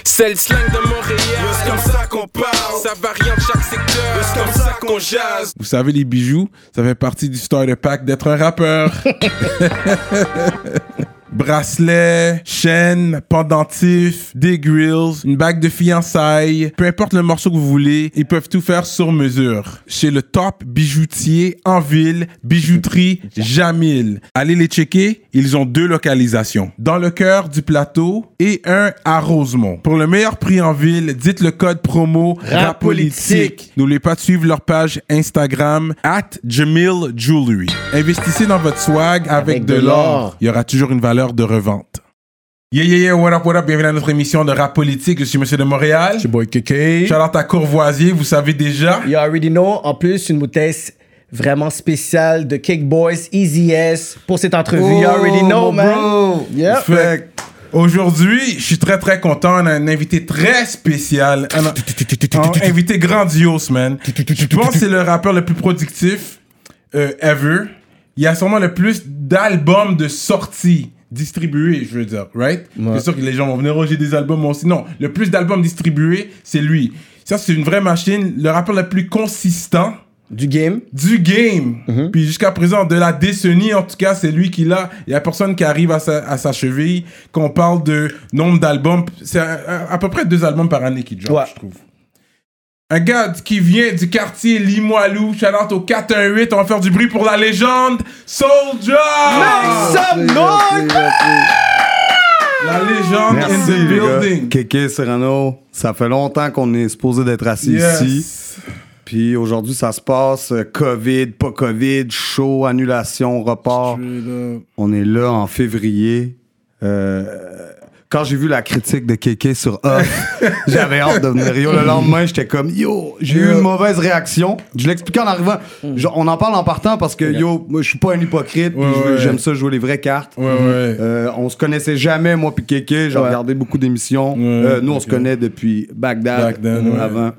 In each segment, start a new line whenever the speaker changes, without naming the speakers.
C'est le slang de Montréal, c'est comme ça qu'on parle. Ça varie en chaque secteur, c'est comme ça qu'on jase.
Vous savez, les bijoux, ça fait partie du starter pack d'être un rappeur. Bracelet, chaîne, pendentif, des grills, une bague de fiançailles, peu importe le morceau que vous voulez, ils peuvent tout faire sur mesure. Chez le top bijoutier en ville, bijouterie Jamil. Allez les checker, ils ont 2 localisations. Dans le cœur du plateau et un à Rosemont. Pour le meilleur prix en ville, dites le code promo RAPOLITIQUE. N'oubliez pas de suivre leur page Instagram @JamilJewelry. Investissez dans votre swag avec de l'or. Il y aura toujours une valeur de revente. Yeah, what up, bienvenue à notre émission de Rap Politique. Je suis Monsieur de Montréal.
C'est boy KK.
Shout-out à Courvoisier, vous savez déjà.
You already know. En plus, une bouteille vraiment spéciale de Kick Boys, Easy S pour cette entrevue. You already know, man.
Bro.
Yep.
Fait aujourd'hui, je suis très content. On a un invité très spécial. Un invité grandiose, man. Je pense que c'est le rappeur le plus productif ever. Il y a sûrement le plus d'albums de sortie distribués, je veux dire, right?
Ouais.
C'est sûr que les gens vont venir, j'ai des albums, moi aussi. Non, le plus d'albums distribués, c'est lui. Ça, c'est une vraie machine. Le rappeur le plus consistant
du game.
Puis jusqu'à présent, de la décennie, en tout cas, c'est lui qui l'a. Il y a personne qui arrive à sa cheville. Quand on parle de nombre d'albums, c'est à peu près 2 albums par année qui drop, je trouve. Un gars qui vient du quartier Limoilou, shout-out au 418, on va faire du bruit pour la légende, Soulja!
Make some noise!
La légende in the building.
Kéké Serrano, ça fait longtemps qu'on est supposé d'être assis ici. Puis aujourd'hui, ça se passe, COVID, pas COVID, show, annulation, report. On est là en février. Quand j'ai vu la critique de Kéké sur Off, j'avais hâte de venir. Yo, le lendemain, j'étais comme, yo, j'ai eu une mauvaise réaction. Je l'expliquais en arrivant. On en parle en partant parce que, yo, moi, je suis pas un hypocrite. J'aime ça jouer les vraies cartes. On se connaissait jamais, moi puis Kéké. J'ai regardé beaucoup d'émissions. Nous, on se connaît depuis Bagdad, avant.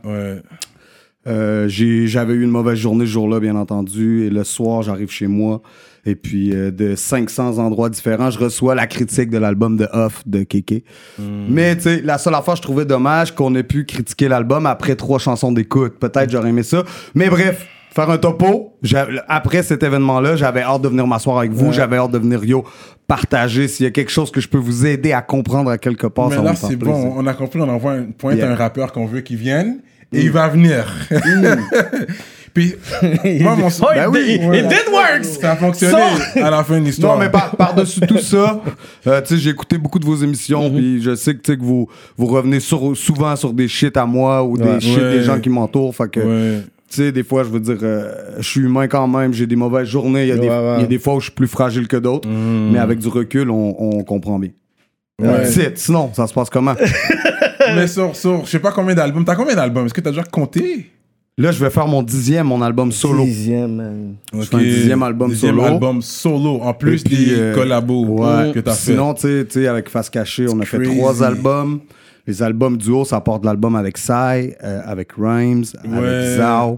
J'avais eu une mauvaise journée ce jour-là, bien entendu. Et le soir, j'arrive chez moi. Et puis, de 500 endroits différents, je reçois la critique de l'album de Off de Kéké. Mais, tu sais, la seule affaire, je trouvais dommage qu'on ait pu critiquer l'album après 3 chansons d'écoute. Peut-être j'aurais aimé ça. Mais bref, faire un topo. Après cet événement-là, j'avais hâte de venir m'asseoir avec vous. J'avais hâte de venir, partager. S'il y a quelque chose que je peux vous aider à comprendre à quelque part.
Mais là, c'est bon. On a compris, on envoie un point à un rappeur qu'on veut qu'il vienne. Et il va venir. Puis, moi, mon
it did work!
Ça a fonctionné à la fin de l'histoire.
Non, mais par-dessus tout ça, tu sais, j'ai écouté beaucoup de vos émissions, puis je sais que vous revenez souvent sur des shit à moi ou des shit des gens qui m'entourent. Fait que, tu sais, des fois, je veux dire, je suis humain quand même, j'ai des mauvaises journées, il y a des fois où je suis plus fragile que d'autres, mais avec du recul, on comprend bien. Sinon, ça se passe comment?
Mais sur je sais pas combien d'albums. T'as combien d'albums? Est-ce que t'as déjà compté?
Là, je vais faire mon 10e, mon album solo.
10e, man.
Je fais un 10e album solo.
Album solo, en plus des collabos que t'as fait.
Sinon, tu sais, avec Face Cachée, on a fait 3 albums. Les albums duo, ça part de l'album avec Psy, avec Rhymes, avec Zao.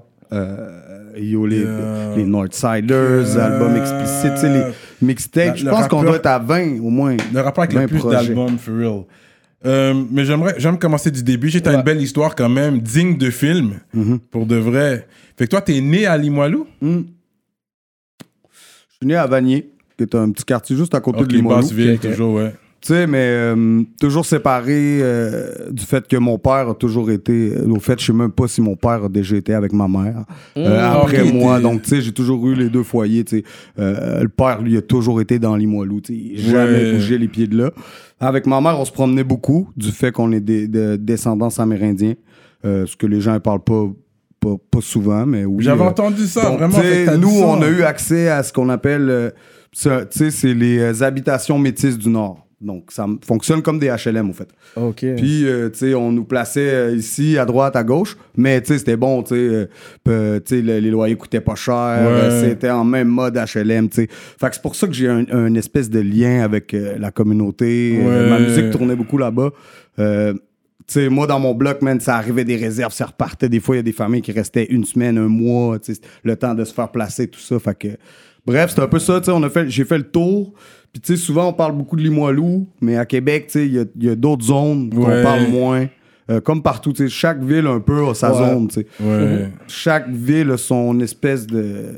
Les Northsiders, albums explicites, tu sais, les mixtapes. Je pense qu'on doit être à 20 au moins.
Le rappeur avec le plus d'albums, for real. Mais j'aime commencer du début. J'ai une belle histoire quand même, digne de film, pour de vrai. Fait que toi, t'es né à Limoilou?
Je suis né à Vanier, qui est un petit quartier juste à côté de Limoilou.
Basse-Ville, toujours, ouais.
Tu sais, mais toujours séparé du fait que mon père a toujours été... au fait, je sais même pas si mon père a déjà été avec ma mère après moi. Donc, tu sais, j'ai toujours eu les 2 foyers, tu sais. Le père, lui, a toujours été dans Limoilou, tu sais. Jamais bougé les pieds de là. Avec ma mère, on se promenait beaucoup du fait qu'on est de descendance amérindienne. Ce que les gens ne parlent pas souvent, mais oui.
J'avais entendu ça, donc, vraiment.
Nous, on a eu accès à ce qu'on appelle... tu sais, c'est les habitations métisses du Nord. Donc, ça fonctionne comme des HLM, au fait.
OK.
Puis, tu sais, on nous plaçait ici, à droite, à gauche. Mais, tu sais, c'était bon, tu sais. Les loyers coûtaient pas cher. C'était en même mode HLM, tu sais. Fait que c'est pour ça que j'ai un espèce de lien avec la communauté. Ma musique tournait beaucoup là-bas. Tu sais, moi, dans mon bloc, man, ça arrivait des réserves, ça repartait. Des fois, il y a des familles qui restaient 1 semaine, 1 mois, tu sais, le temps de se faire placer, tout ça. Fait que... Bref, c'est un peu ça, tu sais, j'ai fait le tour. Puis, tu sais, souvent, on parle beaucoup de Limoilou, mais à Québec, tu sais, il y a d'autres zones qu'on parle moins. Comme partout, tu sais, chaque ville, un peu, a sa zone, tu sais.
Ouais.
Chaque ville a son espèce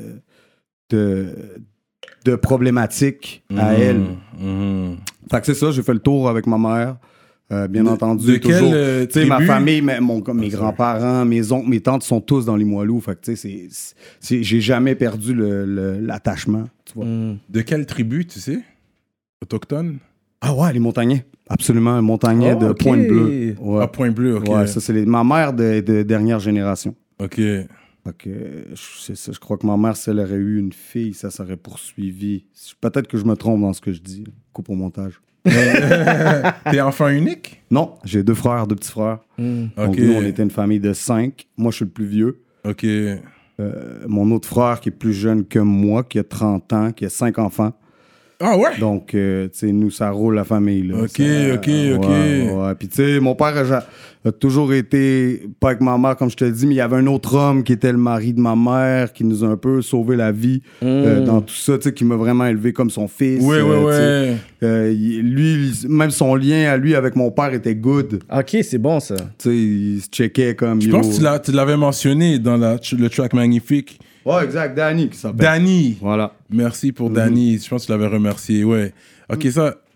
de problématique à elle. Fait que c'est ça, j'ai fait le tour avec ma mère. Bien entendu.
De
toujours.
quelle
Tu sais, ma
tribu?
famille, mes grands-parents, mes oncles, mes tantes sont tous dans Limoilou. Fait que tu sais, j'ai jamais perdu l'attachement. Tu vois.
De quelle tribu, tu sais? Autochtone?
Ah ouais, les montagnais. Absolument, un montagnais de Pointe-Bleue. Ouais.
À Point-Bleu, ok.
Ouais, ça, c'est ma mère de dernière génération.
Ok.
Fait que, c'est ça, je crois que ma mère, si elle aurait eu une fille, ça serait poursuivi. Peut-être que je me trompe dans ce que je dis. Coupe au montage.
T'es enfant unique?
Non, j'ai 2 frères, 2 petits frères. Donc
Ok.
nous, on était une famille de 5. Moi, je suis le plus vieux.
Ok.
Mon autre frère, qui est plus jeune que moi, qui a 30 ans, qui a 5 enfants.
Ah ouais?
Donc, tu sais, nous, ça roule la famille. Là.
Ok,
Ça,
ok.
Ouais. Puis, tu sais, mon père a toujours été, pas avec ma mère, comme je te dis, mais il y avait un autre homme qui était le mari de ma mère, qui nous a un peu sauvé la vie dans tout ça, tu sais, qui m'a vraiment élevé comme son fils.
Ouais.
Lui, même son lien à lui avec mon père était good.
Ok, c'est bon ça.
Tu sais, il se checkait comme...
Je pense que tu l'avais mentionné dans le track magnifique.
Ouais, exact, Danny qui s'appelle.
Danny.
Voilà.
Merci pour Danny. Je pense que tu l'avais remercié. Ouais. Ok,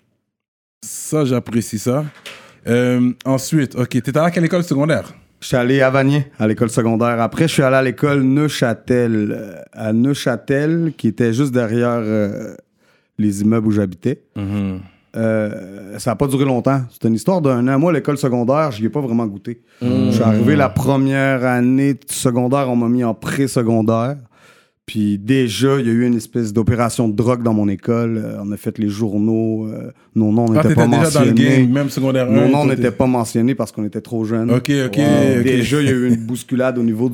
ça j'apprécie ça. Ensuite, ok, t'étais à quelle école secondaire?
Je suis allé à Vanier, à l'école secondaire. Après, je suis allé à l'école Neuchâtel. À Neuchâtel, qui était juste derrière les immeubles où j'habitais. Ça n'a pas duré longtemps. C'était une histoire d'1 an. Moi, l'école secondaire, je n'y ai pas vraiment goûté. Je suis arrivé la première année de secondaire, on m'a mis en pré-secondaire. Puis déjà, il y a eu une espèce d'opération de drogue dans mon école. On a fait les journaux. Nos noms n'étaient pas
déjà dans le
mentionnés.
game, même secondaire 1.
Nos noms n'étaient pas mentionnés parce qu'on était trop jeunes.
Ok.
Déjà, il y a eu une bousculade au niveau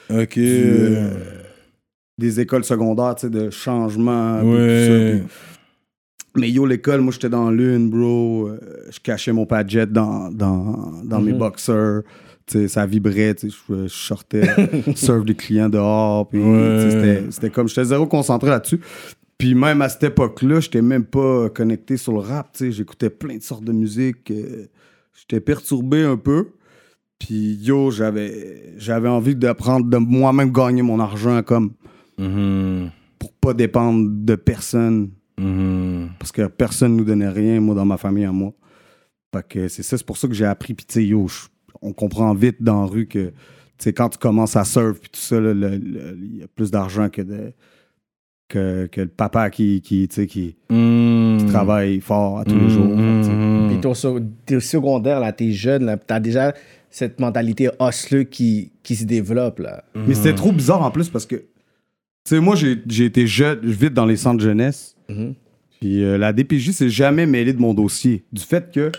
des écoles secondaires, tu sais, de changement. puis tout ça. Mais yo, l'école, moi, j'étais dans l'une, bro. Je cachais mon padjet dans mes boxers. Tu sais, ça vibrait, tu sais, je sortais, serve des clients dehors. Puis, tu sais, c'était comme, j'étais zéro concentré là-dessus. Puis même à cette époque-là, j'étais même pas connecté sur le rap, tu sais. J'écoutais plein de sortes de musique. J'étais perturbé un peu. Puis yo, j'avais envie d'apprendre de moi-même gagner mon argent comme pour pas dépendre de personne. Parce que personne nous donnait rien, moi, dans ma famille à moi. Fait que c'est pour ça que j'ai appris. Puis tu sais, yo, on comprend vite dans la rue que, tu sais, quand tu commences à surf puis tout ça, il y a plus d'argent que le papa qui travaille fort à tous les jours.
Puis t'es secondaire, là, t'es jeune, là, t'as déjà cette mentalité hustler qui se développe, là.
Mais c'était trop bizarre en plus parce que, tu sais, moi, j'ai été jeune, vite dans les centres de jeunesse. Puis la DPJ s'est jamais mêlée de mon dossier. Du fait que...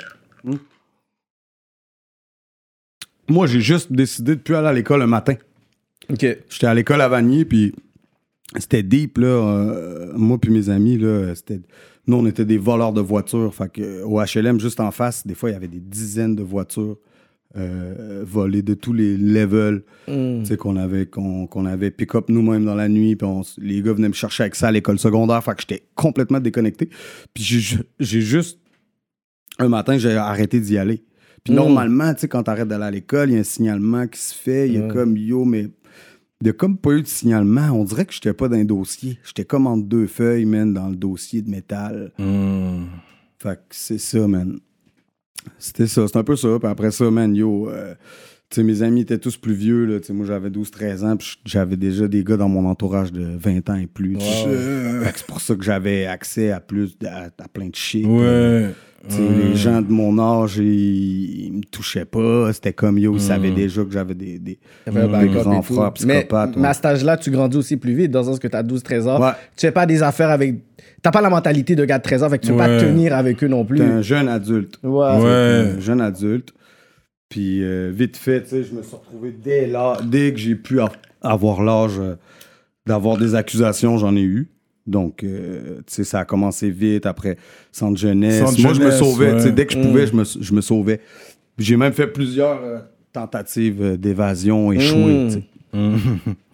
Moi, j'ai juste décidé de plus aller à l'école un matin.
OK.
J'étais à l'école à Vanier, puis c'était deep, là. Moi puis mes amis, là, nous, on était des voleurs de voitures. Fait que, au HLM, juste en face, des fois, il y avait des dizaines de voitures volées de tous les levels. Tu sais, qu'on avait pick-up nous-mêmes dans la nuit, puis les gars venaient me chercher avec ça à l'école secondaire. Fait que j'étais complètement déconnecté. Puis j'ai juste... Un matin, j'ai arrêté d'y aller. Puis normalement, tu sais, quand t'arrêtes d'aller à l'école, il y a un signalement qui se fait. Il y a comme, yo, mais... Il n'y a comme pas eu de signalement. On dirait que j'étais pas dans un dossier. J'étais comme entre 2 feuilles, man, dans le dossier de métal. Fait que c'est ça, man. C'était ça. C'est un peu ça. Puis après ça, man, yo... tu sais, mes amis étaient tous plus vieux, là. Tu sais, moi, j'avais 12-13 ans, puis j'avais déjà des gars dans mon entourage de 20 ans et plus. Fait que c'est pour ça que j'avais accès à plein de shit. Les gens de mon âge, ils me touchaient pas. C'était comme, yo, ils savaient déjà que j'avais des grands frères psychopathes.
Mais à cet âge-là, tu grandis aussi plus vite, dans le sens que t'as 12-13 ans.
Ouais.
Tu fais pas des affaires avec... T'as pas la mentalité de gars de 13 ans, fait que tu peux pas tenir avec eux non plus.
T'es un jeune adulte. Un jeune adulte. Puis vite fait, tu sais, je me suis retrouvé dès que j'ai pu avoir l'âge d'avoir des accusations, j'en ai eu. Donc, tu sais, ça a commencé vite après centre jeunesse. Moi, je me sauvais. Tu sais, dès que je pouvais, je me sauvais. J'ai même fait plusieurs tentatives d'évasion échouées. Tu sais.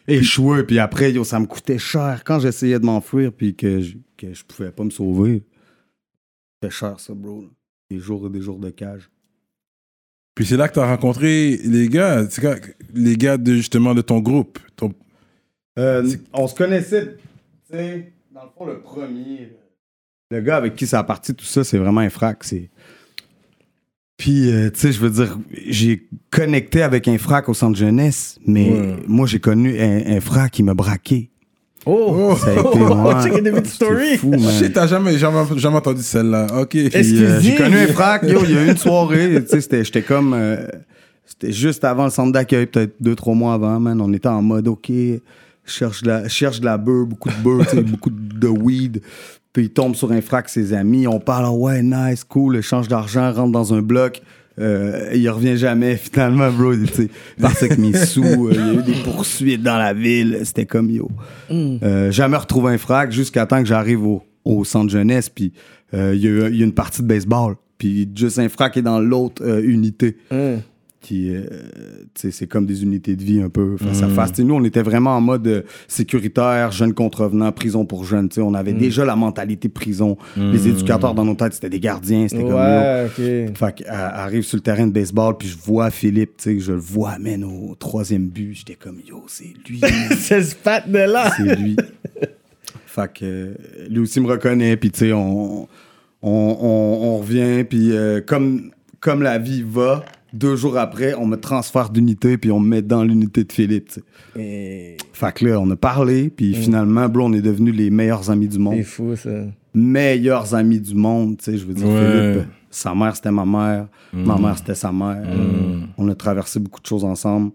échoué. Puis après, yo, ça me coûtait cher quand j'essayais de m'enfuir puis que je pouvais pas me sauver. C'était cher, ça, bro. Là. Des jours et des jours de cage.
Puis c'est là que t'as rencontré les gars. C'est quand, les gars justement de ton groupe.
On se connaissait, tu sais, dans le fond, le premier. Le gars avec qui ça a parti, tout ça, c'est vraiment Infrac. Puis, tu sais, je veux dire, j'ai connecté avec Infrac au centre jeunesse, mais moi, j'ai connu Infrac qui m'a braqué.
Oh!
Ça a été moi.
Check the big story!
Fou, man.
Shit, t'as jamais entendu celle-là. Ok.
Puis, j'ai connu Infrac, yo, il y a eu une soirée, tu sais, j'étais comme... c'était juste avant le centre d'accueil, peut-être 2-3 mois avant, man. On était en mode, OK, cherche de la beurre, beaucoup de beurre, tu sais, beaucoup de weed. Puis il tombe sur Infrac, ses amis, on parle, ouais, nice, cool, échange d'argent, rentre dans un bloc. Il revient jamais, finalement, bro. Tu sais, parce que mes sous, il y a eu des poursuites dans la ville. C'était comme, yo. Jamais retrouvé Infrac jusqu'à temps que j'arrive au centre jeunesse. Puis il y a une partie de baseball. Puis juste Infrac est dans l'autre unité. Qui, c'est comme des unités de vie un peu face à face. T'sais, nous, on était vraiment en mode sécuritaire, jeunes contrevenants, prison pour jeunes. T'sais, on avait déjà la mentalité prison. Les éducateurs dans nos têtes, c'était des gardiens. C'était comme
okay.
Fait qu'elle arrive sur le terrain de baseball, puis je vois Philippe, je le vois, man, au 3e but. J'étais comme, yo, c'est lui.
C'est ce pat de là.
C'est lui. Fait que lui aussi me reconnaît, puis tu sais, on revient, puis comme la vie va... 2 jours après, on me transfère d'unité puis on me met dans l'unité de Philippe. Fait que là, on a parlé puis finalement, bro, on est devenus les meilleurs amis du monde.
C'est fou, ça.
Meilleurs amis du monde, tu sais, je veux dire, Philippe, sa mère, c'était ma mère. Ma mère, c'était sa mère. On a traversé beaucoup de choses ensemble.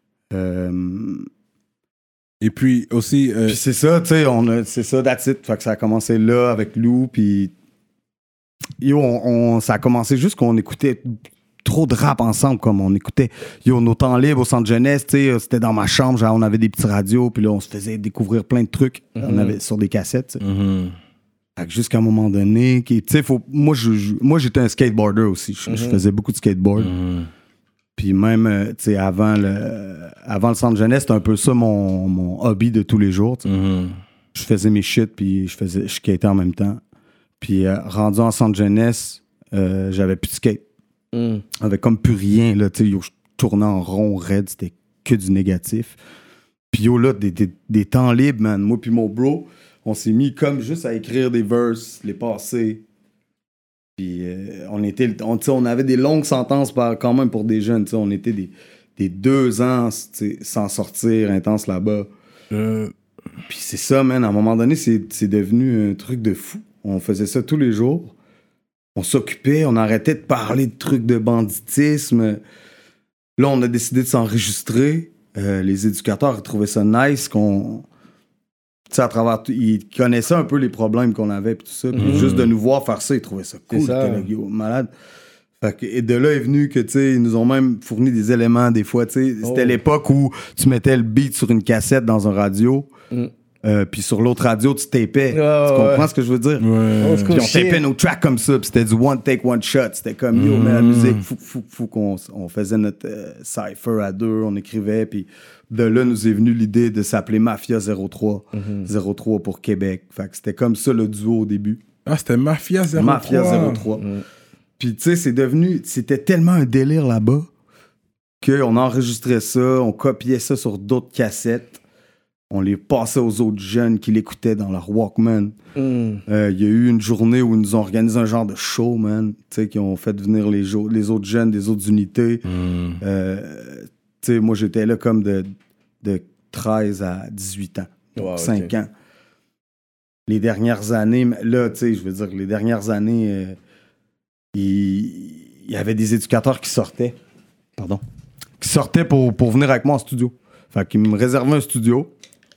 Et puis aussi...
Puis c'est ça, tu sais, c'est ça, that's it. Fait que ça a commencé là avec Lou, puis... Yo, ça a commencé juste qu'on écoutait... trop de rap ensemble, comme on écoutait. Yo, nos temps libres au centre jeunesse, tu sais, c'était dans ma chambre, genre, on avait des petits radios, puis là, on se faisait découvrir plein de trucs. On avait sur des cassettes, tu sais. Fait que jusqu'à un moment donné, tu sais, moi, j'étais un skateboarder aussi. Je faisais beaucoup de skateboard. Puis même, tu sais, avant le centre jeunesse, c'était un peu ça mon hobby de tous les jours, tu sais. Je faisais mes shit, puis je skatais en même temps. Puis rendu en centre jeunesse, j'avais plus de skate. Avec comme plus rien, là, tu sais, yo, je tournais en rond, raide, c'était que du négatif. Puis yo, là, des temps libres, man, moi puis mon bro, on s'est mis comme juste à écrire des verses, les passer. Puis on avait des longues sentences quand même pour des jeunes, tu sais, on était des 2 ans, tu sais, sans sortir, intense là-bas. Puis c'est ça, man, à un moment donné, c'est devenu un truc de fou. On faisait ça tous les jours. On s'occupait, on arrêtait de parler de trucs de banditisme. Là, on a décidé de s'enregistrer. Les éducateurs, ils trouvaient ça nice qu'on... Tu sais, à travers... Ils connaissaient un peu les problèmes qu'on avait, puis tout ça. Puis juste de nous voir faire ça, ils trouvaient ça cool. C'était là, yo, malade. Fait que, et de là est venu que, tu sais, ils nous ont même fourni des éléments, des fois, tu sais. C'était l'époque où tu mettais le beat sur une cassette dans un radio. Puis sur l'autre radio, tu tapais. Tu comprends ce que je veux dire? Puis on tapait nos tracks comme ça. Puis c'était du one take, one shot. C'était comme, yo, mais la musique, fou qu'on faisait notre cypher à 2, on écrivait. Puis de là, nous est venue l'idée de s'appeler Mafia 03. 03 pour Québec. Fait que c'était comme ça le duo au début.
Ah, c'était Mafia 03.
Mafia 03. Puis tu sais, c'était tellement un délire là-bas qu'on enregistrait ça, on copiait ça sur d'autres cassettes. On les passait aux autres jeunes qui l'écoutaient dans leur Walkman. Il y a eu une journée où ils nous ont organisé un genre de show, man. Tu sais, qui ont fait venir les autres jeunes des autres unités. Tu sais, moi, j'étais là comme de 13 à 18 ans. 5 ans. Les dernières années, là, tu sais, je veux dire, les dernières années, il y avait des éducateurs qui sortaient. Qui sortaient pour venir avec moi en studio. Fait qu'ils me réservaient un studio.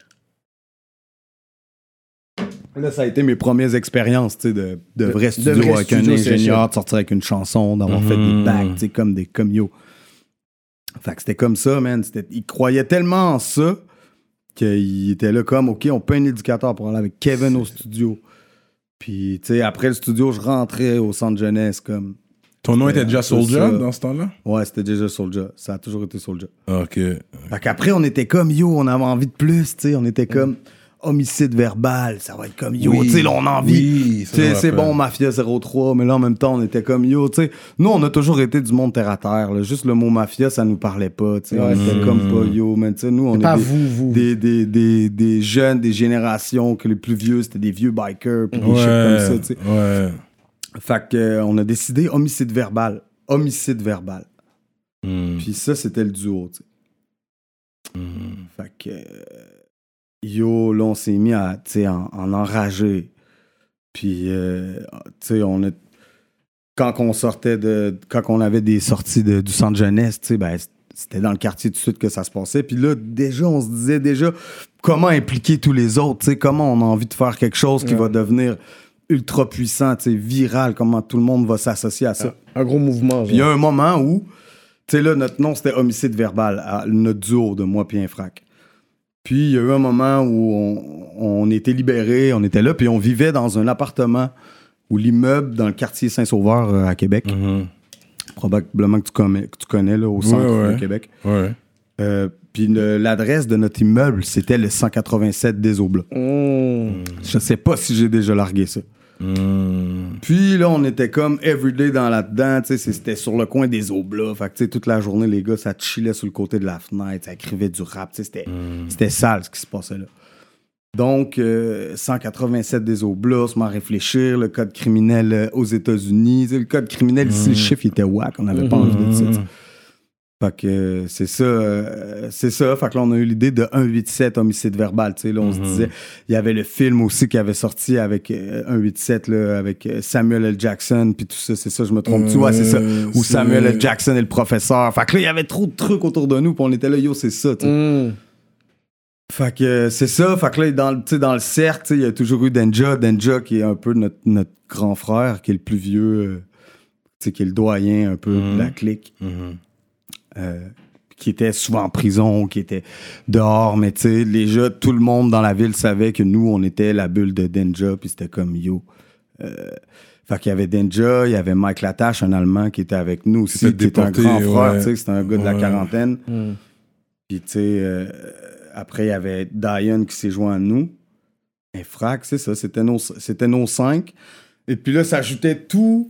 Là, ça a été mes premières expériences, tu sais, de vrai studio avec un ingénieur, de sortir avec une chanson, d'avoir fait des bacs, tu sais, comme yo. Fait que c'était comme ça, man. Il croyait tellement en ça qu'il était là comme, OK, on paie un éducateur pour aller avec Kevin au studio. Puis, tu sais, après le studio, je rentrais au centre jeunesse comme
Ton nom était déjà Soulja
ça.
dans ce temps-là?
Ouais, c'était déjà Soulja. Ça a toujours été Soulja.
Ok.
Fait qu'après, on était comme, yo, on avait envie de plus, tu sais. On était comme, homicide verbal, ça va être comme, yo,
Oui.
tu sais, là, on a envie.
Oui, ça
Tu sais,
me
c'est
rappelle.
bon, Mafia 03, mais là, en même temps, on était comme, yo, tu sais. Nous, on a toujours été du monde terre à terre, là. Juste le mot mafia, ça nous parlait pas, tu sais. On était comme pas, yo, mais tu sais, nous, on
pas
est
vous.
des jeunes, des générations, que les plus vieux, c'était des vieux bikers, puis des shit comme ça, tu sais.
Ouais.
Fait qu'on a décidé homicide verbal. Homicide verbal. Puis ça, c'était le duo, tu sais. Fait que... yo, là, on s'est mis à, tu sais, en enrager. Puis, tu sais, on a... Quand on avait des sorties du centre jeunesse, tu sais, ben, c'était dans le quartier tout de suite que ça se passait. Puis là, déjà, on se disait déjà comment impliquer tous les autres, tu sais, comment on a envie de faire quelque chose qui va devenir ultra puissant, tu sais, viral, comment tout le monde va s'associer à ça.
Un gros mouvement.
Puis il y a un moment où, tu sais, là, notre nom, c'était homicide verbal, notre duo de moi puis Infrac. Puis il y a eu un moment où on était libérés, on était là, puis on vivait dans un appartement où l'immeuble dans le quartier Saint-Sauveur à Québec. Probablement que tu connais là, au centre de Québec.
Ouais.
Puis l'adresse de notre immeuble, c'était le 187 des Oblats. Je sais pas si j'ai déjà largué ça. Puis là, on était comme everyday dans là-dedans, tu sais, c'était sur le coin des Oblats. Fait que tu sais, toute la journée, les gars, ça chillait sur le côté de la fenêtre, ça écrivait du rap, tu sais, c'était sale ce qui se passait là. Donc, 187 des Oblats, se met à réfléchir, le code criminel aux États-Unis. Tu sais, le code criminel ici, le chiffre, il était whack, on n'avait pas envie de ça, tu sais. Fait que c'est ça. Fait que là, on a eu l'idée de 187 homicide verbal. Tu sais, là, on se disait, il y avait le film aussi qui avait sorti avec 187, là, avec Samuel L. Jackson, puis tout ça. C'est ça, je me trompe-tu? Ouais, c'est ça. Où Samuel L. Jackson est le professeur. Fait que là, il y avait trop de trucs autour de nous, puis on était là, yo, c'est ça, tu sais. Fait que c'est ça. Fait que là, dans le cercle, tu sais, il y a toujours eu Denja. Denja, qui est un peu notre grand frère, qui est le plus vieux, tu sais, qui est le doyen un peu de la clique. Qui était souvent en prison, qui était dehors, mais tu sais, déjà, tout le monde dans la ville savait que nous, on était la bulle de Denja, puis c'était comme yo. Fait qu'il y avait Denja, il y avait Mike Latache, un Allemand, qui était avec nous aussi, qui était un grand frère, tu sais, c'était un gars de la quarantaine. Puis tu sais, après, il y avait Diane qui s'est joint à nous. Infrac, c'est ça, c'était nos 5. Et puis là, ça ajoutait tout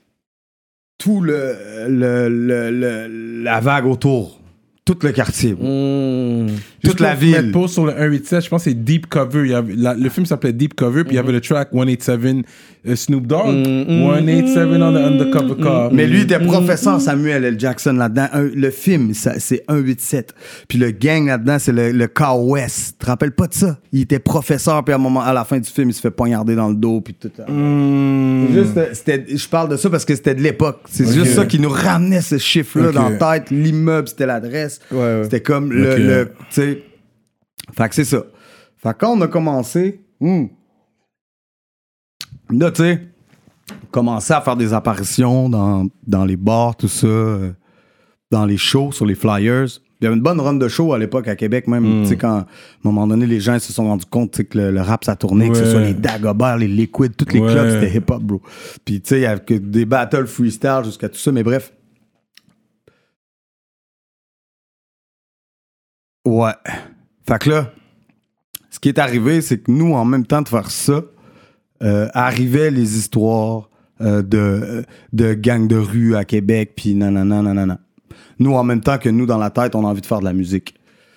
la vague autour. Tout le quartier. Toute la ville.
Mettre pause sur le 187, je pense que c'est Deep Cover. Le film s'appelait Deep Cover, puis il y avait le track 187 Snoop Dogg. 187 on the undercover car.
Mais lui, il était professeur Samuel L. Jackson là-dedans. Le film, c'est 187. Puis le gang là-dedans, c'est le Car West. Tu te rappelles pas de ça? Il était professeur, puis à la fin du film, il se fait poignarder dans le dos, puis tout. Je parle de ça parce que c'était de l'époque. C'est juste ça qui nous ramenait ce chiffre-là dans la tête. L'immeuble, c'était l'adresse. C'était comme tu sais. Fait que c'est ça. Fait que quand on a commencé, là, tu sais, commencer à faire des apparitions dans les bars, tout ça, dans les shows, sur les flyers. Il y avait une bonne run de shows à l'époque à Québec, même, tu sais, quand, à un moment donné, les gens se sont rendus compte, tu sais, que le rap, ça tournait, que ce soit les Dagobert, les Liquid, tous les clubs, c'était hip-hop, bro. Puis, tu sais, il y avait que des battles freestyle jusqu'à tout ça, mais bref. Ouais. Fait que là, ce qui est arrivé, c'est que nous, en même temps de faire ça, arrivaient les histoires de gangs de rue à Québec, puis nanana. Nous, en même temps que nous, dans la tête, on a envie de faire de la musique.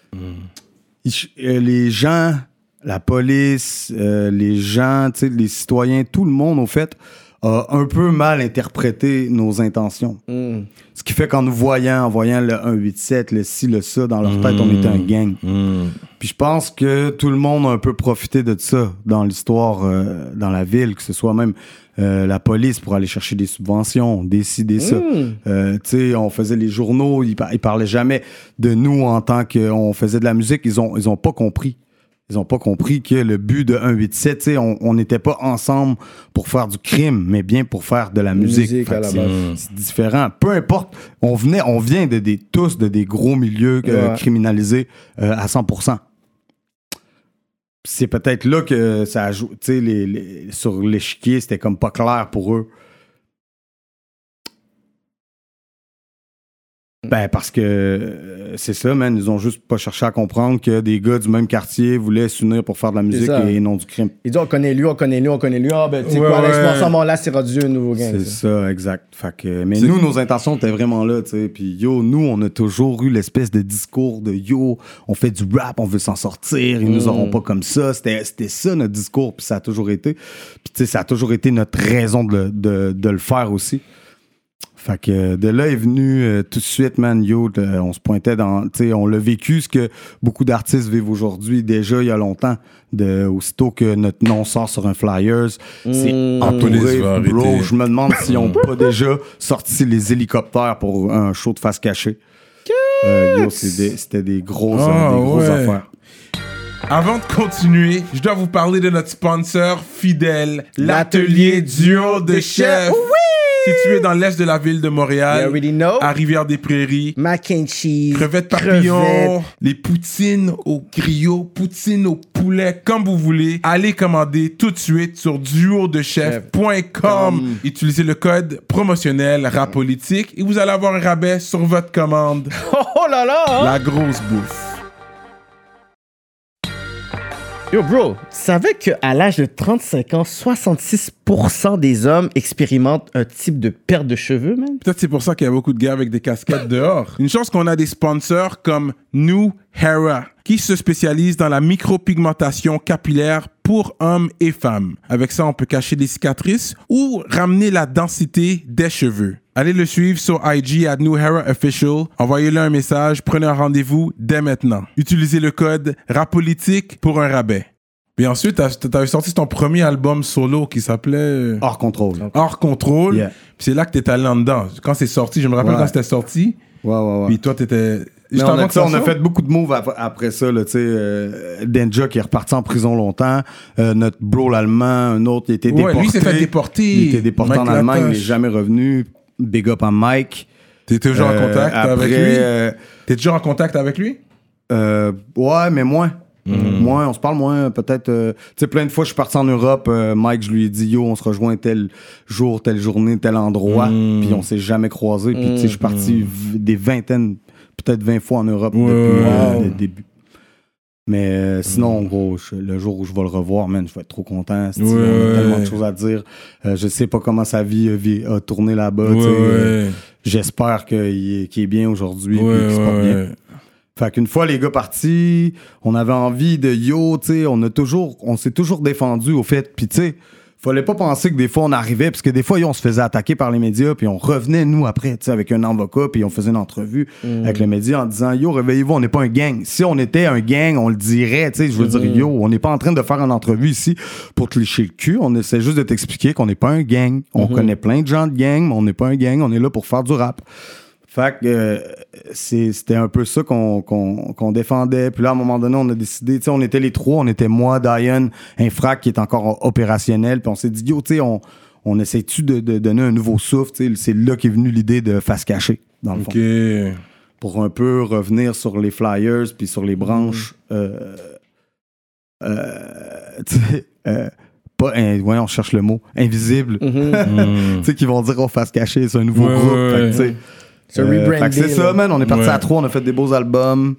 Les gens, la police, les gens, tu sais, les citoyens, tout le monde, au fait, a un peu mal interprété nos intentions. Ce qui fait qu'en nous voyant, en voyant le 187, le ci, le ça, dans leur tête, on était un gang. Puis je pense que tout le monde a un peu profité de ça dans l'histoire, dans la ville, que ce soit même la police pour aller chercher des subventions, des ci, des ça. Tu sais, on faisait les journaux, ils parlaient jamais de nous en tant qu'on faisait de la musique. Ils ont pas compris. Ils ont pas compris que le but de 187, tu sais, on n'était pas ensemble pour faire du crime, mais bien pour faire de la musique.
À la base.
C'est différent. Peu importe, on vient tous de des gros milieux criminalisés à 100%. C'est peut-être là que ça ajoute, tu sais, sur l'échiquier, c'était comme pas clair pour eux. Ben, parce que c'est ça, man. Ils ont juste pas cherché à comprendre que des gars du même quartier voulaient s'unir pour faire de la musique et non du crime.
Ils disent on connaît lui. Ah, ben, tu sais quoi, l'expansion, là, c'est rendu un nouveau gang.
C'est ça, exact. Fait que, mais nous, nos intentions étaient vraiment là, tu sais. Puis yo, nous, on a toujours eu l'espèce de discours de yo, on fait du rap, on veut s'en sortir, ils nous auront pas comme ça. C'était ça notre discours, puis ça a toujours été. Puis tu sais, ça a toujours été notre raison de le faire aussi. Fait que de là est venu tout de suite, man, yo, on se pointait dans, tu sais, on l'a vécu, ce que beaucoup d'artistes vivent aujourd'hui, déjà il y a longtemps, aussitôt que notre nom sort sur un Flyers, c'est entouré, bro, je me demande s'ils ont pas déjà sorti les hélicoptères pour un show de face cachée. Yo, c'était des grosses affaires.
Avant de continuer, je dois vous parler de notre sponsor fidèle, l'Atelier Duo de Chef. Situé dans l'est de la ville de Montréal, à Rivière-des-Prairies.
Mac and cheese,
crevettes papillons, les poutines au griot, poutines au poulet, comme vous voulez. Allez commander tout de suite sur duodechef.com. Utilisez le code promotionnel RAPOLITIQUE et vous allez avoir un rabais sur votre commande.
Oh là là!
La grosse bouffe.
Yo, bro, tu savais qu'à l'âge de 35 ans, 66% des hommes expérimentent un type de perte de cheveux, man?
Peut-être c'est pour ça qu'il y a beaucoup de gars avec des casquettes dehors. Une chance qu'on a des sponsors comme New Hera, qui se spécialise dans la micropigmentation capillaire pour hommes et femmes. Avec ça, on peut cacher les cicatrices ou ramener la densité des cheveux. Allez le suivre sur IG à New Hera Official. Envoyez-le un message, prenez un rendez-vous dès maintenant. Utilisez le code RAPOLITIQUE pour un rabais. Puis ensuite, t'avais sorti ton premier album solo qui s'appelait...
Hors contrôle.
Hors contrôle.
Yeah.
Puis c'est là que t'étais allé en dedans. Quand c'est sorti, je me rappelle quand c'était sorti.
Ouais.
Puis toi, t'étais...
Mais on a fait beaucoup de moves après ça, là, tu sais. Denja qui est reparti en prison longtemps. Notre bro l'allemand, un autre, il était déporté.
Lui, il s'est fait déporter.
Il était déporté en Allemagne, il n'est jamais revenu. Big up à Mike.
T'es toujours en contact avec lui? T'es toujours en contact avec lui?
Ouais, mais moins. Moins, on se parle moins, peut-être. Tu sais, plein de fois, je suis parti en Europe. Mike, je lui ai dit, yo, on se rejoint tel jour, telle journée, tel endroit. Puis on s'est jamais croisés. Puis tu sais, je suis parti des vingtaines, peut-être 20 fois en Europe depuis le début. Mais sinon, gros, le jour où je vais le revoir, man, je vais être trop content. On a tellement de choses à dire. Je sais pas comment sa vie a tourné là-bas. J'espère qu'il est bien aujourd'hui et qu'il se porte bien. Fait qu'une fois les gars partis, on avait envie de yo, tu sais, on s'est toujours défendu au fait. Puis tu sais, fallait pas penser que des fois on arrivait, parce que des fois, on se faisait attaquer par les médias, puis on revenait, nous, après, tu sais, avec un avocat, puis on faisait une entrevue avec les médias en disant, yo, réveillez-vous, on n'est pas un gang. Si on était un gang, on le dirait, tu sais, je veux dire, yo, on n'est pas en train de faire une entrevue ici pour te lécher le cul, on essaie juste de t'expliquer qu'on n'est pas un gang. On connaît plein de gens de gang, mais on n'est pas un gang, on est là pour faire du rap. Fait que c'était un peu ça qu'on défendait. Puis là, à un moment donné, on a décidé, tu sais, on était les trois, on était moi, Diane, Infrac qui est encore opérationnel. Puis on s'est dit, yo, tu sais, on essaie-tu de donner un nouveau souffle, tu sais. C'est là qu'est venue l'idée de Face Cachée, dans le fond. Pour un peu revenir sur les flyers, puis sur les branches. Tu sais, on cherche le mot, invisible. Tu sais, qui vont dire, oh, Face Cachée, c'est un nouveau groupe. Fait que, tu sais, c'est ça, man. On est parti à trois, on a fait des beaux albums.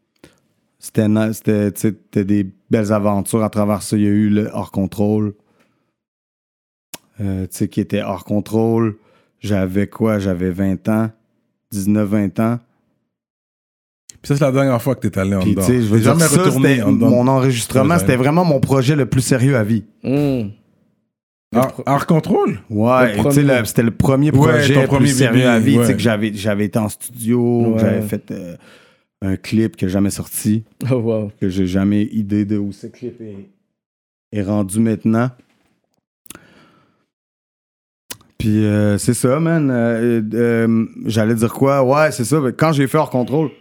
C'était des belles aventures à travers ça. Il y a eu le Hors Contrôle. Tu sais, qui était Hors Contrôle. J'avais 20 ans. 19-20 ans.
Puis ça, c'est la dernière fois que t'es allé en dedans.
Tu sais, je veux dire, ça, c'était mon enregistrement. C'était vraiment mon projet le plus sérieux à vie.
Hors Contrôle?
Ouais, c'était le premier projet plus sérieux à vie. Tu sais, que j'avais été en studio, j'avais fait un clip que j'ai jamais sorti.
Oh, wow.
Que j'ai jamais idée de où ce clip est rendu maintenant. Puis c'est ça, man. J'allais dire quoi? Ouais, c'est ça. Quand j'ai fait Hors Contrôle,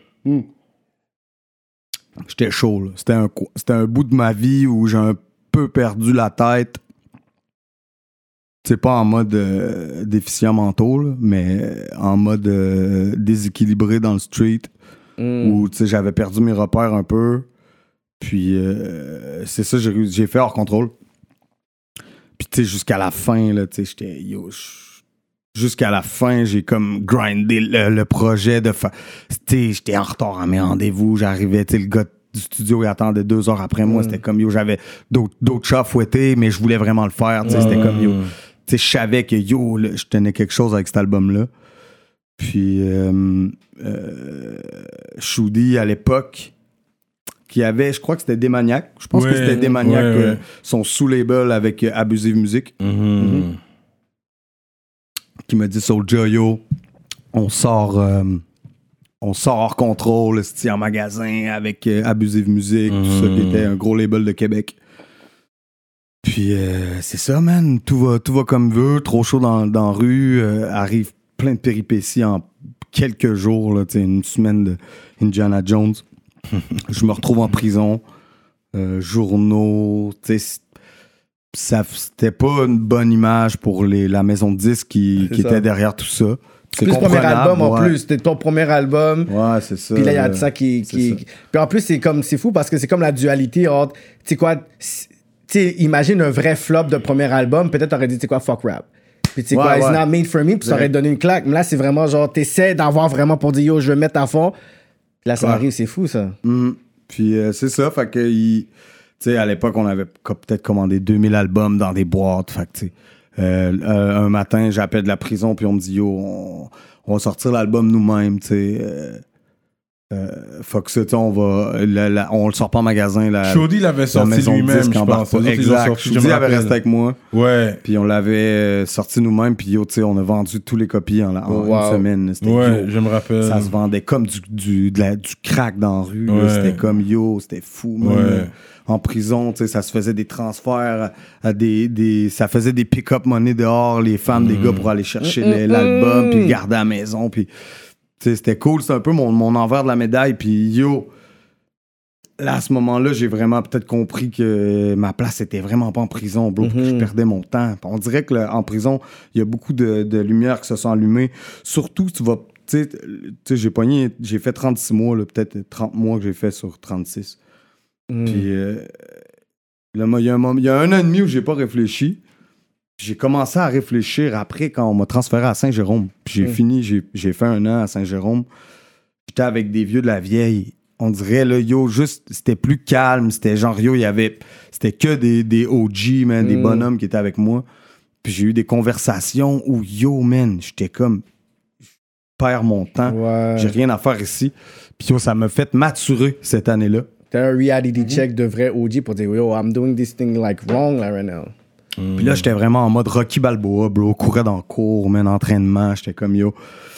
j'étais chaud, là. C'était un bout de ma vie où j'ai un peu perdu la tête. C'est pas en mode déficient mentaux, là, mais en mode déséquilibré dans le street, où j'avais perdu mes repères un peu. Puis c'est ça, j'ai fait Hors Contrôle. Puis tu sais, jusqu'à la fin, là, j'étais jusqu'à la fin, j'ai comme grindé le projet de faire. J'étais en retard à mes rendez-vous. J'arrivais, le gars du studio, il attendait 2 heures après moi. C'était comme, yo, j'avais d'autres chats fouettés, mais je voulais vraiment le faire. C'était comme, yo, je savais que, yo, là, je tenais quelque chose avec cet album-là. Puis, Shoudi, à l'époque, qui avait, je crois que c'était Démaniac. Je pense que c'était Démaniac, son sous-label avec Abusive Music. Qui m'a dit, Soulja, yo, on sort hors contrôle, en magasin avec Abusive Music, tout ça, qui était un gros label de Québec. Puis, c'est ça, man. Tout va comme veut. Trop chaud dans la rue. Arrive plein de péripéties en quelques jours, là, une semaine de Indiana Jones. Je me retrouve en prison. Journaux, c'était pas une bonne image pour la maison de disques qui était derrière tout ça.
C'est plus le premier album en plus. C'était ton premier album.
Ouais, c'est ça.
Puis là, il y a ça qui... Puis en plus, c'est fou parce que c'est comme la dualité entre... Tu sais quoi... imagine un vrai flop de premier album. Peut-être t'aurais dit, tu sais quoi, fuck rap. Puis tu sais quoi, it's not made for me. Puis ça aurait donné une claque. Mais là, c'est vraiment genre, t'essaies d'avoir vraiment pour dire, yo, je vais mettre à fond. Puis là, ça arrive, c'est fou, ça.
Puis c'est ça. Fait que... Tu sais, à l'époque, on avait peut-être commandé 2000 albums dans des boîtes. Fait que, tu sais, un matin, j'appelle de la prison, puis on me dit, yo, on va sortir l'album nous-mêmes, tu sais. Fuck ça, tu sais, on le sort pas en magasin.
Shoudi l'avait sorti lui-même, je pense.
Exact. Shoudi avait resté avec moi.
Ouais.
Puis on l'avait sorti nous-mêmes, puis yo, tu sais, on a vendu tous les copies en une semaine.
Ouais, je me rappelle.
Ça se vendait comme du crack dans la rue. Ouais. C'était comme, yo, c'était fou, man. Ouais. En prison, tu sais, ça se faisait des transferts à ça faisait des pick-up money dehors, les femmes des gars pour aller chercher l'album, puis le garder à la maison, puis tu sais, c'était cool, c'est un peu mon envers de la médaille, puis yo, là, à ce moment-là, j'ai vraiment peut-être compris que ma place était vraiment pas en prison, bro, que je perdais mon temps. On dirait que en prison, il y a beaucoup de lumières qui se sont allumées, surtout, tu sais, j'ai fait 36 mois, là, peut-être 30 mois que j'ai fait sur 36. Puis là, il y a un an et demi où j'ai pas réfléchi. J'ai commencé à réfléchir après quand on m'a transféré à Saint-Jérôme. Puis j'ai fait 1 an à Saint-Jérôme. J'étais avec des vieux de la vieille. On dirait, là, yo, juste, c'était plus calme. C'était genre, yo, c'était que des OG, man, des bonhommes qui étaient avec moi. Puis j'ai eu des conversations où, yo, man, j'étais comme, je perds mon temps. Ouais. J'ai rien à faire ici. Puis yo, ça m'a fait maturer cette année-là.
T'as un reality check de vrai OG pour dire, yo, I'm doing this thing like wrong là, right now.
Puis là, j'étais vraiment en mode Rocky Balboa, bro. Courais dans le cours, man, entraînement. J'étais comme, yo.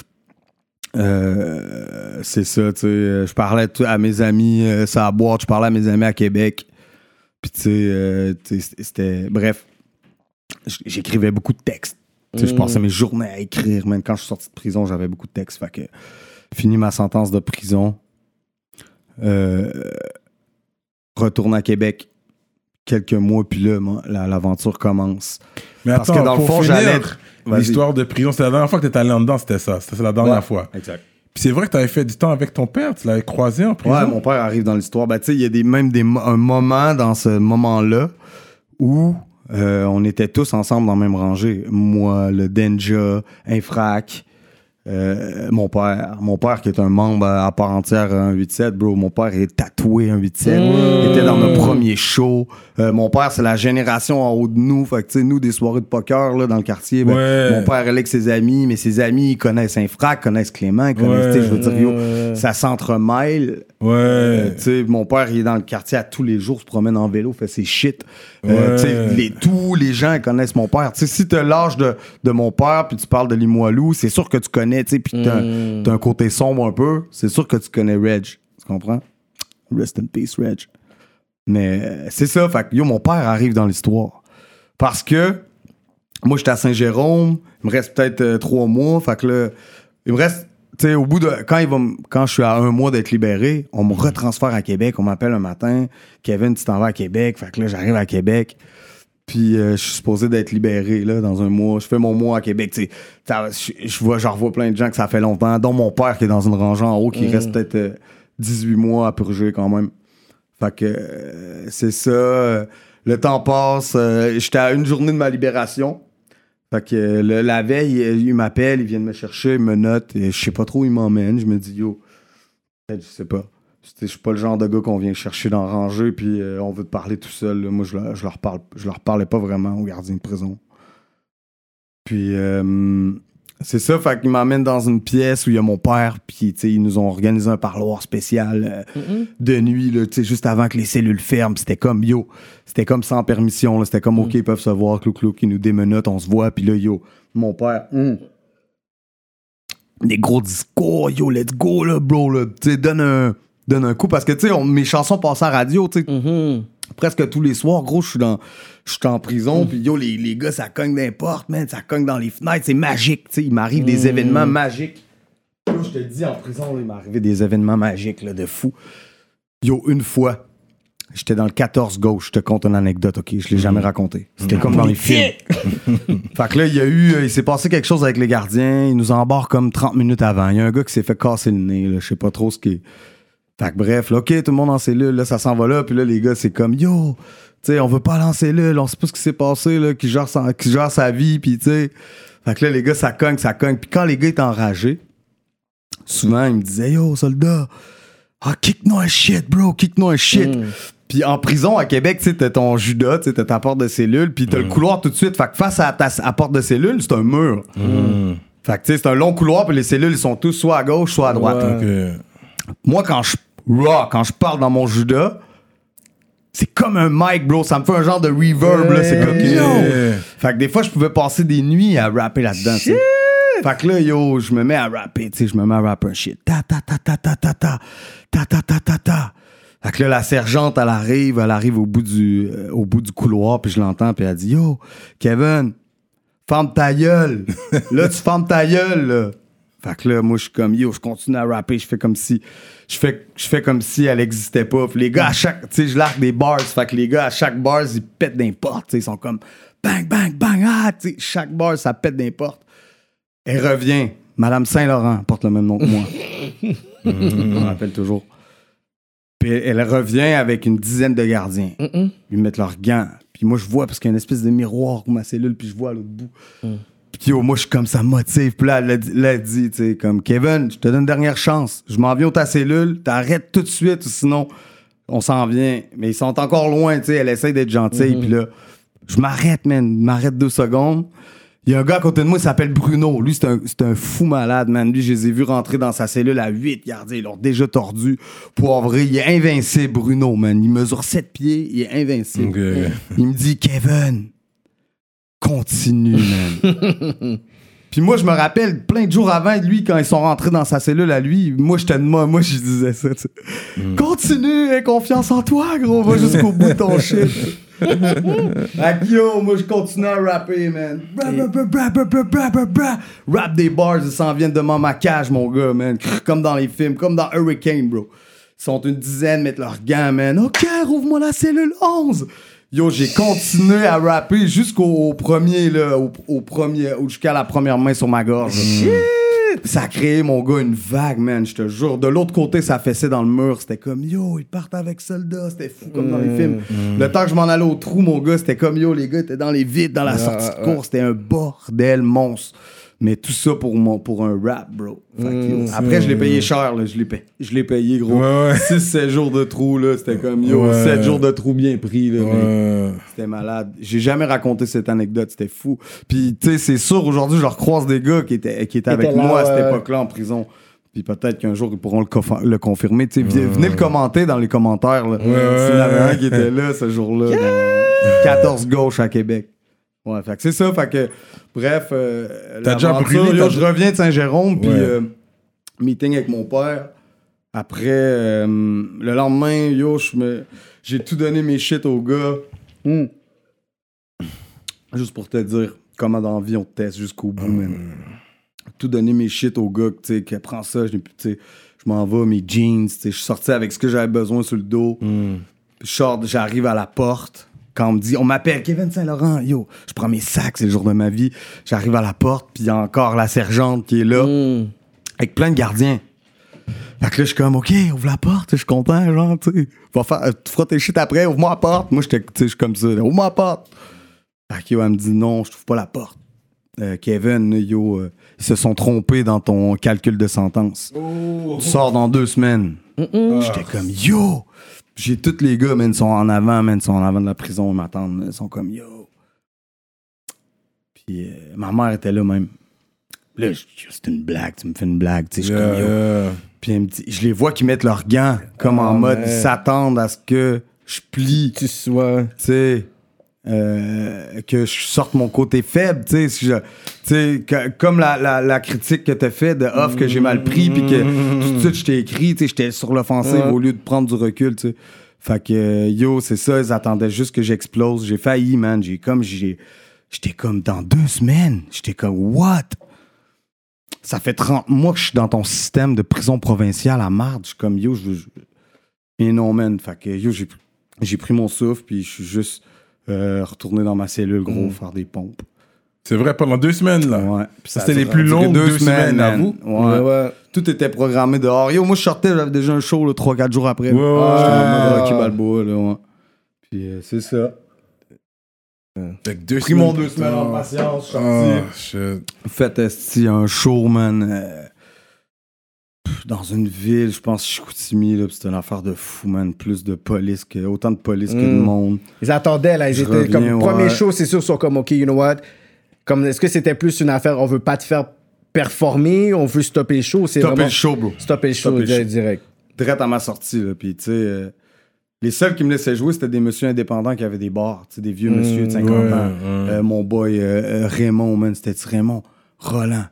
C'est ça, tu sais. Je parlais à mes amis, ça à boire. Je parlais à mes amis à Québec. Puis, tu sais, c'était. Bref, j'écrivais beaucoup de textes. Tu sais, je passais mes journées à écrire, man. Quand je suis sorti de prison, j'avais beaucoup de textes. Fait que, fini ma sentence de prison. Retourne à Québec quelques mois, puis là, l'aventure commence.
Mais attends, parce que dans le fond, l'histoire de prison, c'est la dernière fois que tu étais allé en dedans, c'était ça. C'était la dernière fois. Exact. Puis c'est vrai que tu avais fait du temps avec ton père, tu l'avais croisé en prison.
Ouais, mon père arrive dans l'histoire. Ben, tu sais, il y a un moment dans ce moment-là où on était tous ensemble dans la même rangée. Moi, le Denja, Infrac, mon père qui est un membre à part entière 187, bro, mon père est tatoué 187, il était dans nos premiers shows. Mon père, c'est la génération en haut de nous, fait que tu sais, nous, des soirées de poker là, dans le quartier, mon père est avec ses amis, mais ses amis, ils connaissent Infrac, connaissent Clément, ils connaissent, je veux dire, yo, ça s'entremêle. Tu sais, mon père, il est dans le quartier à tous les jours, se promène en vélo, fait ses shit. Tu sais, tous les gens connaissent mon père. Tu sais, si t'as l'âge de mon père, puis tu parles de Limoilou, c'est sûr que tu connais, tu sais, puis t'as un côté sombre un peu, c'est sûr que tu connais Reg. Tu comprends? Rest in peace, Reg. Mais c'est ça, fait que yo, mon père arrive dans l'histoire. Parce que moi, j'étais à Saint-Jérôme, il me reste peut-être 3 mois, fait que là, il me reste, tu sais, au bout de. Quand je suis à 1 mois d'être libéré, on me retransfère à Québec, on m'appelle un matin, Kevin, tu t'en vas à Québec, fait que là, j'arrive à Québec. Puis je suis supposé d'être libéré là, dans 1 mois. Je fais mon mois à Québec. Je revois plein de gens que ça fait longtemps, dont mon père qui est dans une rangée en haut, qui reste peut-être 18 mois à purger quand même. Fait que c'est ça. Le temps passe. J'étais à 1 journée de ma libération. Fait que la veille, il m'appelle, il vient de me chercher, il me note, et je sais pas trop où il m'emmène. Je me dis, yo, peut-être, je sais pas. Je suis pas le genre de gars qu'on vient chercher dans la rangée, puis on veut te parler tout seul. Là. Moi, je leur parlais pas vraiment aux gardiens de prison. Puis, c'est ça, fait qu'il m'emmène dans une pièce où il y a mon père, puis ils nous ont organisé un parloir spécial de nuit, là, juste avant que les cellules ferment. C'était comme, yo, c'était comme sans permission, là, c'était comme, OK, ils peuvent se voir, clou, ils nous démenotent, on se voit, puis là, yo, mon père, des gros discours, yo, let's go, là, bro, là, tu sais, donne un coup, parce que, tu sais, mes chansons passent à la radio, tu sais, presque tous les soirs, gros, je suis en prison, puis yo, les gars, ça cogne dans les portes, man, ça cogne dans les fenêtres, c'est magique, tu sais, il m'arrive des événements magiques. Yo, je te le dis, en prison, là, il m'est arrivé des événements magiques, là, de fou. Yo, une fois, j'étais dans le 14 gauche, je te conte une anecdote, OK, je l'ai jamais raconté. C'était comme dans les films. Fait que là, il s'est passé quelque chose avec les gardiens, ils nous embarquent comme 30 minutes avant. Il y a un gars qui s'est fait casser le nez, là, je sais pas trop ce qui est... Fait que bref, là, OK, tout le monde en cellule, là, ça s'en va là, puis là, les gars, c'est comme, yo, tu sais, on veut pas aller en cellule, on sait pas ce qui s'est passé, là, qui gère sa vie, puis tu sais. Fait que là, les gars, ça cogne. Puis quand les gars étaient enragés, souvent, ils me disaient, yo, soldat, kick-nous un shit, bro, kick-nous un shit. Puis en prison, à Québec, tu sais, t'as ton Judas, tu sais, t'as ta porte de cellule, puis t'as le couloir tout de suite. Fait que face à ta porte de cellule, c'est un mur. Fait que tu sais, c'est un long couloir, puis les cellules, ils sont tous soit à gauche, soit à droite.
Okay.
Moi, quand je parle dans mon Judas, c'est comme un mic, bro. Ça me fait un genre de reverb, là. C'est comme, yo! Fait que des fois, je pouvais passer des nuits à rapper là-dedans, tu sais. Fait que là, yo, je me mets à rapper, tu sais. Je me mets à rapper un shit. Ta ta ta ta ta ta ta ta ta ta ta ta. Fait que là, la sergente, elle arrive au bout du couloir, puis je l'entends, puis elle dit, yo, Kevin, ferme ta gueule. Là, tu fermes ta gueule, là. Fait que là, moi, je suis comme, yo, je continue à rapper, je fais comme si elle existait pas. Puis les gars, tu sais, je largue des bars. Fait que les gars, à chaque bars, ils pètent des portes, tu sais, ils sont comme, bang, bang, bang, tu sais, chaque bar, ça pète des portes. Elle revient. Madame Saint-Laurent porte le même nom que moi. Je me rappelle toujours. Puis elle revient avec une dizaine de gardiens. Ils mettent leurs gants. Puis moi, je vois, parce qu'il y a une espèce de miroir pour ma cellule, puis je vois à l'autre bout. Puis yo, moi, je suis comme, ça me motive. Puis là, elle dit, tu sais, comme, Kevin, je te donne une dernière chance. Je m'en viens à ta cellule, t'arrêtes tout de suite, sinon, on s'en vient. Mais ils sont encore loin, tu sais, elle essaie d'être gentille. Puis là, je m'arrête, man. Je m'arrête 2 secondes. Il y a un gars à côté de moi, il s'appelle Bruno. Lui, c'est un fou malade, man. Lui, je les ai vus rentrer dans sa cellule à 8 gardiens. Ils l'ont déjà tordu. Poivré, il est invincible, Bruno, man. Il mesure 7 pieds, il est invincible. Okay. Il me dit, Kevin, continue, man. Puis moi, je me rappelle, plein de jours avant, lui, quand ils sont rentrés dans sa cellule à lui, moi, je disais ça, tu sais. Continue, aie confiance en toi, gros. Va jusqu'au bout de ton shit. Yo, moi, je continue à rapper, man. Rap des bars, ils s'en viennent devant ma cage, mon gars, man. Comme dans les films, comme dans Hurricane, bro. Ils sont une dizaine, mettent leurs gants, man. OK, rouvre-moi la cellule 11. Yo, j'ai continué à rapper jusqu'au premier, là, jusqu'à la première main sur ma gorge. Shit! Ça a créé, mon gars, une vague, man, je te jure. De l'autre côté, ça fessait dans le mur. C'était comme, yo, ils partent avec soldats. C'était fou, comme dans les films. Le temps que je m'en allais au trou, mon gars, c'était comme, yo, les gars étaient dans les vides, dans la sortie de cours. C'était un bordel monstre. Mais tout ça pour un rap, bro. Après, je l'ai payé cher, là. Je l'ai payé, gros. 6-7 jours de trou, là. C'était comme, yo, 7 jours de trou bien pris, là. C'était malade. J'ai jamais raconté cette anecdote. C'était fou. Puis, tu sais, c'est sûr, aujourd'hui, je recroise des gars qui étaient avec moi à cette époque-là en prison. Puis peut-être qu'un jour, ils pourront le confirmer. Tu sais, venez le commenter dans les commentaires, là. S'il y en avait un qui était là ce jour-là. 14 gauche à Québec. Ouais, fait que c'est ça, fait que bref,
t'as déjà brûlé,
je reviens de Saint-Jérôme, puis meeting avec mon père. Après, le lendemain, yo, j'ai tout donné mes shit au gars. Juste pour te dire comment dans la vie on te teste jusqu'au bout, man. Tout donné mes shit au gars, tu sais, qui prend ça, je m'en vais, mes jeans, tu sais, je suis sorti avec ce que j'avais besoin sur le dos. J'arrive à la porte. Quand on m'appelle Kevin Saint-Laurent, yo, je prends mes sacs, c'est le jour de ma vie. J'arrive à la porte, puis il y a encore la sergente qui est là, avec plein de gardiens. Fait que là, je suis comme, OK, ouvre la porte, je suis content, genre, tu sais. Tu feras tes shit après, ouvre-moi la porte. Moi, je suis comme ça, ouvre-moi la porte. Fait que yo, elle me dit non, je trouve pas la porte. Kevin, yo, ils se sont trompés dans ton calcul de sentence. Tu sors dans 2 semaines. J'étais comme, yo! J'ai tous les gars, man, ils sont en avant de la prison, ils m'attendent, ils sont comme, yo. Puis ma mère était là même. Là, c'est une blague, tu me fais une blague, tu sais, je suis comme, yo. Puis elle me dit, je les vois qui mettent leurs gants, comme en mode, ils s'attendent à ce que je plie. Tu sais, que je sorte mon côté faible, tu sais, comme la critique que t'as fait de off que j'ai mal pris, puis que tout de suite je t'ai écrit, tu sais, j'étais sur l'offensive au lieu de prendre du recul, tu sais. Fait que, yo, c'est ça, ils attendaient juste que j'explose. J'ai failli, man, j'étais comme dans 2 semaines, j'étais comme, what? Ça fait 30 mois que je suis dans ton système de prison provinciale à marde. Je suis comme, yo, mais non, man. Fait que, yo, j'ai pris mon souffle, puis je suis juste retourné dans ma cellule, gros, faire des pompes.
C'est vrai, pendant 2 semaines, là.
Ouais.
C'était les plus longues 2 semaines à vous.
Ouais. Tout était programmé dehors. Yo, moi, je sortais, j'avais déjà un show, 3-4 jours après. J'étais en mode Rocky Balboa, là, ouais. Puis c'est ça.
J'ai
pris mon 2 semaines en patience, fait un show, man, dans une ville, je pense Chicoutimi, là, c'était une affaire de fou, man, autant de police que de monde.
Ils attendaient, là, ils étaient comme, premier show, c'est sûr, ils sont comme, OK, you know what, comme, est-ce que c'était plus une affaire, on veut pas te faire performer, on veut stopper le show,
stopper le show, bro.
Stopper le show, direct.
Direct à ma sortie, là, puis tu sais... les seuls qui me laissaient jouer, c'était des messieurs indépendants qui avaient des bars, tu sais, des vieux messieurs de 50 ans. Mon boy Raymond, man, c'était Raymond. Roland,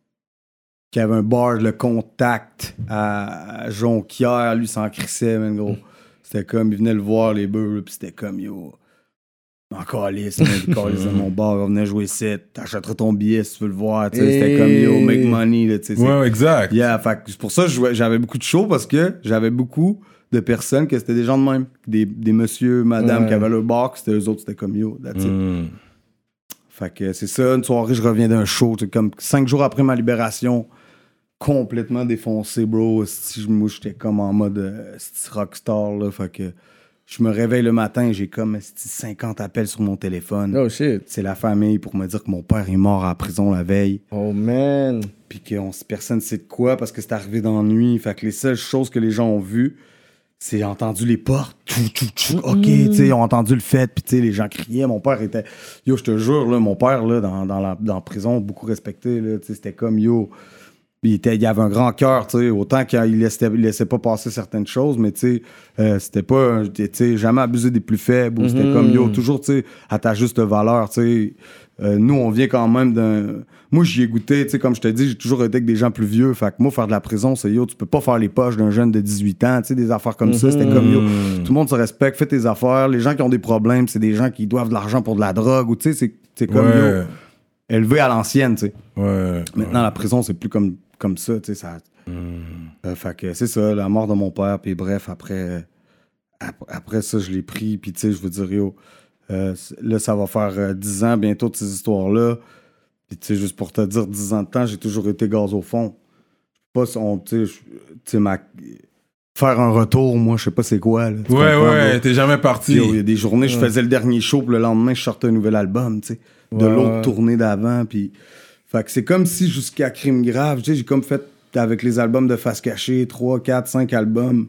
qui avait un bar, le Contact à Jonquière, lui s'en crissait, man, gros. C'était comme, il venait le voir, les beurs, puis c'était comme, yo, encore lisse, de mon bar, on venait jouer 7, t'achèteras ton billet si tu veux le voir, tu sais, c'était comme, yo, make money, là, tu sais.
Ouais, exact.
Yeah, fait c'est pour ça que j'avais beaucoup de shows, parce que j'avais beaucoup de personnes que c'était des gens de même. Des messieurs, madame qui avaient leur bar, c'était eux autres, c'était comme yo, that's it. Fait que c'est ça, une soirée, je reviens d'un show, comme 5 jours après ma libération, complètement défoncé, bro. Moi, j'étais comme en mode rockstar, là. Fait que je me réveille le matin, j'ai comme 50 appels sur mon téléphone.
Oh shit.
C'est la famille pour me dire que mon père est mort à la prison la veille.
Oh man.
Puis que personne sait de quoi parce que c'est arrivé dans la nuit. Fait que les seules choses que les gens ont vues, c'est entendu les portes, OK, tu sais, ils ont entendu le fait, puis tu sais, les gens criaient. Mon père était, yo, je te jure, là, mon père, là, dans la prison, beaucoup respecté, là, tu sais, c'était comme, yo, il avait un grand cœur, tu sais, autant qu'il laissait pas passer certaines choses, mais tu sais, c'était pas, tu sais, jamais abusé des plus faibles, ou c'était comme, yo, toujours, tu sais, à ta juste valeur, tu sais. Nous, on vient quand même d'un... Moi, j'y ai goûté, tu sais, comme je te dis, j'ai toujours été avec des gens plus vieux. Fait que moi, faire de la prison, c'est yo, tu peux pas faire les poches d'un jeune de 18 ans, tu sais, des affaires comme ça. C'était comme yo, tout le monde se respecte, fais tes affaires. Les gens qui ont des problèmes, c'est des gens qui doivent de l'argent pour de la drogue, ou tu sais, c'est comme yo, élevé à l'ancienne, tu sais. Maintenant, la prison, c'est plus comme ça, tu sais, ça... fait que c'est ça, la mort de mon père, puis bref, après ça, je l'ai pris, puis tu sais, je veux dire, yo... là, ça va faire 10 ans bientôt de ces histoires-là. Puis, tu sais, juste pour te dire, 10 ans de temps, j'ai toujours été gaz au fond. Pas, tu sais, faire un retour, moi, je sais pas c'est quoi. Là,
t'es jamais parti.
Il y a des journées, je faisais le dernier show, puis le lendemain, je sortais un nouvel album, tu sais, de l'autre tournée d'avant. Puis, fait que c'est comme si jusqu'à Crime Grave, tu sais, j'ai comme fait avec les albums de Face Cachée, 3, 4, 5 albums.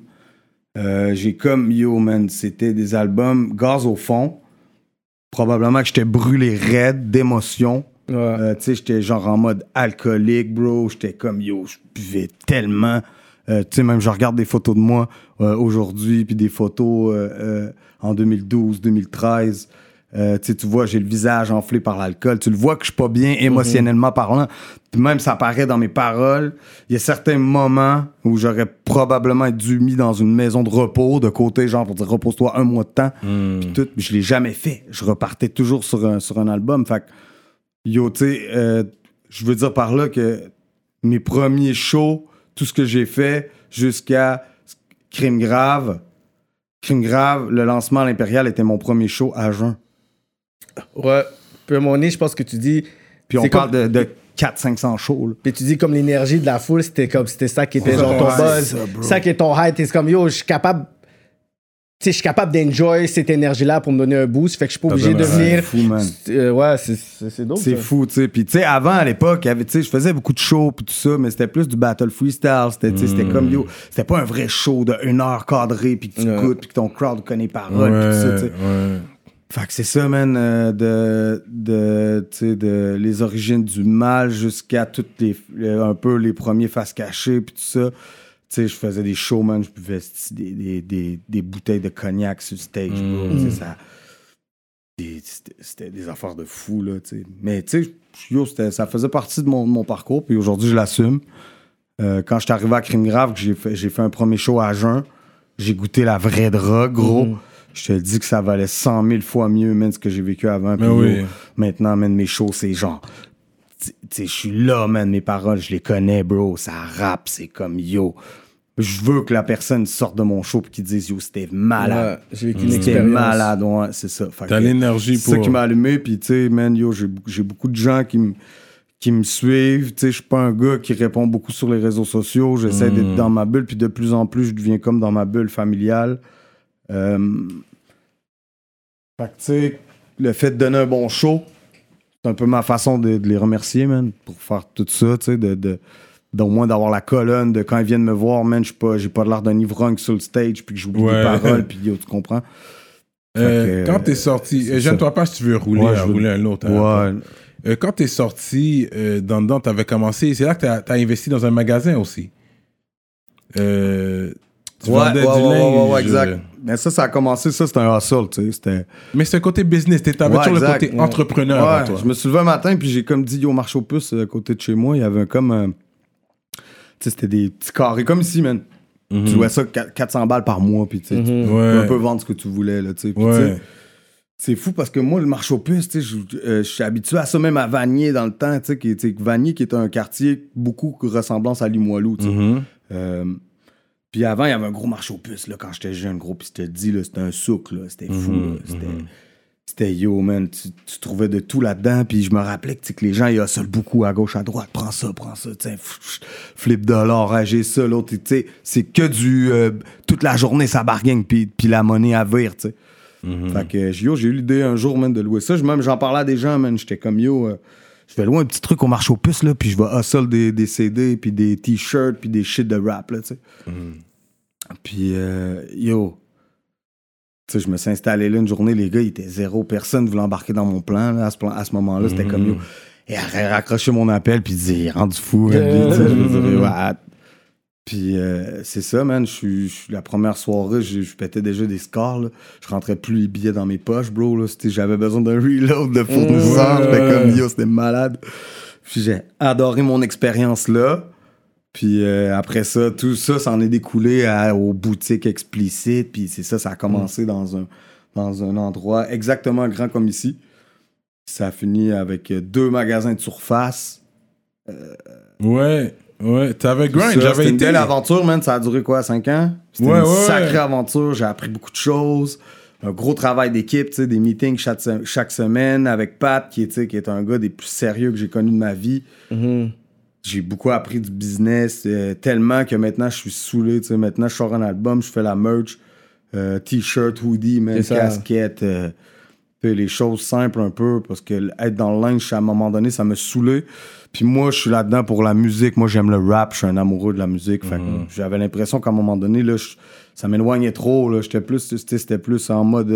J'ai comme, yo, man, c'était des albums gaz au fond. Probablement que j'étais brûlé raide d'émotion. Tu sais, j'étais genre en mode alcoolique, bro. J'étais comme, yo, je buvais tellement. Tu sais, même je regarde des photos de moi aujourd'hui, puis des photos en 2012, 2013. Tu vois, j'ai le visage enflé par l'alcool. Tu le vois que je suis pas bien émotionnellement parlant. Puis même, ça paraît dans mes paroles. Il y a certains moments où j'aurais probablement dû mis dans une maison de repos, de côté, genre pour dire repose-toi un mois de temps. Puis tout, mais je l'ai jamais fait. Je repartais toujours sur un album. Fait que, yo, tu sais, je veux dire par là que mes premiers shows, tout ce que j'ai fait jusqu'à Crime Grave, le lancement à l'Impérial était mon premier show à jeun.
Ouais. Puis à mon nez, je pense que tu dis...
Puis on parle de 400-500 shows. Là.
Puis tu dis comme l'énergie de la foule, c'était ça qui était genre ton buzz. Ça qui est ton hype. T'es comme, yo, je suis capable... je suis capable d'enjoy cette énergie-là pour me donner un boost. Fait que je suis pas obligé de venir.
C'est fou, man.
Ouais, c'est drôle.
C'est fou, tu sais. Puis, tu sais, avant, à l'époque, je faisais beaucoup de shows puis tout ça, mais c'était plus du battle freestyle. C'était comme, c'était pas un vrai show de 1 heure cadrée puis que tu écoutes puis que ton crowd connaît les paroles puis tout ça, tu sais. Fait que c'est ça, man, de les origines du mal jusqu'à toutes un peu les premiers faces cachées puis tout ça. Tu sais, je faisais des shows, man, je buvais des bouteilles de cognac sur le stage, bro. C'était des affaires de fou, là, tu sais. Mais, tu sais, ça faisait partie de mon parcours, puis aujourd'hui, je l'assume. Quand je suis arrivé à Crime Grave, que j'ai fait un premier show à jeun, j'ai goûté la vraie drogue, gros. Je te dis que ça valait 100 000 fois mieux, man, ce que j'ai vécu avant. Puis, maintenant, man, mes shows, c'est genre... Tu sais, je suis là, man, mes paroles, je les connais, bro. Ça rappe, c'est comme, yo... Je veux que la personne sorte de mon show et qu'il dise, yo, c'était malade. Ouais,
j'ai vécu une expérience. C'était
malade, ouais, c'est ça.
T'as l'énergie pour...
C'est ça qui m'a allumé, puis tu sais, man, yo, j'ai beaucoup de gens qui me suivent. Tu sais, je suis pas un gars qui répond beaucoup sur les réseaux sociaux. J'essaie d'être dans ma bulle, puis de plus en plus, je deviens comme dans ma bulle familiale. Fait que, tu sais, le fait de donner un bon show, c'est un peu ma façon de les remercier, man, pour faire tout ça, tu sais, d'au moins d'avoir la colonne de quand ils viennent me voir, man, j'ai pas l'air d'un ivrogne sur le stage puis que j'oublie les paroles puis yo, tu comprends?
Quand t'es sorti, gêne-toi pas si tu veux rouler un autre. Quand t'es sorti, dedans, t'avais commencé, c'est là que t'as investi dans un magasin aussi. Tu vendais du linge.
Exact. Mais ça a commencé, ça, c'était un hustle, tu sais.
Mais c'est un côté business, t'avais toujours le côté entrepreneur.
Ouais, toi. Je me suis levé un matin puis j'ai comme dit, yo, marche aux puces à côté de chez moi, il y avait comme... Tu sais, c'était des petits carrés comme ici, man. Tu louais ça 400 balles par mois, puis tu peux un peu vendre ce que tu voulais, là, tu sais. C'est fou parce que moi, le marché aux puces, tu sais, je suis habitué à ça, même à Vanier dans le temps, tu sais, Vanier qui est un quartier beaucoup ressemblance à Limoilou, tu sais. Puis avant, il y avait un gros marché aux puces, là, quand j'étais jeune, gros, puis je te dis, là, c'était un souk, là, c'était fou, là, c'était yo, man, tu trouvais de tout là-dedans, puis je me rappelais que les gens, ils hustlent beaucoup à gauche, à droite, prends ça, tiens, flip de l'or, j'ai ça, l'autre, tu sais, c'est que du, toute la journée, ça bargaine, puis la monnaie à vire, tu sais. Fait que, j'ai eu l'idée un jour, man, de louer ça, j'en parlais à des gens, man, j'étais comme, yo, je vais louer un petit truc au marché aux puces, là, puis je vais hustle des CD, puis des t-shirts, puis des shit de rap, là, tu sais. Puis, yo... Tu sais, je me suis installé là une journée, les gars, il était 0 personne voulait embarquer dans mon plan. Là, à ce moment-là, c'était comme yo. Et raccroché mon appel, puis il dit, rendu fou. Puis c'est ça, man. La première soirée, je pétais déjà des scores. Là. Je rentrais plus les billets dans mes poches, bro. Là. J'avais besoin d'un reload de fournisseur. J'étais comme yo, c'était malade. Puis j'ai adoré mon expérience là. Puis après ça, tout ça s'en est découlé aux boutiques explicites. Puis c'est ça, ça a commencé dans un endroit exactement grand comme ici. Ça a fini avec 2 magasins de surface.
Ouais, t'avais grind,
C'était une belle aventure, man. Ça a duré quoi, 5 ans? C'était une sacrée aventure. J'ai appris beaucoup de choses. Un gros travail d'équipe, tu sais, des meetings chaque semaine avec Pat, qui est un gars des plus sérieux que j'ai connu de ma vie. J'ai beaucoup appris du business, tellement que maintenant, je suis saoulé. Maintenant, je sors un album, je fais la merch, t-shirt, hoodie, même casquette, les choses simples un peu, parce que être dans le linge, à un moment donné, ça me saoulait. Puis moi, je suis là-dedans pour la musique. Moi, j'aime le rap, je suis un amoureux de la musique. Fait que j'avais l'impression qu'à un moment donné, là, ça m'éloignait trop. Là. C'était plus en mode,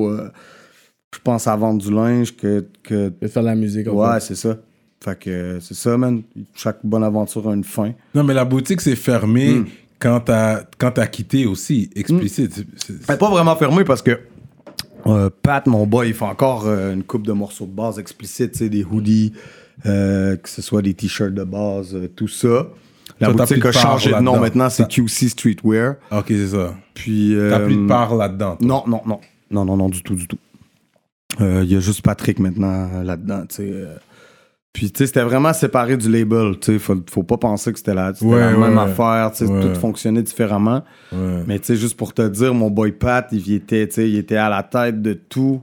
je pense à vendre du linge que...
De faire de la musique.
Ouais, c'est ça. Fait que c'est ça, man. Chaque bonne aventure a une fin.
Non, mais la boutique s'est fermée quand t'as quitté aussi, explicite.
Elle n'est pas vraiment fermée parce que Pat, mon boy, il fait encore une coupe de morceaux de base explicites, tu sais, des hoodies, que ce soit des t-shirts de base, tout ça. La boutique a changé de nom maintenant, c'est QC Streetwear.
Ok, c'est ça.
Puis
t'as plus de part là-dedans.
Non, du tout. Il y a juste Patrick maintenant là-dedans, tu sais. Puis, tu sais, c'était vraiment séparé du label. Tu sais, faut pas penser que c'était la même affaire. Tu sais, tout fonctionnait différemment. Mais, tu sais, juste pour te dire, mon boy Pat, il était à la tête de tout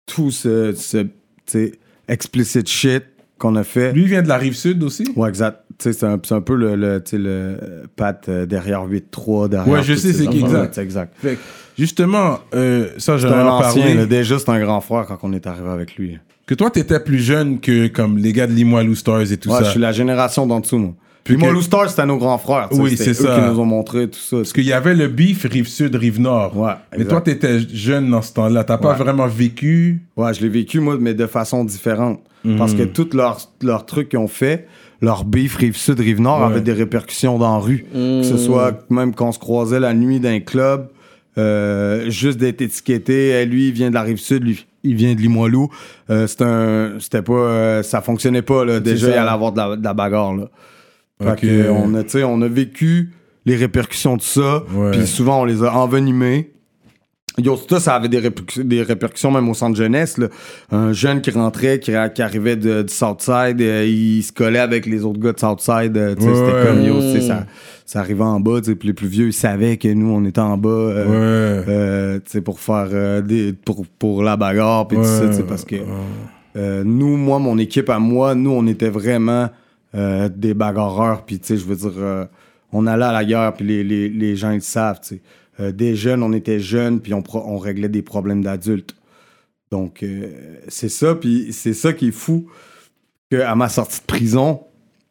ce tu sais, explicit shit qu'on a fait.
Lui, il vient de la Rive-Sud aussi?
Ouais, exact. sais, c'est un peu le Pat derrière 8-3, derrière.
Ouais, je sais, c'est exact.
C'est exact.
Fait que, justement, ça,
C'est
j'en ai
un ancien,
parlé.
là, déjà, c'est un grand frère quand on est arrivé avec lui.
Que toi, t'étais plus jeune que comme les gars de Limoilou Stars et tout
Ouais,
ça.
je suis la génération d'en dessous, moi. Puis
que-
Limoilou Stars, c'était nos grands frères. tu sais,
Oui,
c'était
c'est
eux
ça.
qui nous ont montré tout ça.
Parce qu'il y avait le beef Rive-Sud, Rive-Nord.
Ouais,
Mais
exact.
toi, t'étais jeune dans ce temps-là. T'as pas
Ouais.
vraiment vécu.
Ouais, je l'ai vécu, moi, mais de façon différente.
Mhm.
Parce que tous leurs trucs qu'ils ont fait, leur beef Rive-Sud, Rive-Nord,
Ouais.
avait des répercussions dans la rue. Que ce soit même quand on se croisait la nuit d'un club, juste d'être étiqueté, lui, il vient de la Rive-Sud, lui, il vient de Limoilou. C'était pas... ça fonctionnait pas, là. Déjà,
ça.
il allait avoir de la bagarre, là. Fait
Ok.
que on a vécu les répercussions de ça,
Ouais.
puis souvent, on les a envenimés. Yo, ça avait des répercussions même au centre jeunesse. Là. Un jeune qui rentrait, qui arrivait du Southside, il se collait avec les autres gars de Southside. Tu sais, c'était comme, yo, tu sais, ça arrivait en bas. Tu sais, puis les plus vieux, ils savaient que nous, on était en bas tu sais, pour faire pour la bagarre. Puis tout ça, tu sais, parce que nous, mon équipe à moi, nous, on était vraiment des bagarreurs. Puis, tu sais, je veux dire, on allait à la guerre, puis les gens, ils le savent, tu sais. Des jeunes, on était jeunes, puis on réglait des problèmes d'adultes. Donc, c'est ça, puis c'est ça qui est fou, qu'à ma sortie de prison,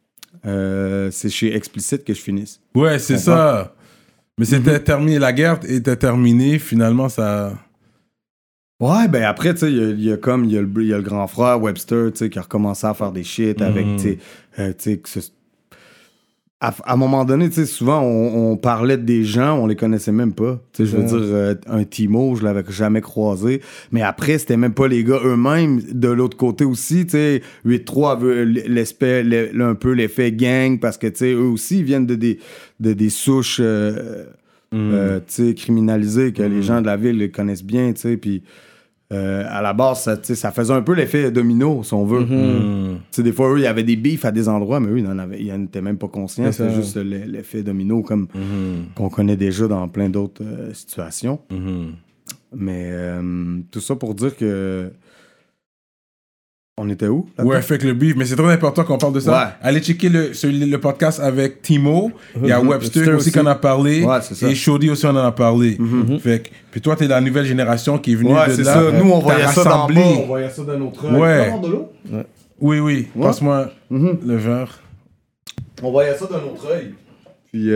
c'est chez Explicit que je finisse.
Ouais, c'est ça. Mais c'était terminé. La guerre était terminée. Finalement, ça...
Ouais, ben après, tu sais, il y a le grand frère Webster, tu sais, qui a recommencé à faire des shit avec, tu sais, que à un moment donné, tu sais, souvent, on parlait des gens, on les connaissait même pas. Tu sais, je veux dire, un Timo, je l'avais jamais croisé. Mais après, c'était même pas les gars eux-mêmes. De l'autre côté aussi, tu sais, 8-3 avait un peu l'effet gang, parce que, tu sais, eux aussi, ils viennent de des souches, tu sais, criminalisées, que les gens de la ville les connaissent bien, tu sais, puis... à la base, ça faisait un peu l'effet domino, si on veut. Tu sais, des fois, eux, il y avait des beefs à des endroits, mais eux, ils n'en étaient même pas conscients. C'était juste l'effet domino, comme qu'on connaît déjà dans plein d'autres situations. Mais tout ça pour dire que... On était où? Là-dedans?
Ouais, fait que le beef. Mais c'est très important qu'on parle de ça.
Ouais.
Allez checker le podcast avec Timo. Il y a Webster aussi qu'on a parlé.
Ouais, c'est ça.
Et Shoddy aussi, on en a parlé. Fait que, puis toi, t'es la nouvelle génération qui est venue
Ouais,
de
c'est
là.
ça. Nous, on
T'as
voyait ça d'en
rassemblé.
bas, on voyait ça de notre œil.
Ouais.
Tu peux avoir de l'eau?
Oui, oui. Passe-moi le verre.
On voyait ça de notre œil. Puis,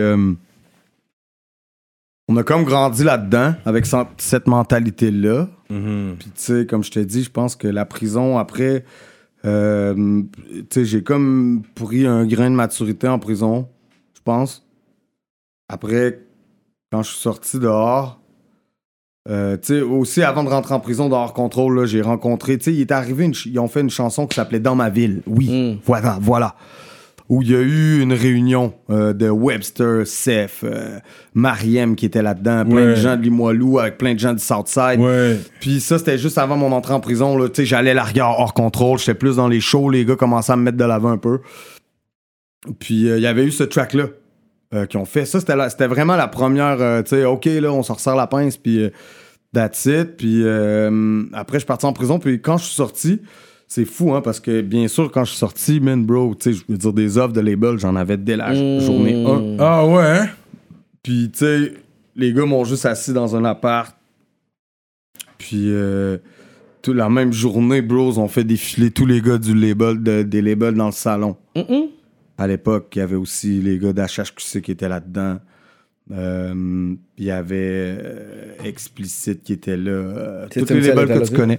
on a comme grandi là-dedans, avec cette mentalité-là. Puis, tu sais, comme je te dis, je pense que la prison, après, tu sais, j'ai comme pris un grain de maturité en prison, je pense. Après, quand je suis sorti dehors, tu sais, aussi, avant de rentrer en prison, dehors contrôle, là, j'ai rencontré, tu sais, il est arrivé, ils ont fait une chanson qui s'appelait Dans ma ville. Oui, voilà. Où il y a eu une réunion de Webster, Seth, Mariem qui était là-dedans, plein de gens de Limoilou avec plein de gens du Southside.
Ouais.
Puis ça, c'était juste avant mon entrée en prison. Tu sais, j'allais larguer hors contrôle, j'étais plus dans les shows, les gars commençaient à me mettre de l'avant un peu. Puis il y avait eu ce track-là qu'ils ont fait. Ça, c'était vraiment la première, tu sais, OK, là, on se resserre la pince, puis that's it. Puis après, je suis parti en prison, puis quand je suis sorti... C'est fou, hein, parce que bien sûr, quand je suis sorti, man, bro, tu sais, je veux dire, des offres de label, j'en avais dès la journée 1.
Ah ouais, hein?
Puis, tu sais, les gars m'ont juste assis dans un appart. Puis, la même journée, bros, on fait défiler tous les gars du label, des labels dans le salon. À l'époque, il y avait aussi les gars d'HHQC qui étaient là-dedans. Il y avait Explicit qui était là. Tous les labels que tu connais.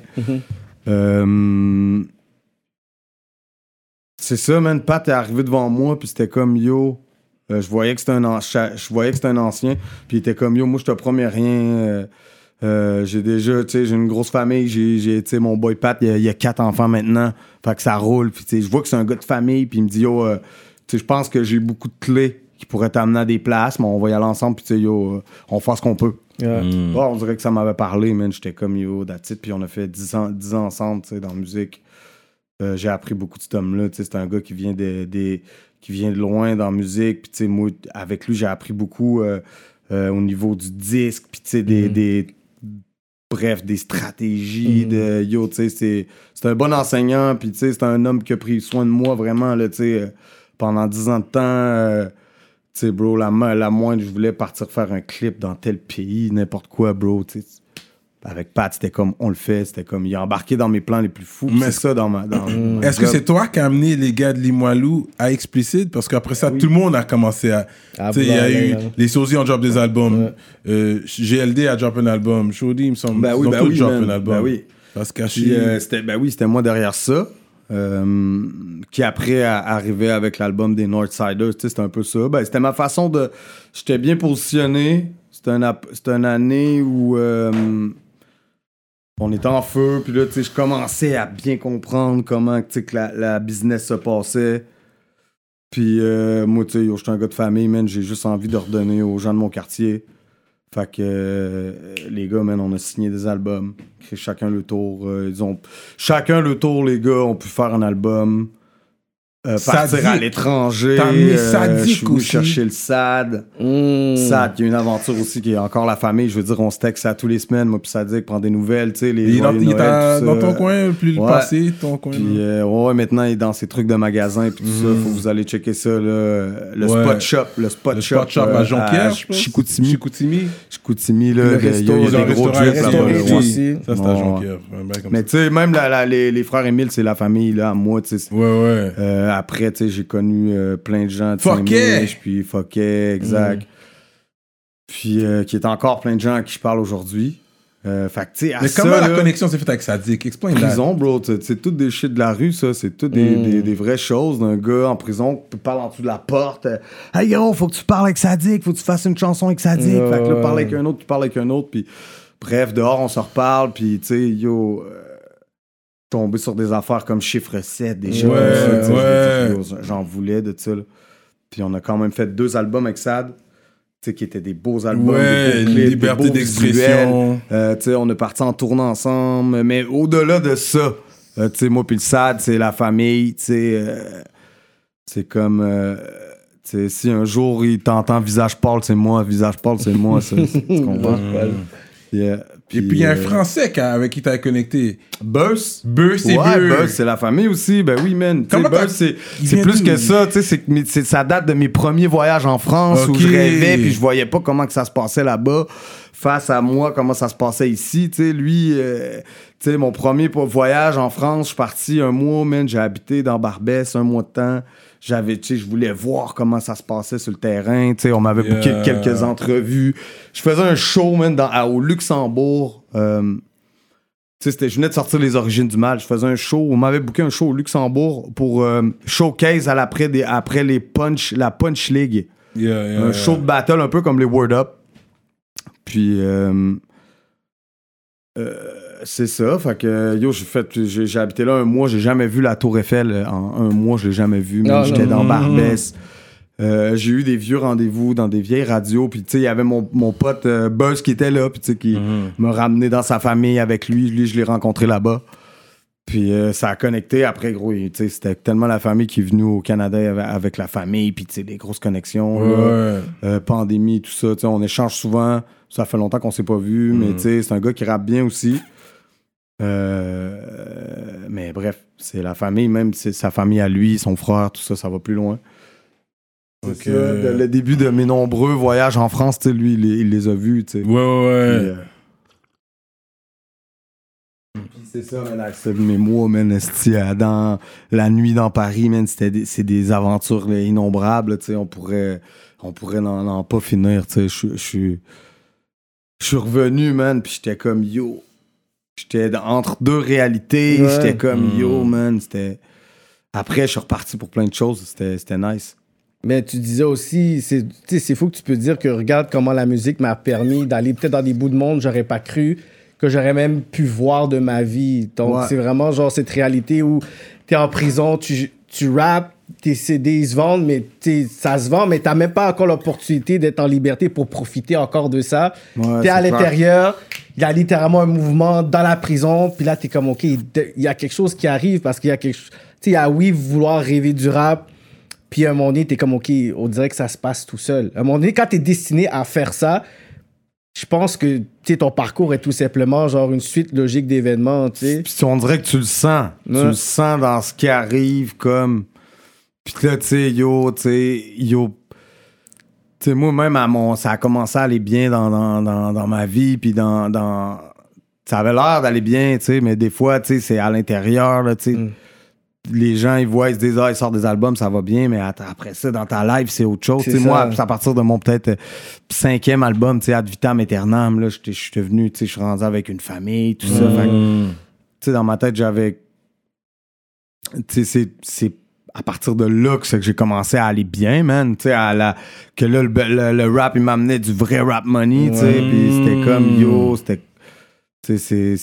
C'est ça, man. Pat est arrivé devant moi, puis c'était comme yo. Je voyais que c'était un ancien, puis il était comme yo. Moi, je te promets rien. J'ai déjà, tu sais, j'ai une grosse famille. J'ai tu sais, mon boy Pat, il y a 4 enfants maintenant. Fait que ça roule. Puis, tu sais, je vois que c'est un gars de famille, puis il me dit yo, tu sais, je pense que j'ai beaucoup de clés qui pourraient t'amener à des places, mais on va y aller ensemble, puis, tu sais, yo, on fait ce qu'on peut. On dirait que ça m'avait parlé, man. J'étais comme yo, that's it. Puis on a fait 10 ans ensemble, tu sais, dans la musique. J'ai appris beaucoup de cet homme-là. Tu sais, c'est un gars qui vient qui vient de loin dans la musique. Puis, tu sais, moi, avec lui, j'ai appris beaucoup au niveau du disque. Puis, tu sais, bref, des stratégies de yo, tu sais, c'est un bon enseignant. Puis, tu sais, c'est un homme qui a pris soin de moi vraiment, là, tu sais. pendant 10 ans de temps, tu sais, bro, la moindre, je voulais partir faire un clip dans tel pays, n'importe quoi, bro, tu sais. Avec Pat, c'était comme, on le fait, c'était comme, il a embarqué dans mes plans les plus fous.
Mais
c'est ça dans ma
est-ce que c'est toi qui as amené les gars de Limoilou à Explicit? Parce qu'après ça, tout le monde a commencé à... Tu sais, il y a eu... Les Sozy ont drop des albums. GLD a drop un album. Shody, il me semble.
Ben oui,
ils ont tous drop un
ben
album.
oui.
Ça se cachait.
C'était moi derrière ça. Qui après arrivait avec l'album des Northsiders. Tu sais, c'était un peu ça. Ben, c'était ma façon de... J'étais bien positionné. C'était une année où... on était en feu, puis là, tu sais, je commençais à bien comprendre comment, tu sais, que la business se passait. Puis moi, tu sais, j'étais un gars de famille, man, j'ai juste envie de redonner aux gens de mon quartier. Fait que les gars, man, on a signé des albums. Chacun le tour. Chacun le tour, les gars, ont pu faire un album. Partir à l'étranger.
T'as mis Sadik
je suis venu
aussi.
chercher le SAD. SAD, il y a une aventure aussi qui est encore la famille. Je veux dire, on se texte ça tous les semaines. Moi puis Sadik prend des nouvelles, tu sais.
Il est dans ton coin, plus le passé, ton coin.
Puis ouais, maintenant, il est dans ses trucs de magasin puis tout ça. Faut que vous allez checker ça, là. Le Spot Shop. Le Spot Shop
à Jonquière, je pense.
Chicoutimi, là.
Le
Il y a des gros trips là-bas.
aussi.
Ça, c'est à Jonquière.
Mais tu sais, même les frères Émile, c'est la famille, là, à moi, tu sais.
Ouais.
Après, tu sais, j'ai connu plein de gens.
Foquet!
Puis Foquet, exact. Puis qui est encore plein de gens à qui je parle aujourd'hui. Fait que, tu sais,
mais comment la connexion s'est faite avec Sadik? Explain là.
Prison, bro, c'est tout des shit de la rue, ça. C'est tout des vraies choses d'un gars en prison qui parle en dessous de la porte. Hey, gros, faut que tu parles avec Sadik, faut que tu fasses une chanson avec Sadik. Fait que là, parle avec un autre, tu parles avec un autre. Puis bref, dehors, on se reparle. Puis, tu sais, yo... tomber sur des affaires comme chiffre 7, des choses comme ça. J'en voulais de ça. Là. Puis on a quand même fait 2 albums avec Sad, qui étaient des beaux albums.
Ouais,
des beaux clips,
liberté
des beaux
d'expression.
visuels. On est partis en tournant ensemble. Mais au-delà de ça, moi puis le Sad, c'est la famille. C'est comme... si un jour il t'entend Visage Paul, c'est moi. Visage Paul, c'est moi. Tu comprends?
Et puis il y a un Français avec qui t'as connecté.
Buzz,
c'est Buzz.
c'est la famille aussi. Ben oui, man. Buzz, c'est plus que ça. Ça date de mes premiers voyages en France où je rêvais puis je voyais pas comment que ça se passait là-bas. Face à moi, comment ça se passait ici. Lui, mon premier voyage en France, je suis parti 1 mois, man. J'ai habité dans Barbès 1 mois de temps. Je voulais voir comment ça se passait sur le terrain. On m'avait booké quelques entrevues. Je faisais un show, man, au Luxembourg. Je venais de sortir Les Origines du Mal. Je faisais un show. On m'avait booké un show au Luxembourg pour showcase après la Punch League. Un show de battle un peu comme les Word Up. Puis... c'est ça, fait que j'ai habité là 1 mois, j'ai jamais vu la Tour Eiffel en 1 mois, je l'ai jamais vu, j'étais dans Barbès. J'ai eu des vieux rendez-vous dans des vieilles radios, puis tu sais, il y avait mon pote Buzz qui était là, puis tu sais, qui m'a ramené dans sa famille avec lui, je l'ai rencontré là-bas. Puis ça a connecté après, gros, tu sais, c'était tellement la famille qui est venue au Canada avec la famille, puis tu sais, des grosses connexions, pandémie, tout ça, tu sais, on échange souvent, ça fait longtemps qu'on s'est pas vu, mais tu sais, c'est un gars qui rappe bien aussi. Mais bref, c'est la famille, même c'est sa famille à lui, son frère, tout ça, ça va plus loin. Okay. Le début de mes nombreux voyages en France, tu sais, lui, il les a vus, tu sais.
Ouais.
Puis c'est ça, man, mes mois, man, dans la nuit dans Paris, man, c'est des aventures là, innombrables, tu sais, on pourrait n'en pas finir, tu sais. Je suis revenu, man, puis j'étais comme, yo, j'étais entre 2 réalités, j'étais comme, yo, man, c'était... Après, je suis reparti pour plein de choses, c'était nice.
Mais tu disais aussi, c'est fou que tu peux dire que regarde comment la musique m'a permis d'aller peut-être dans des bouts de monde, j'aurais pas cru que j'aurais même pu voir de ma vie. Donc, c'est vraiment genre cette réalité où t'es en prison, tu rappes, tes CD, ils se vendent, mais ça se vend, mais t'as même pas encore l'opportunité d'être en liberté pour profiter encore de ça. T'es à l'intérieur, il y a littéralement un mouvement dans la prison, puis là, t'es comme, OK, il y a quelque chose qui arrive parce qu'il y a quelque chose... Tu sais, il y a vouloir rêver du rap, puis à un moment donné, t'es comme, OK, on dirait que ça se passe tout seul. À un moment donné, quand t'es destiné à faire ça, je pense que ton parcours est tout simplement genre une suite logique d'événements. Puis
on dirait que tu le sens. Tu le sens dans ce qui arrive comme... Puis là, tu sais, tu sais, moi-même, ça a commencé à aller bien dans ma vie, puis dans ça avait l'air d'aller bien, tu sais, mais des fois, tu sais, c'est à l'intérieur, là, tu sais. Les gens, ils voient, ils se disent, ils sortent des albums, ça va bien, mais après ça, dans ta live, c'est autre chose. Tu sais, moi, à partir de mon peut-être 5e album, tu sais, Ad Vitam Aeternam, là, je suis devenu, tu sais, je suis rendu avec une famille, tout ça. Fait que, tu sais, dans ma tête, j'avais... Tu sais, c'est à partir de là que j'ai commencé à aller bien, man. Tu sais, que là, le rap, il m'amenait du vrai rap money, tu sais, puis c'était comme, c'était... Tu sais,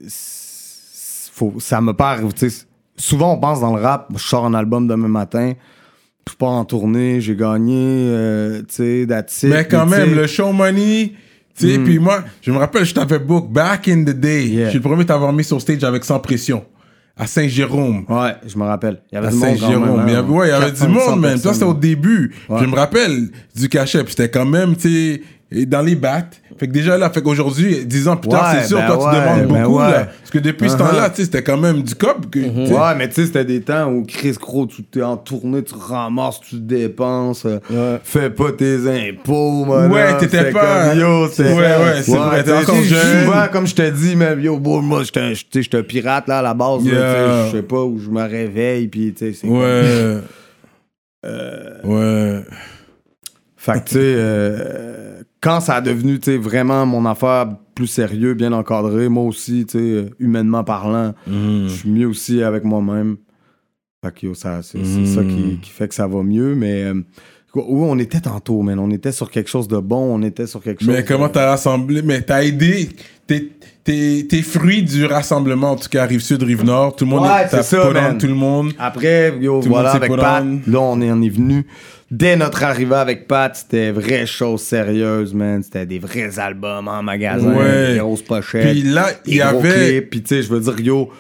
ça me perd, tu sais... Souvent, on pense dans le rap, je sors un album demain matin, je pars en tournée, j'ai gagné, tu sais, that's it.
Mais quand même, le show money, tu sais, puis moi, je me rappelle, je t'avais book back in the day. Je suis le premier à t'avoir mis sur stage avec Sans Pression, à Saint-Jérôme.
Ouais, je me rappelle. Il y avait
à
du monde
Saint-Jérôme. Il y avait du monde, même. Ça, c'était au début.
Ouais.
Je me rappelle du cachet, puis c'était quand même, tu sais... Et dans les battes. Fait que déjà là, fait qu'aujourd'hui, 10 ans plus tard, c'est sûr, toi, tu demandes beaucoup, là. Parce que depuis ce temps-là, tu sais, c'était quand même du cop.
Ouais, mais tu sais, c'était des temps où Chris Crow, tu t'es en tournée, tu ramasses, tu dépenses, fais pas tes impôts, man.
Ouais, t'étais pas...
Comme, yo,
c'est vrai, t'es encore jeune.
Souvent, comme je te dis, même, yo, bon, moi, j'étais un pirate, là, à la base, je sais pas où je me réveille, puis tu sais, c'est
ouais. Ouais.
Fait que, tu sais, quand ça a devenu, tu sais, vraiment mon affaire plus sérieux, bien encadré, moi aussi, tu sais, humainement parlant, je suis mieux aussi avec moi-même. Fait que, yo, c'est ça qui fait que ça va mieux, mais où on était tantôt, man? On était sur quelque chose de bon, on était sur quelque chose...
Mais comment t'as rassemblé? Mais t'as aidé... T'es fruit du rassemblement, en tout cas, Rive-Sud, Rive-Nord. Tout le monde
c'est ça, man.
Tout le monde.
Après, yo, voilà, avec Pat, là, on est venu... Dès notre arrivée avec Pat, c'était vraies choses sérieuses, man. C'était des vrais albums en magasin, des grosses pochettes.
Puis là, il y avait...
Puis tu sais, je veux dire, yo,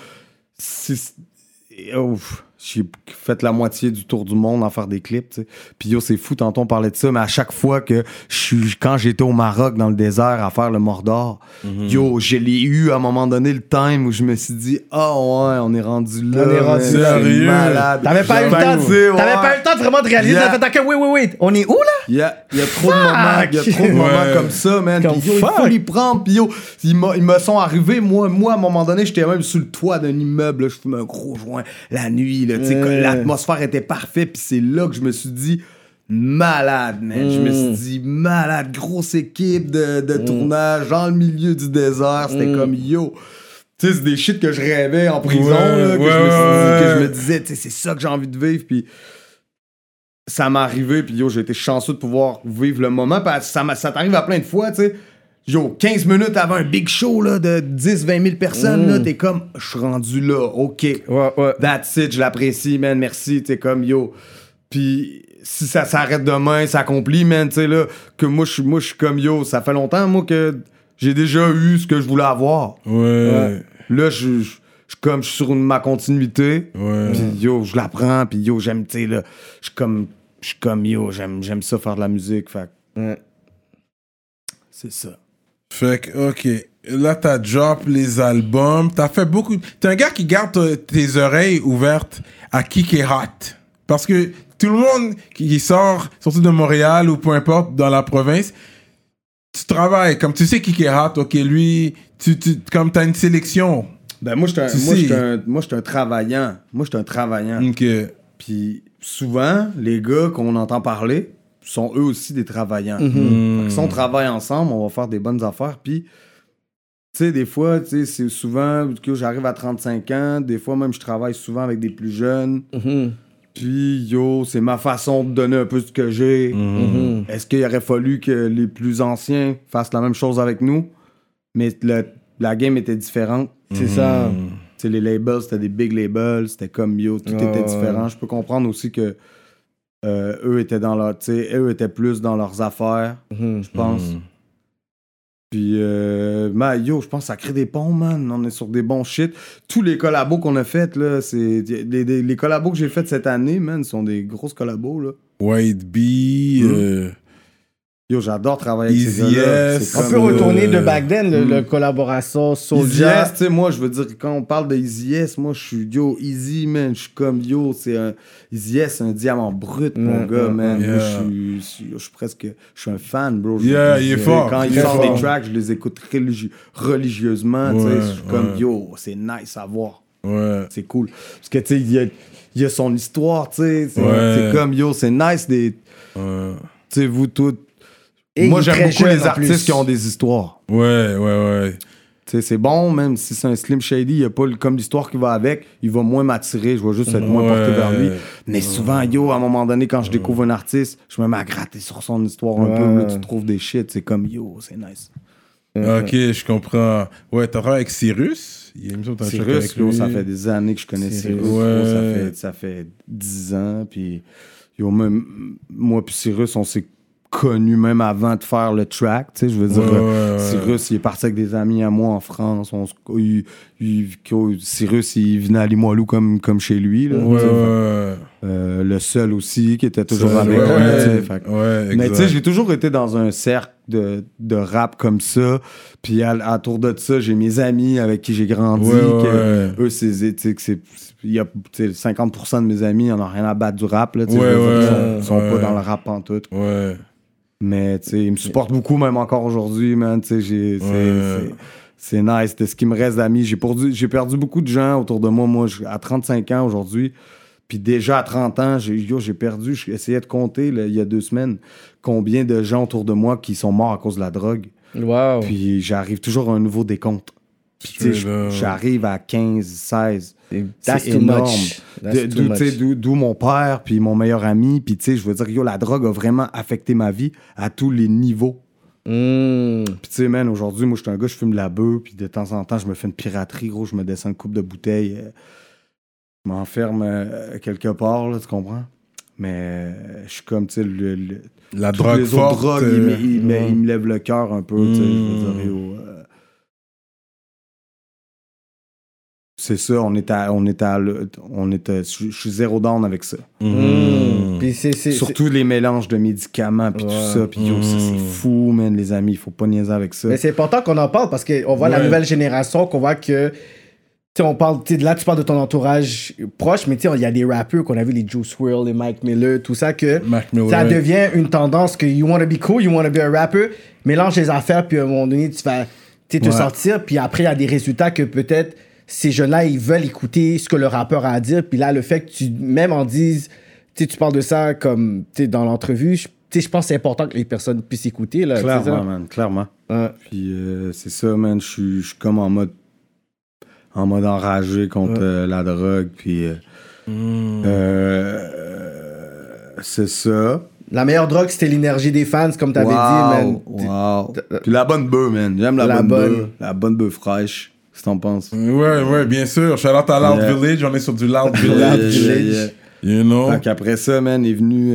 j'ai fait la moitié du tour du monde en faire des clips, tu sais. Puis yo, c'est fou, tantôt on parlait de ça, mais à chaque fois que quand j'étais au Maroc, dans le désert, à faire le Mordor, yo, je l'ai eu à un moment donné le time où je me suis dit, ouais, on est rendu là.
On est rendu là.
C'est malade.
T'avais pas eu le temps de vraiment de réaliser. T'as fait, oui, on est où, là?
Il y a trop de moments comme ça, man. Puis yo, il faut l'y prendre. Puis yo, ils me sont arrivés. Moi, à un moment donné, j'étais même sur le toit d'un immeuble. Là, je fumais un gros joint la nuit. Là, l'atmosphère était parfaite. Puis c'est là que je me suis dit, malade, man. Je me suis dit, malade. Grosse équipe de tournage dans le milieu du désert. C'était comme, yo... Tu sais, c'est des shit que je rêvais en prison. Que je me disais, tu sais, c'est ça que j'ai envie de vivre. Puis... ça m'est arrivé, puis yo, j'ai été chanceux de pouvoir vivre le moment. Ça t'arrive à plein de fois, tu sais. Yo, 15 minutes avant un big show là, de 10-20 000 personnes, là, t'es comme, je suis rendu là, OK. That's it, je l'apprécie, man, merci. T'es comme, yo. Puis si ça s'arrête demain, ça accomplit, man, tu sais, là, que moi, je suis comme, yo, ça fait longtemps, moi, que j'ai déjà eu ce que je voulais avoir. Là, je suis sur ma continuité. Puis yo, je la prends, puis yo, j'aime, tu sais, là, je suis comme, yo, j'aime ça faire de la musique, fait c'est ça.
Fait que, OK, là, t'as drop les albums, t'as fait beaucoup... T'es un gars qui garde tes oreilles ouvertes à Kick It Hot. Parce que tout le monde qui sort, surtout de Montréal ou peu importe, dans la province, tu travailles, comme tu sais Kick It Hot, OK, lui, comme t'as une sélection...
Ben moi, je suis un travaillant.
OK.
Puis souvent, les gars qu'on entend parler sont eux aussi des travaillants. Fait que si on travaille ensemble, on va faire des bonnes affaires. Puis, tu sais, des fois, tu sais, c'est souvent que j'arrive à 35 ans. Des fois, même, je travaille souvent avec des plus jeunes. Puis, yo, c'est ma façon de donner un peu ce que j'ai. Est-ce qu'il aurait fallu que les plus anciens fassent la même chose avec nous? Mais la game était différente.
C'est ça.
Tu sais, les labels, c'était des big labels. C'était comme, yo, tout était différent. Je peux comprendre aussi que eux étaient dans leur... Tu sais, eux étaient plus dans leurs affaires, je pense. Puis, yo, je pense que ça crée des ponts, man. On est sur des bons shit. Tous les collabos qu'on a fait, là, c'est... Les collabos que j'ai fait cette année, man, sont des grosses collabos, là.
White Bee,
Yo, j'adore travailler avec ces
Easy
gars-là.
S.
C'est
On
comme
peut retourner de back then, le collaboration
Easy
Soulja.
S, tu sais, moi, je veux dire, quand on parle de Easy S, moi, je suis, yo, Easy, man, je suis comme, yo, Easy S, c'est un diamant brut, mon gars, man.
yeah.
Moi, je suis presque, je suis un fan, bro.
Yeah, il est fort.
Quand il
Il est
sort
fort.
des tracks, je les écoute religieusement, tu sais, je suis comme, yo, c'est nice à voir.
Ouais.
C'est cool. Parce que, tu sais, il y a son histoire, tu sais,
Ouais.
c'est comme, yo, c'est nice des... Tu sais, vous toutes...
Et
Moi,
il est
j'aime
très
beaucoup
jeune,
les
en
artistes
plus.
qui ont des histoires.
Ouais.
Tu sais, c'est bon, même si c'est un Slim Shady, il n'y a pas comme l'histoire qui va avec, il va moins m'attirer, je vais juste être moins porté vers lui. Mais souvent, yo, à un moment donné, quand je découvre un artiste, je me mets à gratter sur son histoire un peu, là, tu trouves des shit, c'est comme, yo, c'est nice.
Ok, je comprends. Ouais, t'as travaillé avec Cyrus? Il y a une émission où t'as travaillé
Cyrus,
avec
yo,
lui.
ça fait des années que je connais Cyrus.
Ouais.
Yo, ça fait 10 ans, puis yo, même moi puis Cyrus, on s'est connus même avant de faire le track, tu sais, je veux dire, Cyrus, il est parti avec des amis à moi en France, Cyrus, il venait à Limoilou comme chez lui, là, tu sais. Le seul aussi, qui était toujours avec lui, tu sais, fait que- mais tu sais, j'ai toujours été dans un cercle de rap comme ça, puis autour de ça, j'ai mes amis avec qui j'ai grandi, eux, il y a 50% de mes amis, ils n'en ont rien à battre du rap, là, tu sais, ils sont pas dans le rap pantoute.
Ouais.
Mais tu sais, ils me supportent beaucoup, même encore aujourd'hui, man. Tu sais, c'est nice. De ce qui me reste d'amis. J'ai perdu beaucoup de gens autour de moi. Moi, à 35 ans aujourd'hui, puis déjà à 30 ans, j'ai perdu. J'essayais de compter là, il y a 2 semaines combien de gens autour de moi qui sont morts à cause de la drogue.
Wow.
Puis j'arrive toujours à un nouveau décompte. Puis tu sais, j'arrive à 15, 16.
That's
C'est
too
énorme.
much. That's too much.
D'où mon père, puis mon meilleur ami. Puis tu sais, je veux dire, yo, la drogue a vraiment affecté ma vie à tous les niveaux. Puis tu sais, man, aujourd'hui, moi, je suis un gars, je fume de la beuh, puis de temps en temps, je me fais une piraterie, gros, je me descends une coupe de bouteilles, je m'enferme quelque part, là, tu comprends? Mais je suis comme, tu sais,
La
toutes
drogue
les
forte.
autres drogues, il me lève le cœur un peu, tu sais, je veux dire, yo, c'est ça, je suis zéro down avec ça.
Puis
Surtout les mélanges de médicaments puis tout ça, puis yo, ça c'est fou, man, les amis, il faut pas niaiser avec ça.
Mais c'est important qu'on en parle parce qu'on voit la nouvelle génération, qu'on voit que. Tu sais, on parle. Là, tu parles de ton entourage proche, mais tu sais, il y a des rappeurs qu'on a vu, les Juice WRLD, les Mike Miller, tout ça, que ça devient une tendance que you want to be cool, you want to be a rapper, mélange les affaires, puis à un moment donné, tu vas te sortir, puis après, il y a des résultats que peut-être ces jeunes-là, ils veulent écouter ce que le rappeur a à dire, puis là, le fait que tu même en dises, tu sais, tu parles de ça comme, tu sais, dans l'entrevue, je pense que c'est important que les personnes puissent écouter, là.
Clairement, man, clairement. Puis c'est ça, man, je suis comme en mode enragé contre la drogue, puis c'est ça.
La meilleure drogue, c'était l'énergie des fans, comme t'avais dit, man.
Wow. Puis la bonne bœuf, man. J'aime la bonne bœuf. La bonne bœuf fraîche. Qu'est-ce que t'en penses?
Ouais, bien sûr. Shout out à Loud Village. On est sur du Loud Village. You know?
Fait qu'après ça, man, est venu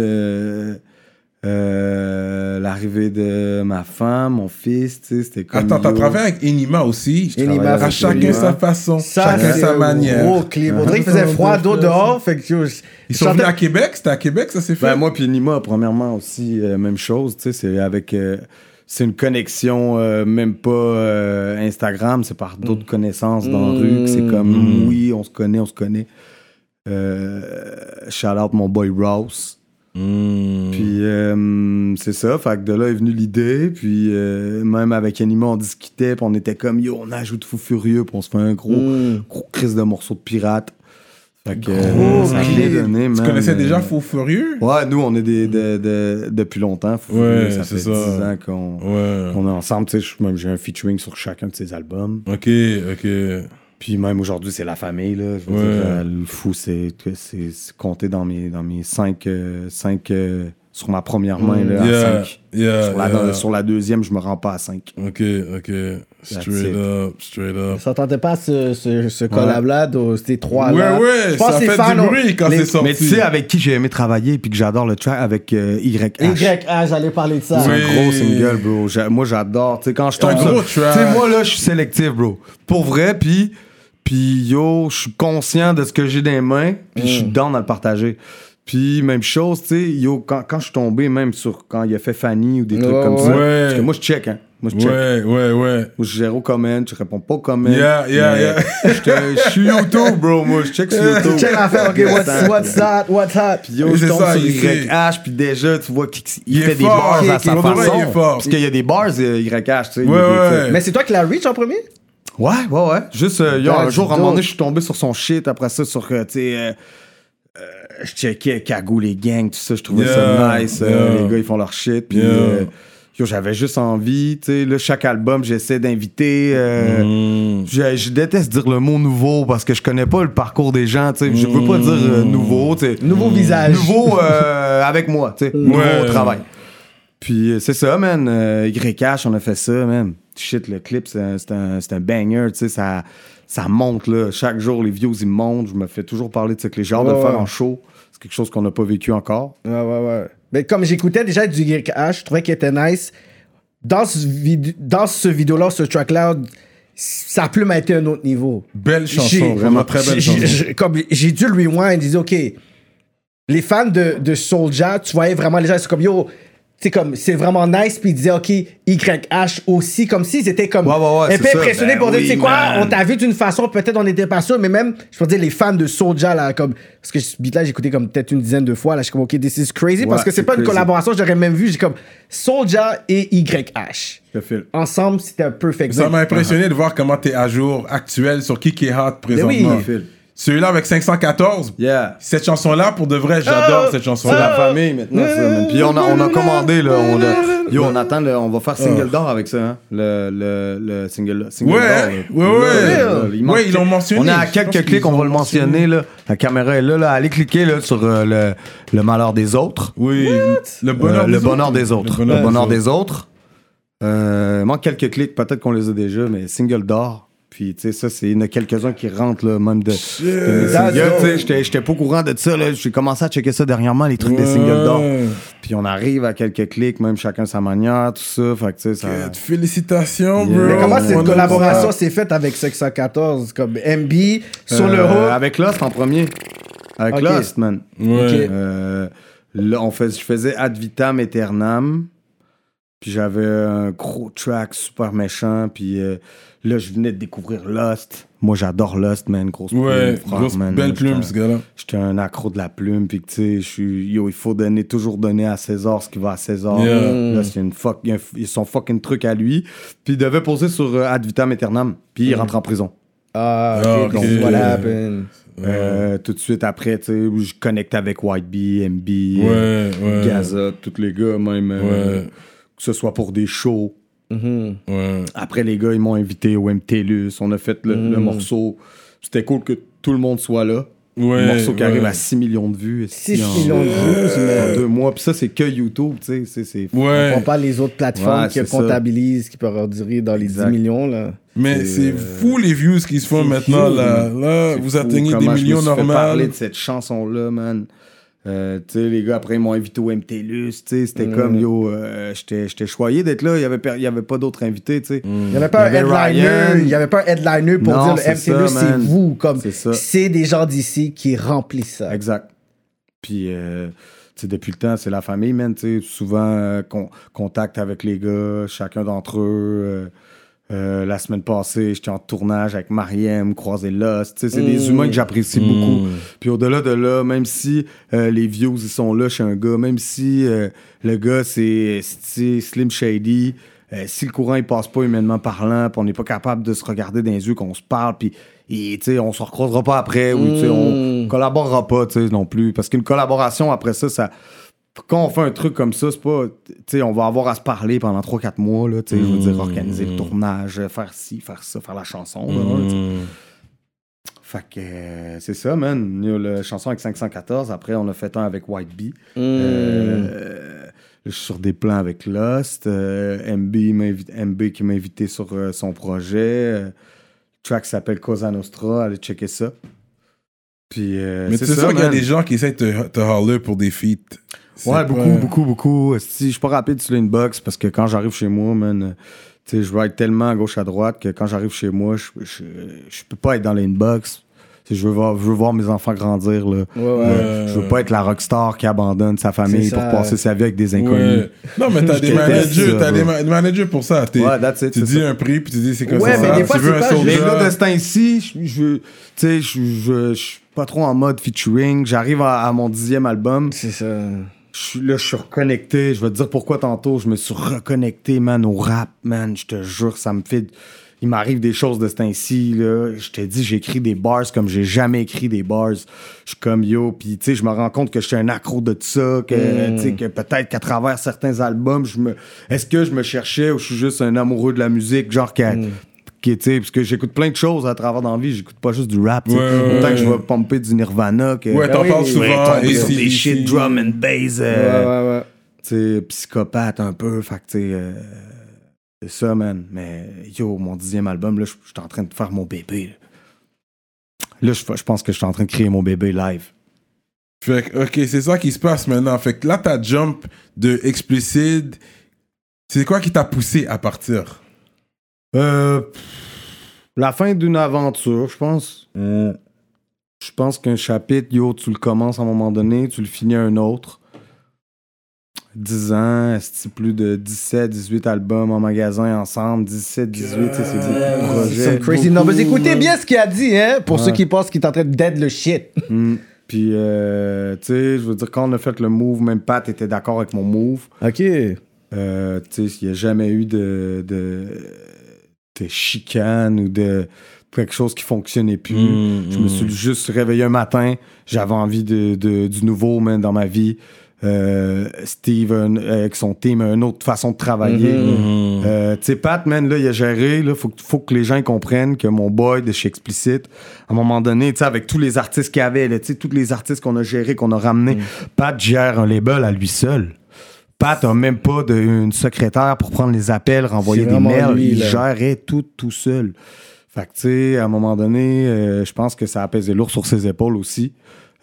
l'arrivée de ma femme, mon fils, tu sais, c'était comme...
Attends, t'as travaillé avec Enima aussi.
Enima,
à chacun sa façon,
ça,
chacun sa manière.
Gros clip. On dirait qu'il faisait froid d'eau dehors, fait que
ils sont venus à Québec? C'était à Québec, ça s'est fait?
Ben, moi puis Enima, premièrement aussi, même chose, tu sais, c'est avec... c'est une connexion, même pas Instagram, c'est par d'autres connaissances dans la rue, que c'est comme, oui, on se connaît. Shout out mon boy Rouse. Puis c'est ça, fait que de là est venue l'idée, puis même avec Anima on discutait, puis on était comme yo, on ajoute Fou Furieux, puis on se fait un gros crise de morceaux de pirates. Fait que ça a bien donné, man.
Tu connaissais déjà Fou Furieux?
Ouais, nous on est depuis longtemps. Fou Furieux, ça fait 10 ans qu'on est ensemble, tu sais, même j'ai un featuring sur chacun de ses albums.
Ok.
Puis même aujourd'hui, c'est la famille, là. Je veux dire, le fou, c'est compté dans mes 5 sur ma première main, là, à 5. Sur la deuxième, je me rends pas à 5.
Ok. Straight up.
Ça tentait pas ce collab-là, ces trois-là.
Ouais, ça fait du bruit quand c'est sorti.
Mais tu sais avec qui j'ai aimé travailler puis que j'adore le track, avec YH.
YH, j'allais parler de ça.
C'est un gros single, bro. Moi, j'adore. Tu sais, quand je tombe
un gros
tu
track.
sais, moi, là, je suis sélectif, bro. Pour vrai, puis yo, je suis conscient de ce que j'ai dans les mains, puis je suis down à le partager. Puis, même chose, tu sais, yo, quand je suis tombé, même sur quand il a fait Fanny ou des trucs comme ça.
Ouais.
Parce que moi, je check, hein. Moi, je check.
Ouais.
Moi, je gère aux comments, je réponds pas aux comments.
Yeah.
Je suis YouTube, bro. Moi, je check sur YouTube.
Tu check l'affaire, OK, what's hot?
Puis yo, je
C'est
tombe
ça,
sur
il
YH, puis déjà, tu vois qu'il
Il
fait
est
des
fort,
bars à sa
pour de vrai,
façon.
il est fort.
Parce qu'il y a des bars, YH, tu sais.
Ouais.
Mais c'est toi qui l'as reach en premier?
Ouais. Juste, un jour, à un moment donné,
dope.
je suis tombé sur son shit. Après ça, sur, tu sais, je checkais Kagou, les gangs, tout ça. Je trouvais ça nice. Les gars, ils font leur shit. Puis, yo, j'avais juste envie, tu sais, là, chaque album, j'essaie d'inviter. Je déteste dire le mot nouveau parce que je connais pas le parcours des gens, tu sais. Je veux pas dire nouveau, tu sais.
Nouveau visage.
Nouveau avec moi, tu sais. Nouveau au travail. Puis c'est ça, man. YH, on a fait ça, man. Shit, le clip, c'est un banger, tu sais. Ça monte, là. Chaque jour, les views, ils montent. Je me fais toujours parler de ça, que les genres de le faire en show. C'est quelque chose qu'on n'a pas vécu encore.
Ouais. Mais comme j'écoutais déjà du YH, je trouvais qu'il était nice. Dans ce vidéo-là, ce track-là, sa plume a été un autre niveau.
Belle chanson, vraiment très belle chanson.
Comme j'ai dû le rewind, disais, OK, les fans de Soulja, tu voyais vraiment les gens, c'est comme, yo, c'est vraiment nice, puis ils disaient, OK, YH aussi, comme s'ils étaient comme un peu impressionnés pour dire, tu sais quoi, on t'a vu d'une façon, peut-être on n'était pas sûr, mais même, je peux dire, les fans de Soulja, là, comme, parce que ce beat-là, j'ai écouté comme peut-être une dizaine de fois, là, je suis comme, OK, this is crazy, parce que c'est pas une collaboration, j'aurais même vu, j'ai comme Soulja et YH. Ensemble, c'était un perfect.
Ça m'a impressionné de voir comment t'es à jour, actuel, sur qui est hot présentement. Celui-là avec 514, cette chanson-là, pour de vrai, j'adore cette chanson-là.
C'est la famille maintenant, ça, man. Puis on a commandé, là. On attend, on va faire single d'or avec ça, hein. Le single d'or.
Ouais, ils l'ont mentionné.
On est à quelques clics, on va le mentionner, là. La caméra est là. Allez cliquer là, sur le malheur des autres.
Oui.
Le bonheur des autres. Le bonheur des autres. Il manque quelques clics, peut-être qu'on les a déjà, mais single d'or. Puis, tu sais, ça, il y en a quelques-uns qui rentrent, là, même de mes singles. Tu sais, j'étais pas au courant de ça, là. J'ai commencé à checker ça dernièrement, les trucs des singles d'or. Puis, on arrive à quelques clics, même chacun sa manière, tout ça. Fait que, tu sais, ça...
Félicitations, bro.
Mais comment cette collaboration s'est faite avec 614? Comme MB, sur le hook?
Avec Lost en premier. Avec Lost, man. Là, je faisais Ad Vitam Aeternam. Puis j'avais un gros track super méchant. Puis là, je venais de découvrir Lost. Moi, j'adore Lost, man. Grosse plume,
grosse belle plume, ce gars-là.
J'étais un accro de la plume. Puis tu sais, il faut toujours donner à César ce qui va à César. Lost, il y a son fucking truc à lui. Puis il devait poser sur Ad Vitam Aeternam. Puis il rentre en prison.
Donc, what happened?
Tout de suite après, tu sais, je connecte avec White Bee, MB, Gaza, tous les gars, même... que ce soit pour des shows. Après, les gars, ils m'ont invité au MTLUS. On a fait le morceau. C'était cool que tout le monde soit là. Le morceau qui arrive à 6 millions de vues.
6 millions de vues,
en 2 mois. Puis ça, c'est que YouTube, tu sais.
On prend pas les autres plateformes qui comptabilisent, qui peuvent durer dans les 10 millions, là.
Mais c'est fou les views qui se font maintenant, là. Vous atteignez des millions normaux. Je
parler de cette chanson-là, man. Tu sais, les gars, après, ils m'ont invité au MTLUS, tu sais, c'était comme, j'étais choyé d'être là, il y avait pas d'autres invités, tu sais.
Il y avait pas un headliner pour dire le MTLUS, c'est vous, comme, c'est des gens d'ici qui remplissent ça.
Exact. Puis, tu sais, depuis le temps, c'est la famille, man, tu sais, souvent, contact avec les gars, chacun d'entre eux, la semaine passée, j'étais en tournage avec Mariem, croisé Lost. C'est des humains que j'apprécie beaucoup. Puis au-delà de là, même si les views ils sont là chez un gars, même si le gars c'est Slim Shady, si le courant il passe pas humainement parlant, puis on n'est pas capable de se regarder dans les yeux, qu'on se parle, puis on se recroisera pas après, ou on collaborera pas non plus. Parce qu'une collaboration après ça quand on fait un truc comme ça, c'est pas... Tu sais, on va avoir à se parler pendant 3-4 mois, là, tu sais, je veux dire, organiser le tournage, faire ci, faire ça, faire la chanson, là, fait que c'est ça, man. Il y a la chanson avec 514, après, on a fait un avec White Bee. Je suis sur des plans avec Lost. MB qui m'a invité sur son projet. Le track s'appelle Cosa Nostra, allez checker ça. Puis,
mais c'est ça qu'il y a des gens qui essaient de te holler pour des feats.
Ouais, beaucoup. Si je suis pas rapide sur l'inbox parce que quand j'arrive chez moi, man, tu sais, je vais être tellement à gauche à droite que quand j'arrive chez moi, je peux pas être dans l'inbox. Je veux voir mes enfants grandir. Là. Je veux pas être la rockstar qui abandonne sa famille pour passer sa vie avec des inconnus.
Non, mais t'as des managers pour ça.
That's it,
tu dis un prix, puis tu dis c'est comme
ça. Mais des fois,
tu veux un soldat.
Mais là, de ce temps-ci, je suis pas trop en mode featuring. J'arrive à mon 10e album.
C'est ça.
Je suis reconnecté. Je vais te dire pourquoi tantôt. Je me suis reconnecté, man, au rap, man. Je te jure, ça me fait... Il m'arrive des choses de ce temps-ci, là. Je t'ai dit, j'écris des bars comme j'ai jamais écrit des bars. Je suis comme yo, puis tu sais, je me rends compte que je suis un accro de ça, que, tu sais, que peut-être qu'à travers certains albums, est-ce que je me cherchais ou je suis juste un amoureux de la musique, genre tu sais, parce que j'écoute plein de choses à travers dans la vie, j'écoute pas juste du rap, autant que je vais pomper du Nirvana, que
t'en parles souvent,
et sur des shit drum and bass, tu sais, psychopathe un peu, fait que tu sais, c'est ça, man. Mais yo, mon 10e album, là, je suis en train de faire mon bébé. Là, je pense que je suis en train de créer mon bébé live.
Fait que, ok, c'est ça qui se passe maintenant. Fait que là, ta jump de Explicit, c'est quoi qui t'a poussé à partir?
La fin d'une aventure, je pense. Je pense qu'un chapitre, yo, tu le commences à un moment donné, tu le finis à un autre. 10 ans, c'est plus de 17, 18 albums en magasin ensemble, 17, 18, c'est beaucoup de projets.
C'est crazy numbers. Écoutez bien ce qu'il a dit, hein, pour ceux qui pensent qu'il est en train de dead le shit.
Puis, tu sais, je veux dire, quand on a fait le move, même Pat était d'accord avec mon move.
OK.
Tu sais, il n'y a jamais eu de chicane ou de quelque chose qui fonctionnait plus. Je me suis juste réveillé un matin, j'avais envie du nouveau, man, dans ma vie. Steve avec son team a une autre façon de travailler. Tu sais, Pat, man, là, il a géré. Là, faut que les gens comprennent que mon boy de chez Explicit, à un moment donné, tu sais, avec tous les artistes qu'il y avait, tu sais, tous les artistes qu'on a gérés, qu'on a ramenés, Pat gère un label à lui seul. Pat a même pas une secrétaire pour prendre les appels, renvoyer des mails. Il gérait tout seul. Fait que, tu sais, à un moment donné, je pense que ça a pesé lourd sur ses épaules aussi.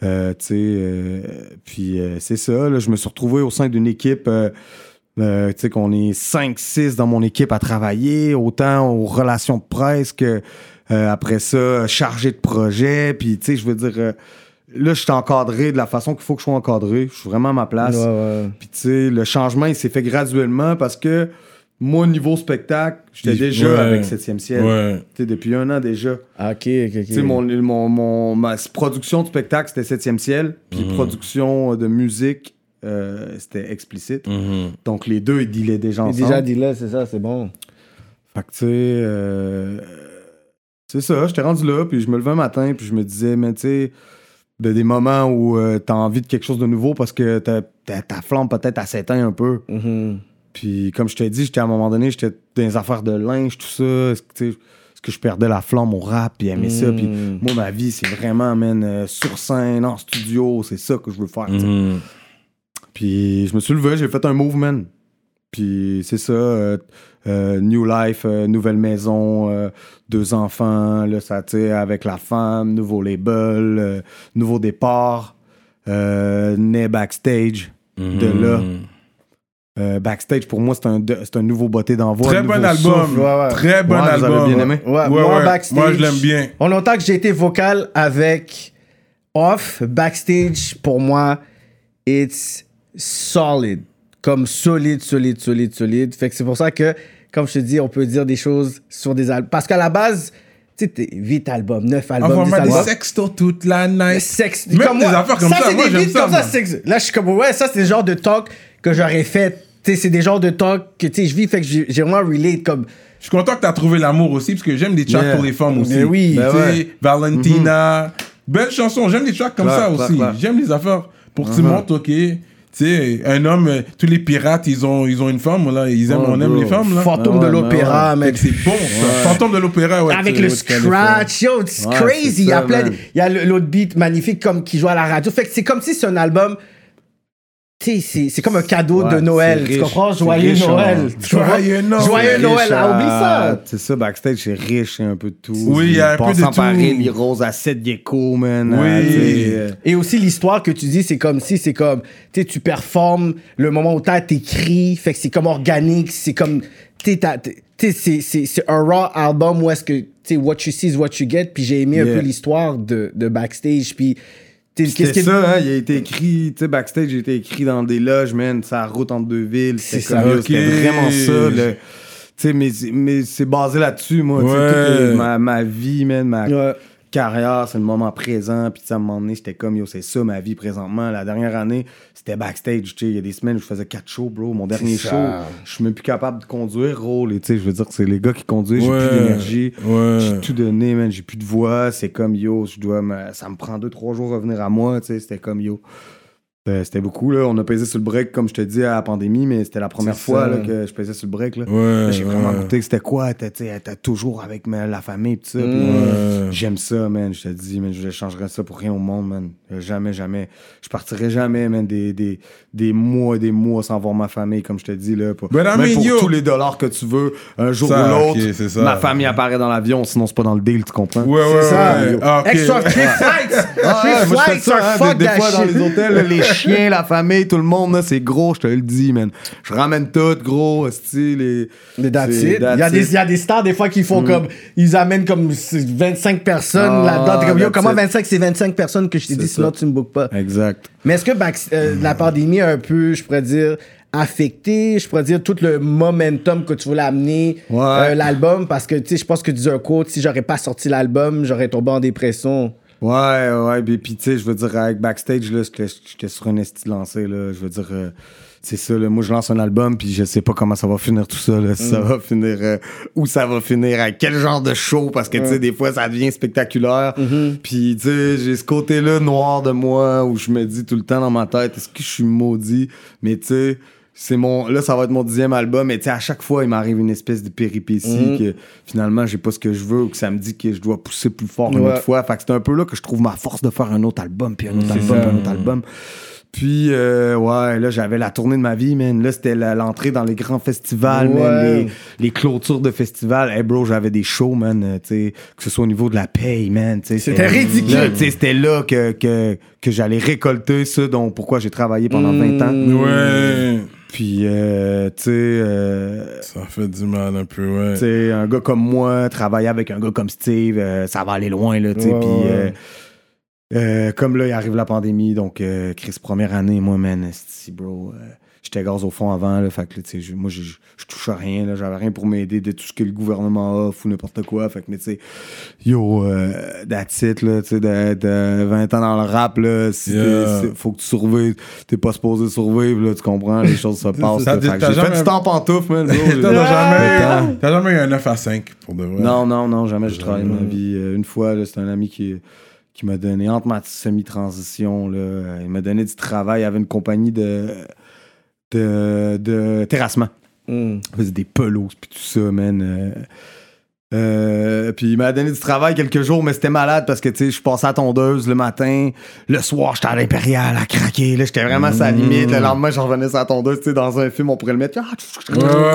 Puis c'est ça, là, je me suis retrouvé au sein d'une équipe, tu sais, qu'on est 5-6 dans mon équipe à travailler, autant aux relations de presse que après ça, chargé de projet. Puis, tu sais, je veux dire, là, je suis encadré de la façon qu'il faut que je sois encadré. Je suis vraiment à ma place. Puis, tu sais, le changement, il s'est fait graduellement parce que moi, niveau spectacle, j'étais déjà avec 7e ciel. Tu sais, depuis 1 an déjà.
OK.
Tu sais, ma production de spectacle, c'était 7e ciel. Puis production de musique, c'était Explicit. Donc, les deux, ils dealaient déjà ensemble.
Déjà dealé, c'est ça, c'est bon.
Fait que, tu sais, c'est ça, j'étais rendu là. Puis je me levais un matin, puis je me disais, mais tu sais, de des moments où t'as envie de quelque chose de nouveau parce que ta flamme peut-être elle s'éteint un peu. Puis, comme je t'ai dit, à un moment donné, j'étais dans les affaires de linge, tout ça. Est-ce que je perdais la flamme au rap, puis aimer ça. Puis, moi, ma vie, c'est vraiment, man, sur scène, en studio, c'est ça que je veux faire. Puis, je me suis levé, j'ai fait un move, man. Puis, c'est ça, New Life, nouvelle maison, 2 enfants, là, ça, tu sais, avec la femme, nouveau label, nouveau départ, né Backstage, de là. Backstage, pour moi, c'est un nouveau botté d'envoi.
Très bon album. Très bon album.
Vous avez bien aimé?
Moi, Backstage.
Moi, je l'aime bien.
En longtemps que j'ai été vocal avec Off, Backstage, pour moi, it's solid. Comme solide. Fait que c'est pour ça que, comme je te dis, on peut dire des choses sur des albums. Parce qu'à la base, tu sais, 8 albums, 9 albums, 10 albums.
Des sextos toute la night. Même
comme
des
moi,
affaires comme ça,
c'est
moi,
des
j'aime
beats
ça.
Comme ça là, je suis comme, ouais, ça, c'est le genre de talk que j'aurais fait. Tu sais, c'est des genres de talk que, tu sais, je vis, fait que j'ai vraiment relate comme...
Je suis content que t'as trouvé l'amour aussi, parce que j'aime des tracks pour les femmes aussi.
Mais oui.
Tu sais, Valentina. Belle chanson, j'aime des tracks comme ça aussi. J'aime les affaires pour que tu montres, ok... Tu sais, un homme, tous les pirates, ils ont une femme, là. On aime les femmes, là.
Fantôme de l'opéra, mec.
C'est bon, ça. Fantôme de l'opéra, ouais.
Avec le scratch, yo, c'est crazy. Il y a l'autre beat magnifique comme qui joue à la radio. Fait que c'est comme si c'est un album... Tu sais, c'est comme un cadeau de Noël. Tu comprends? Joyeux Noël. Joyeux Noël. Oublie ça.
C'est ça, Backstage, c'est riche, c'est un peu de tout.
Oui, il y a un peu de tout.
Les roses à 7 gecko, man.
Oui.
Et aussi, l'histoire que tu dis, c'est comme si, tu sais, tu performes le moment où t'écris, fait que c'est comme organique, c'est comme... c'est un raw album où est-ce que, tu sais, what you see is what you get, puis j'ai aimé un peu l'histoire de backstage, puis...
C'était ça, hein, il a été écrit, tu sais, backstage, il a été écrit dans des loges, man, ça route entre deux villes, c'était vraiment ça, tu sais, mais c'est basé là-dessus, moi, tu sais, ma vie, man, ma carrière, c'est le moment présent, puis à un moment donné, j'étais comme, yo, c'est ça ma vie présentement. La dernière année, c'était backstage, tu sais, il y a des semaines où je faisais 4 shows, bro. Mon dernier show, je suis même plus capable de conduire, tu sais, je veux dire que c'est les gars qui conduisent, j'ai plus d'énergie, j'ai tout donné, man, j'ai plus de voix, c'est comme, yo, ça me prend 2-3 jours à revenir à moi, tu sais, c'était comme, yo. C'était beaucoup, là. On a pesé sur le break, comme je te dis, à la pandémie, mais c'était la première fois là, que je pesais sur le break. Là. Là, j'ai vraiment goûté que c'était quoi. T'es toujours avec la famille, tout ça. J'aime ça, man. Je te dis, man, je changerais ça pour rien au monde, man. Jamais. Je partirais jamais, man, des mois sans voir ma famille, comme je te dis. Là, même pour tous les dollars que tu veux, un jour ou l'autre, ma famille apparaît dans l'avion, sinon c'est pas dans le deal, tu comprends?
C'est ça. Extra free flights! Free flights are fuck
des
that
fois, dans
shit.
les hôtels, les chiens, la famille, tout le monde, là, c'est gros, je te le dis, man. Je ramène tout, gros, style.
Il y a des stars, des fois, qui font comme. Ils amènent comme 25 personnes là-dedans. T'es comme, yo, comment 25? C'est 25 personnes que je t'ai dit, sinon tu me bookes pas.
Exact.
Mais est-ce que la pandémie a un peu, je pourrais dire, affecté, je pourrais dire, tout le momentum que tu voulais amener l'album? Parce que, tu sais, je pense que tu dis un quote, si j'aurais pas sorti l'album, j'aurais tombé en dépression.
Ouais, puis tu sais, je veux dire, avec Backstage, là, j'étais sur un esti lancé, là, je veux dire, c'est ça, là, moi, je lance un album, puis je sais pas comment ça va finir tout ça, là, si ça va finir, où ça va finir, avec quel genre de show, parce que, tu sais, des fois, ça devient spectaculaire, puis, tu sais, j'ai ce côté-là noir de moi, où je me dis tout le temps dans ma tête, est-ce que je suis maudit, mais tu sais, là, ça va être mon 10e album, mais tu sais, à chaque fois, il m'arrive une espèce de péripétie que finalement, j'ai pas ce que je veux ou que ça me dit que je dois pousser plus fort une autre fois. Fait que c'est un peu là que je trouve ma force de faire un autre album, puis un autre album, puis un autre album. Puis, là, j'avais la tournée de ma vie, man. Là, c'était l'entrée dans les grands festivals, man, les clôtures de festivals. Hey, bro, j'avais des shows, man, tu sais, que ce soit au niveau de la paye, man.
C'était ridicule.
Là, c'était là que j'allais récolter ça, donc pourquoi j'ai travaillé pendant 20 ans. Puis, tu sais...
ça fait du mal un peu, ouais.
Tu sais, un gars comme moi, travailler avec un gars comme Steve, ça va aller loin, là, tu sais. Puis, comme là, il arrive la pandémie, donc, Chris, première année, moi, man, bro... J'étais gaz au fond avant, là, fait que, tu sais, moi, je touche à rien, là, j'avais rien pour m'aider de tout ce que le gouvernement offre ou n'importe quoi, fait que, tu sais, yo, that's it, là, tu sais, de 20 ans dans le rap, là, faut que tu survives, t'es pas supposé survivre, là, tu comprends, les choses se passent, là, fait que j'ai fait du temps en pantoufle, man,
T'as jamais eu un 9 à 5, pour de vrai?
Non, jamais j'ai travaillé ma vie. Une fois, là, c'est un ami qui m'a donné, entre ma semi-transition, là, il m'a donné du travail, il avait une compagnie de terrassement. Il faisait des pelouses puis tout ça, man. Puis il m'a donné du travail quelques jours, mais c'était malade parce que, tu sais, je passais à tondeuse le matin. Le soir, j'étais à l'Impérial à craquer. Là, j'étais vraiment à sa limite. Le lendemain, j'en revenais sur la tondeuse. Tu sais, dans un film, on pourrait le mettre. Sur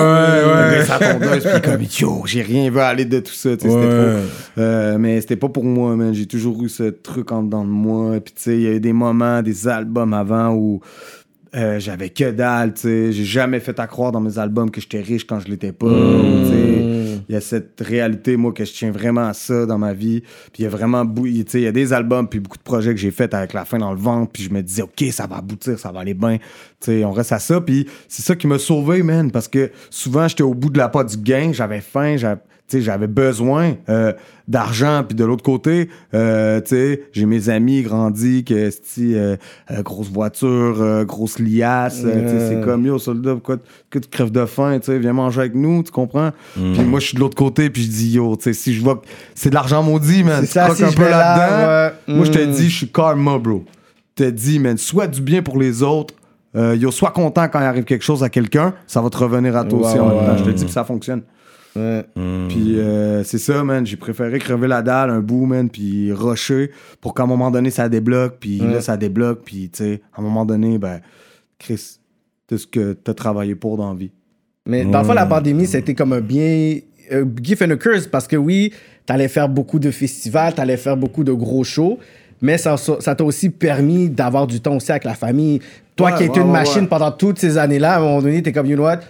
la tondeuse. Puis comme, yo, j'ai rien vu aller de tout ça. Tu sais, c'était trop. Mais c'était pas pour moi, man. J'ai toujours eu ce truc en dedans de moi. Puis, tu sais, il y a eu des moments, des albums avant où j'avais que dalle, tu sais. J'ai jamais fait à croire dans mes albums que j'étais riche quand je l'étais pas. Tu sais. Il y a cette réalité, moi, que je tiens vraiment à ça dans ma vie. Puis il y a vraiment, tu sais, il y a des albums puis beaucoup de projets que j'ai faits avec la fin dans le ventre. Puis je me disais, OK, ça va aboutir, ça va aller bien. Tu sais, on reste à ça. Puis c'est ça qui m'a sauvé, man. Parce que souvent, j'étais au bout de la pas du gain. J'avais faim, j'avais besoin d'argent, puis de l'autre côté, j'ai mes amis grandis, grosse voiture, grosse liasse, c'est comme, yo, soldat, pourquoi tu crèves de faim, viens manger avec nous, tu comprends? Puis moi, je suis de l'autre côté, puis je dis, yo, si je vois que c'est de l'argent maudit, man, tu croques un peu là-dedans, moi, je te dis, je suis karma, bro. Je te dis, man, soit du bien pour les autres, yo, sois content quand il arrive quelque chose à quelqu'un, ça va te revenir à toi aussi en même temps. Je te dis, puis ça fonctionne. Puis c'est ça, man, j'ai préféré crever la dalle un bout, man, puis rusher pour qu'à un moment donné ça débloque, puis là ça débloque, puis tu sais, à un moment donné, ben, Chris, c'est ce que t'as travaillé pour dans la vie.
Mais dans le fond, la pandémie, c'était comme un gift and a curse, parce que oui, t'allais faire beaucoup de festivals, t'allais faire beaucoup de gros shows, mais ça t'a aussi permis d'avoir du temps aussi avec la famille. Toi qui étais une machine pendant toutes ces années-là, à un moment donné, t'es comme, you know what?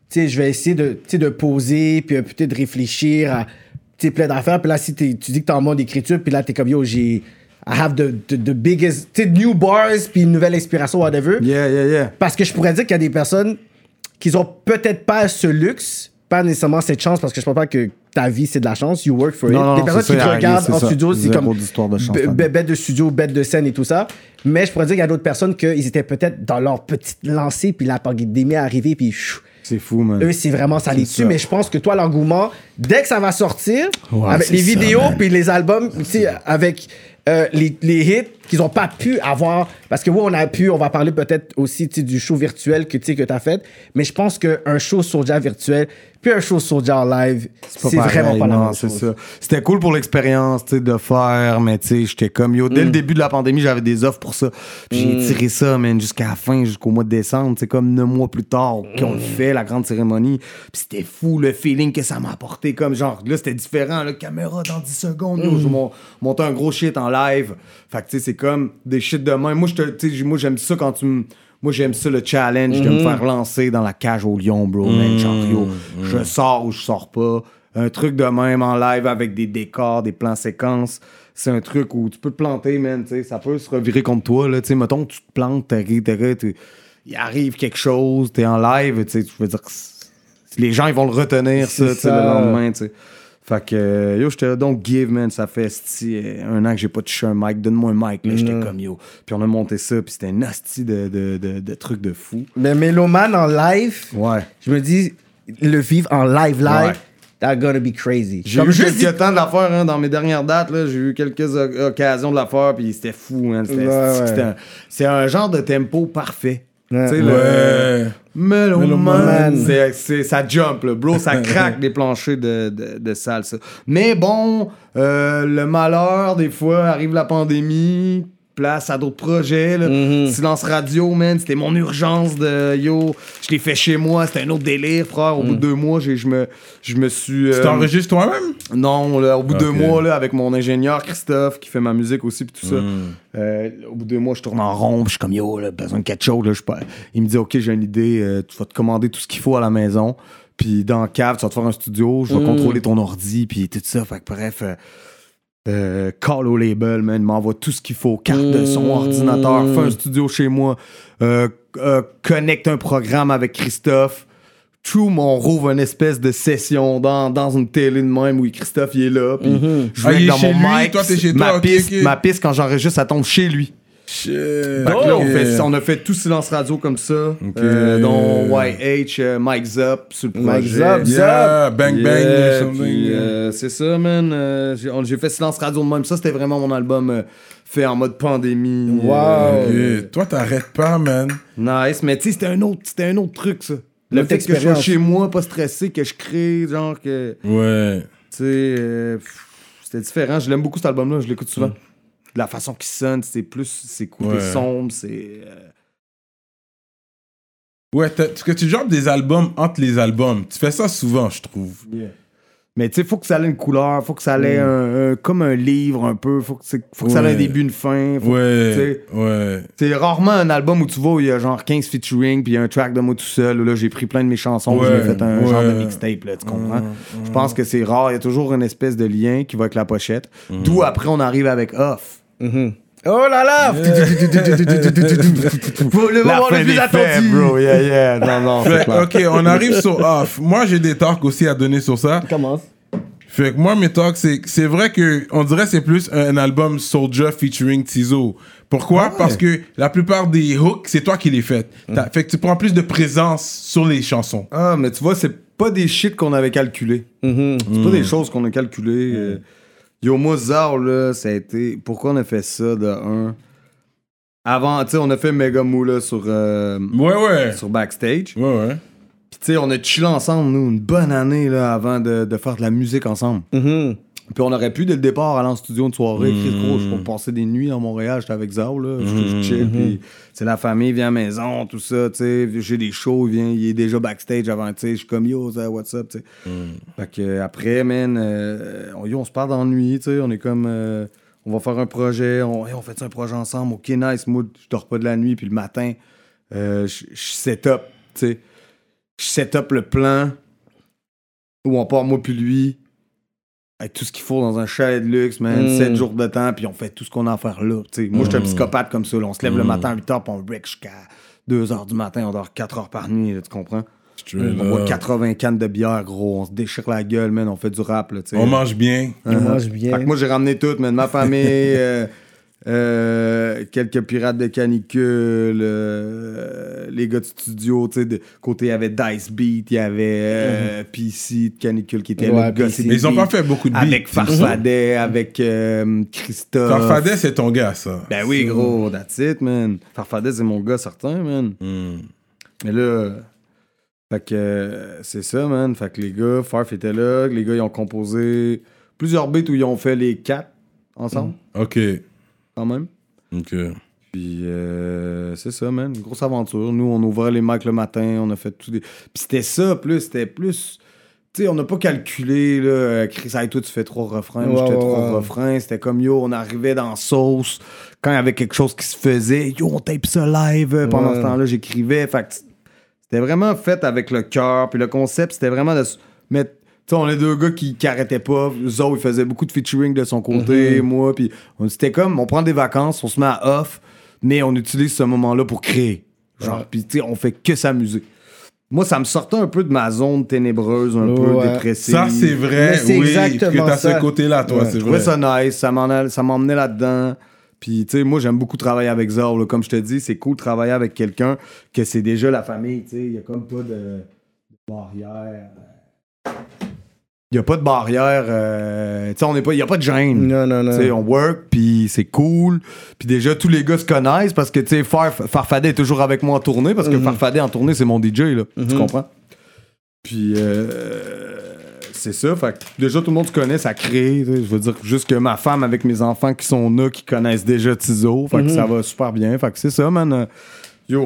tu sais, je vais essayer de poser, puis peut-être de réfléchir à, tu sais, plein d'affaires. Puis là, si tu dis que t'es en mode écriture, puis là, t'es comme, yo, I have the biggest, tu sais, new bars, puis une nouvelle inspiration, whatever.
Yeah.
Parce que je pourrais dire qu'il y a des personnes qui ont peut-être pas ce luxe, pas nécessairement cette chance, parce que je pense pas que ta vie, c'est de la chance. You work for it. Des personnes qui te regardent en studio, c'est comme bête de studio, bête de scène et tout ça. Mais je pourrais dire qu'il y a d'autres personnes qu'ils étaient peut-être dans leur petite lancée, puis la pandémie est arrivée, puis
c'est fou, man.
Eux, c'est vraiment ça les dessus. Mais je pense que toi, l'engouement, dès que ça va sortir, avec les vidéos, puis les albums, tu sais, avec les hits qu'ils n'ont pas pu avoir. Parce que oui, on va parler peut-être aussi du show virtuel que tu as fait. Mais je pense qu'un show Soulja virtuel, puis un show Soulja live, c'est vraiment pas la même chose.
Ça. C'était cool pour l'expérience, tu sais, de faire, mais tu sais, j'étais comme, yo, dès le début de la pandémie, j'avais des offres pour ça. Puis j'ai tiré ça, man, jusqu'à la fin, jusqu'au mois de décembre, c'est comme 9 mois plus tard qu'on le fait, la grande cérémonie. Puis c'était fou, le feeling que ça m'a apporté, comme genre, là, c'était différent, la caméra dans 10 secondes, yo, je montais un gros shit en live. Fait que, tu sais, c'est comme des shit de même. Moi, j'aime ça quand tu me... Moi, j'aime ça, le challenge de me faire lancer dans la cage au lion, bro, man. Genre, yo, je sors ou je sors pas. Un truc de même en live avec des décors, des plans séquences. C'est un truc où tu peux te planter, man, tu sais. Ça peut se revirer contre toi, là. Tu sais, mettons, tu te plantes, il arrive quelque chose, t'es en live, tu sais, je veux dire que les gens, ils vont le retenir, ça, le lendemain, tu sais. Fait que, yo, j'étais là, donc give, man, ça fait 1 an que j'ai pas touché un mic, donne-moi un mic, là, j'étais comme, yo. Puis on a monté ça, puis c'était un asti de trucs de fou.
Mais Méloman en live, je me dis, le vivre en live, that's gonna be crazy.
J'ai eu quelques temps de la faire, hein, dans mes dernières dates, là, j'ai eu quelques occasions de la faire, puis c'était fou, man. C'est un genre de tempo parfait. Tu sais, Méloman, ça jump, là, bro, ça craque des planchers de salle, ça. Mais bon, le malheur, des fois, arrive la pandémie, place à d'autres projets, là. Silence radio, man, c'était mon urgence de yo, je l'ai fait chez moi, c'était un autre délire, frère. Au bout de 2 mois, je me suis...
Tu t'enregistres toi-même?
Non, là, au bout de 2 mois, là, avec mon ingénieur Christophe, qui fait ma musique aussi, puis tout ça. Au bout de 2 mois, je tourne en rond, puis je suis comme yo, là, besoin de quelque chose, là, il me dit, OK, j'ai une idée, tu vas te commander tout ce qu'il faut à la maison, puis dans le cave, tu vas te faire un studio, je vais contrôler ton ordi, puis tout ça, fait que bref... call au label, man, m'envoie tout ce qu'il faut, carte de son, ordinateur, fais un studio chez moi, connecte un programme avec Christophe. On rouvre une espèce de session dans une télé de même où Christophe il est là, puis je vais dans mon mic,
toi, t'es chez
ma
toi,
piste,
okay.
ma piste quand j'enregistre, ça tombe chez lui. Fait que là, on a fait tout silence radio comme ça, dont YH, Mike Zop sur le projet.
Bang Bang.
C'est ça, man. J'ai fait silence radio de même. Ça, c'était vraiment mon album fait en mode pandémie.
Toi, t'arrêtes pas, man.
Nice, mais tu sais, c'était un autre truc, ça. Le fait que je sois chez moi, pas stressé, que je crée, genre que...
Ouais.
Tu sais, c'était différent. Je l'aime beaucoup, cet album-là. Je l'écoute souvent. La façon qu'il sonne, c'est coupé sombre, c'est...
Ouais, parce que tu drops des albums entre les albums. Tu fais ça souvent, je trouve.
Yeah. Mais tu sais, faut que ça ait une couleur, faut que ça ait comme un livre un peu, faut que ça ait un début, une fin. C'est rarement un album où tu vois où il y a genre 15 featuring puis il y a un track de moi tout seul. Là, j'ai pris plein de mes chansons, j'ai fait un genre de mixtape, là, tu comprends? Je pense que c'est rare, il y a toujours une espèce de lien qui va avec la pochette. D'où après on arrive avec Off.
Oh là là! Le moment le plus attendu,
bro. Yeah. Non, c'est clair.
OK, on arrive sur Off. Moi, j'ai des talks aussi à donner sur ça.
Commence.
Fait que moi, mes talks, c'est vrai que on dirait que c'est plus un album Soulja featuring Tizo. Pourquoi? Parce que la plupart des hooks, c'est toi qui les fais. Fait que tu prends plus de présence sur les chansons.
Ah, mais tu vois, c'est pas des shit qu'on avait calculés. C'est pas des choses qu'on a calculées. Yo, moi, Zao, là, ça a été... Pourquoi on a fait ça, de un? Avant, tu sais, on a fait Mega Moula sur Backstage.
Ouais.
Puis, tu sais, on a chillé ensemble, nous, une bonne année, là, avant de faire de la musique ensemble. Puis on aurait pu, dès le départ, aller en studio une soirée. Je peux passer des nuits à Montréal, j'étais avec Zao, là. Je chill, puis la famille vient à la maison, tout ça, tu sais. J'ai des shows, il est déjà backstage avant, tu sais. Je suis comme, yo, what's up, tu sais. Fait que après, man, on se parle dans la nuit, tu sais. On est comme, on va faire un projet, on fait un projet ensemble. OK, nice, moi, je dors pas de la nuit, puis le matin, je set up, tu sais. je set up le plan où on part, moi puis lui, avec tout ce qu'il faut dans un chalet de luxe, man, 7 jours de temps, puis on fait tout ce qu'on a à faire là. T'sais. Moi, je suis un psychopathe comme ça. Là. On se lève le matin à 8h, puis on break jusqu'à 2h du matin, on dort 4 heures par nuit, là, tu comprends? On boit 80 cannes de bière, gros. On se déchire la gueule, man. On fait du rap, là, t'sais.
On mange bien.
On mange bien.
Fait que moi, j'ai ramené tout, man. Ma famille, quelques pirates de canicule, les gars de studio, tu sais, de côté, il y avait Dice Beat, il y avait PC de canicule qui était le gars.
Mais ils ont pas fait beaucoup de beats.
Avec Farfadet, avec Christophe.
Farfadet, c'est ton gars, ça.
Ben oui, gros, that's it, man. Farfadet, c'est mon gars certain, man. Mais là... Fait que c'est ça, man. Fait que les gars, Farf était là. Les gars, ils ont composé plusieurs beats où ils ont fait les 4 ensemble.
OK.
Quand même.
OK.
Puis c'est ça, man. Une grosse aventure. Nous, on ouvrait les mics le matin. On a fait tout des... Puis c'était ça, plus. C'était plus... Tu sais, on n'a pas calculé, là. Chris, hey, toi, tu fais 3 refrains. Moi, j'étais 3 refrains. C'était comme, yo, on arrivait dans sauce. Quand il y avait quelque chose qui se faisait, yo, on tape ça live. Pendant ce temps-là, j'écrivais. Fait que c'était vraiment fait avec le cœur. Puis le concept, c'était vraiment de mettre... Tu sais, on est 2 gars qui arrêtaient pas. Zo, il faisait beaucoup de featuring de son côté, moi. Puis c'était comme, on prend des vacances, on se met à off, mais on utilise ce moment-là pour créer. Genre, puis tu sais, on fait que s'amuser. Moi, ça me sortait un peu de ma zone ténébreuse, un peu dépressive.
Ça, c'est vrai.
Mais c'est
oui,
exactement
que t'as
ça.
ce côté-là, toi, c'est vrai.
Je trouvais ça nice. Ça m'emmenait là-dedans. Puis, tu sais, moi, j'aime beaucoup travailler avec Zor. Là. Comme je te dis, c'est cool de travailler avec quelqu'un que c'est déjà la famille. Tu sais, il n'y a comme pas de barrière. Il n'y a pas de barrière. Tu sais, il n'y a pas de gêne.
Non.
Tu sais, on work, puis c'est cool. Puis déjà, tous les gars se connaissent parce que, tu sais, Farfadet est toujours avec moi en tournée parce que Farfadet en tournée, c'est mon DJ, là. Tu comprends? Puis, c'est ça. Fait que déjà, tout le monde se connaît, ça crée. Je veux dire, juste que ma femme avec mes enfants qui sont là, qui connaissent déjà Tizo. Fait que ça va super bien. Fait que c'est ça, man. Yo,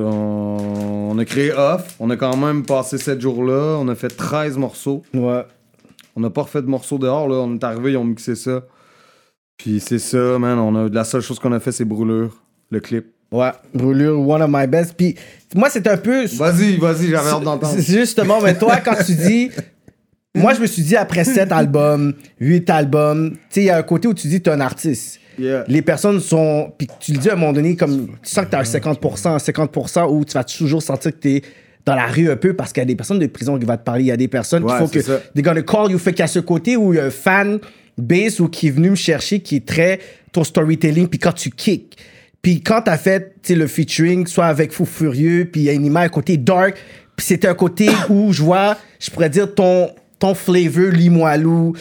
on a créé Off. On a quand même passé 7 jours-là. On a fait 13 morceaux.
Ouais.
On n'a pas refait de morceaux dehors, là. On est arrivé, ils ont mixé ça. Puis c'est ça, man. La seule chose qu'on a fait, c'est Brûlure, le clip.
Ouais, Brûlure, one of my best. Puis moi, c'est un peu...
Vas-y, j'avais hâte d'entendre.
C'est justement, mais toi, quand tu dis... Moi, je me suis dit, après 7 albums, 8 albums, tu sais, il y a un côté où tu dis, t'es un artiste.
Yeah.
Les personnes sont... Puis tu le dis à un moment donné, comme... Tu sens que t'as un 50% où tu vas toujours sentir que t'es dans la rue un peu parce qu'il y a des personnes de prison qui vont te parler. Il y a des personnes qui font que...
Ça.
They're gonna call you. Fait qu'il y a ce côté où il y a un fan base ou qui est venu me chercher qui est très... Ton storytelling, puis quand tu kicks. Puis quand t'as fait le featuring, soit avec Fou Furieux, puis il y a une image, un côté dark, puis c'était un côté où je vois, je pourrais dire, ton flavor Limoilou,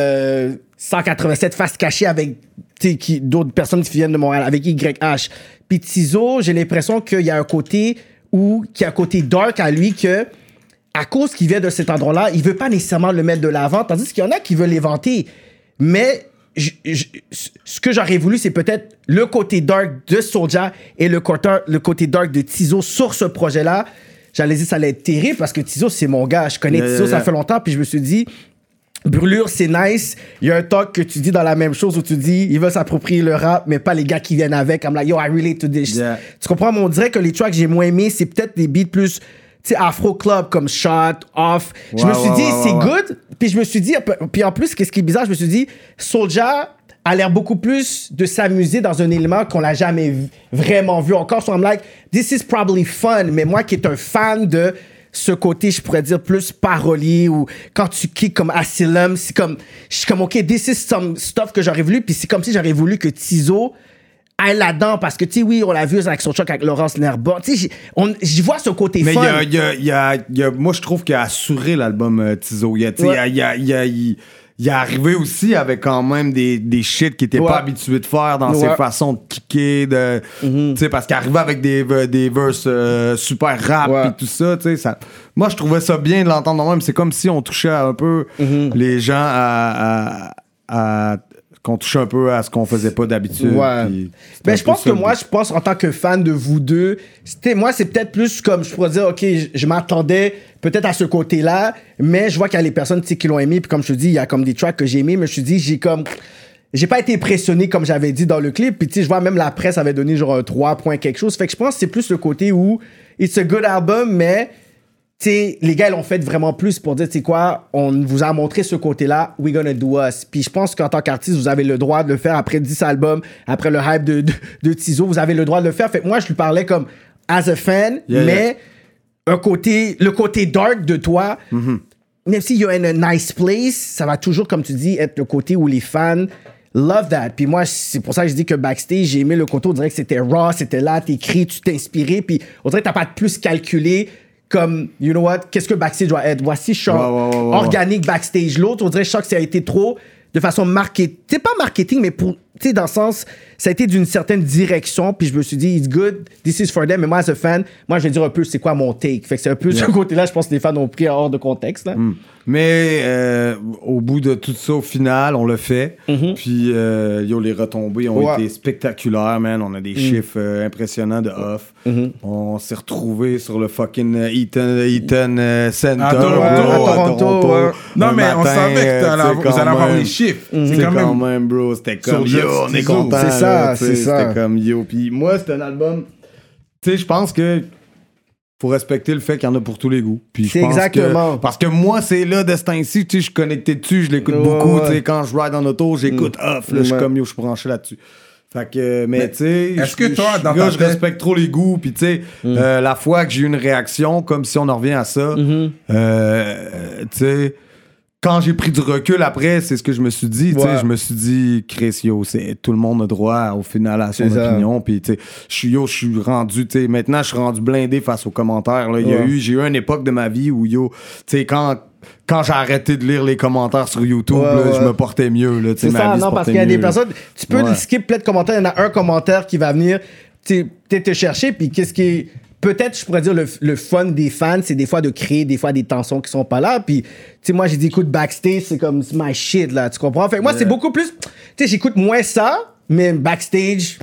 187 faces cachées avec d'autres personnes qui viennent de Montréal, avec YH. Puis Tizo, j'ai l'impression qu'il y a un côté qu'il y a un côté dark à lui que, à cause qu'il vient de cet endroit-là, il veut pas nécessairement le mettre de l'avant, tandis qu'il y en a qui veulent les vanter. Mais ce que j'aurais voulu, c'est peut-être le côté dark de Soulja et le côté dark de Tizo sur ce projet-là. J'allais dire ça allait être terrible parce que Tizo, c'est mon gars. Je connais Tizo, ça fait longtemps. Puis je me suis dit, Brûlure, c'est nice. Il y a un talk que tu dis dans la même chose où tu dis, ils veulent s'approprier le rap, mais pas les gars qui viennent avec. I'm like, yo, I relate to this.
Yeah.
Tu comprends? Mais on dirait que les tracks que j'ai moins aimés, c'est peut-être des beats plus, tu sais, Afro Club comme Shot, Off. Je me suis dit, c'est good. Puis je me suis dit, puis en plus, qu'est-ce qui est bizarre, je me suis dit, Soulja a l'air beaucoup plus de s'amuser dans un élément qu'on n'a jamais vraiment vu encore. So I'm like, this is probably fun. Mais moi qui est un fan de ce côté, je pourrais dire, plus parolier ou quand tu kicks comme Asylum, c'est comme, je suis comme, OK, this is some stuff que j'aurais voulu. Puis c'est comme si j'aurais voulu que Tizo aille là-dedans parce que, tu sais, oui, on l'a vu avec son choc avec Laurence Nerba. Tu sais, j'y vois ce côté fun.
Mais moi, je trouve qu'il a assuré l'album Tizo. Il est arrivé aussi avec quand même des shit qu'il était pas habitué de faire dans ses façons de kicker, tu sais, parce qu'il arrivait avec des verses super rap et tout ça, tu sais. Moi, je trouvais ça bien de l'entendre de même. C'est comme si on touchait un peu les gens qu'on touchait un peu à ce qu'on faisait pas d'habitude.
Ouais. Ben, je pense que en tant que fan de vous deux, moi, c'est peut-être plus comme, je pourrais dire, OK, je m'attendais peut-être à ce côté-là, mais je vois qu'il y a les personnes qui l'ont aimé, puis comme je te dis, il y a comme des tracks que j'ai aimés, mais je te dis, j'ai pas été impressionné comme j'avais dit dans le clip, puis tu sais, je vois même la presse avait donné genre un 3 points quelque chose, fait que je pense que c'est plus le côté où it's a good album, mais sais, les gars, ils l'ont fait vraiment plus pour dire, tu sais quoi, on vous a montré ce côté-là, we gonna do us. Puis je pense qu'en tant qu'artiste, vous avez le droit de le faire après 10 albums, après le hype de Tizo, vous avez le droit de le faire. Fait que moi, je lui parlais comme as a fan, mais le côté dark de toi, même si you're in a nice place, ça va toujours, comme tu dis, être le côté où les fans love that. Puis moi, c'est pour ça que je dis que backstage, j'ai aimé le côté, on dirait que c'était raw, c'était là, t'écris, tu t'es inspiré, puis on dirait que t'as pas de plus calculé comme, you know what, qu'est-ce que backstage doit être. Voici, je suis organique backstage. L'autre, on dirait, je sens que ça a été trop de façon marketing. C'est pas marketing, mais pour, tu sais, dans le sens, ça a été d'une certaine direction, puis je me suis dit, it's good, this is for them. Mais moi, as a fan, moi, je vais dire un peu, c'est quoi mon take. Fait que c'est un peu ce côté-là, je pense que les fans ont pris hors de contexte, là.
Mais au bout de tout ça, au final, on l'a fait. Puis, les retombées ont été spectaculaires, man. On a des chiffres impressionnants de off. On s'est retrouvés sur le fucking Eaton Center
à Toronto. Non, mais on savait que vous allez avoir les chiffres.
C'est quand même, bro. C'était comme, on est content.
C'est ça, c'est ça.
C'était comme, Puis moi, c'est un album... Tu sais, je pense que faut respecter le fait qu'il y en a pour tous les goûts. Puis
c'est exactement.
Parce que moi, c'est là, de ce temps-ci, tu sais, je suis connecté dessus, je l'écoute beaucoup. Tu sais, quand je ride en auto, j'écoute off, là, je suis comme, je suis branché là-dessus. Fait que, mais tu sais,
est-ce que toi, dans
je respecte trop les goûts, puis tu sais, la fois que j'ai eu une réaction, comme si on en revient à ça, tu sais, quand j'ai pris du recul après, c'est ce que je me suis dit, tu sais, je me suis dit, Chris, tout le monde a droit au final à son opinion, puis tu sais, je suis rendu, tu sais, maintenant je suis rendu blindé face aux commentaires, là, j'ai eu une époque de ma vie où, tu sais, quand j'ai arrêté de lire les commentaires sur YouTube, je me portais mieux, là, tu sais, ma vie
non, parce qu'il y a des personnes, tu peux skip plein de commentaires, il y en a un commentaire qui va venir, tu sais, te chercher, puis qu'est-ce qui est... Peut-être, je pourrais dire, le fun des fans, c'est des fois de créer des fois des tensions qui sont pas là. Puis, tu sais, moi, j'ai dit, écoute, backstage, c'est comme my shit, là, tu comprends? Fait que moi, c'est beaucoup plus... Tu sais, j'écoute moins ça, mais backstage...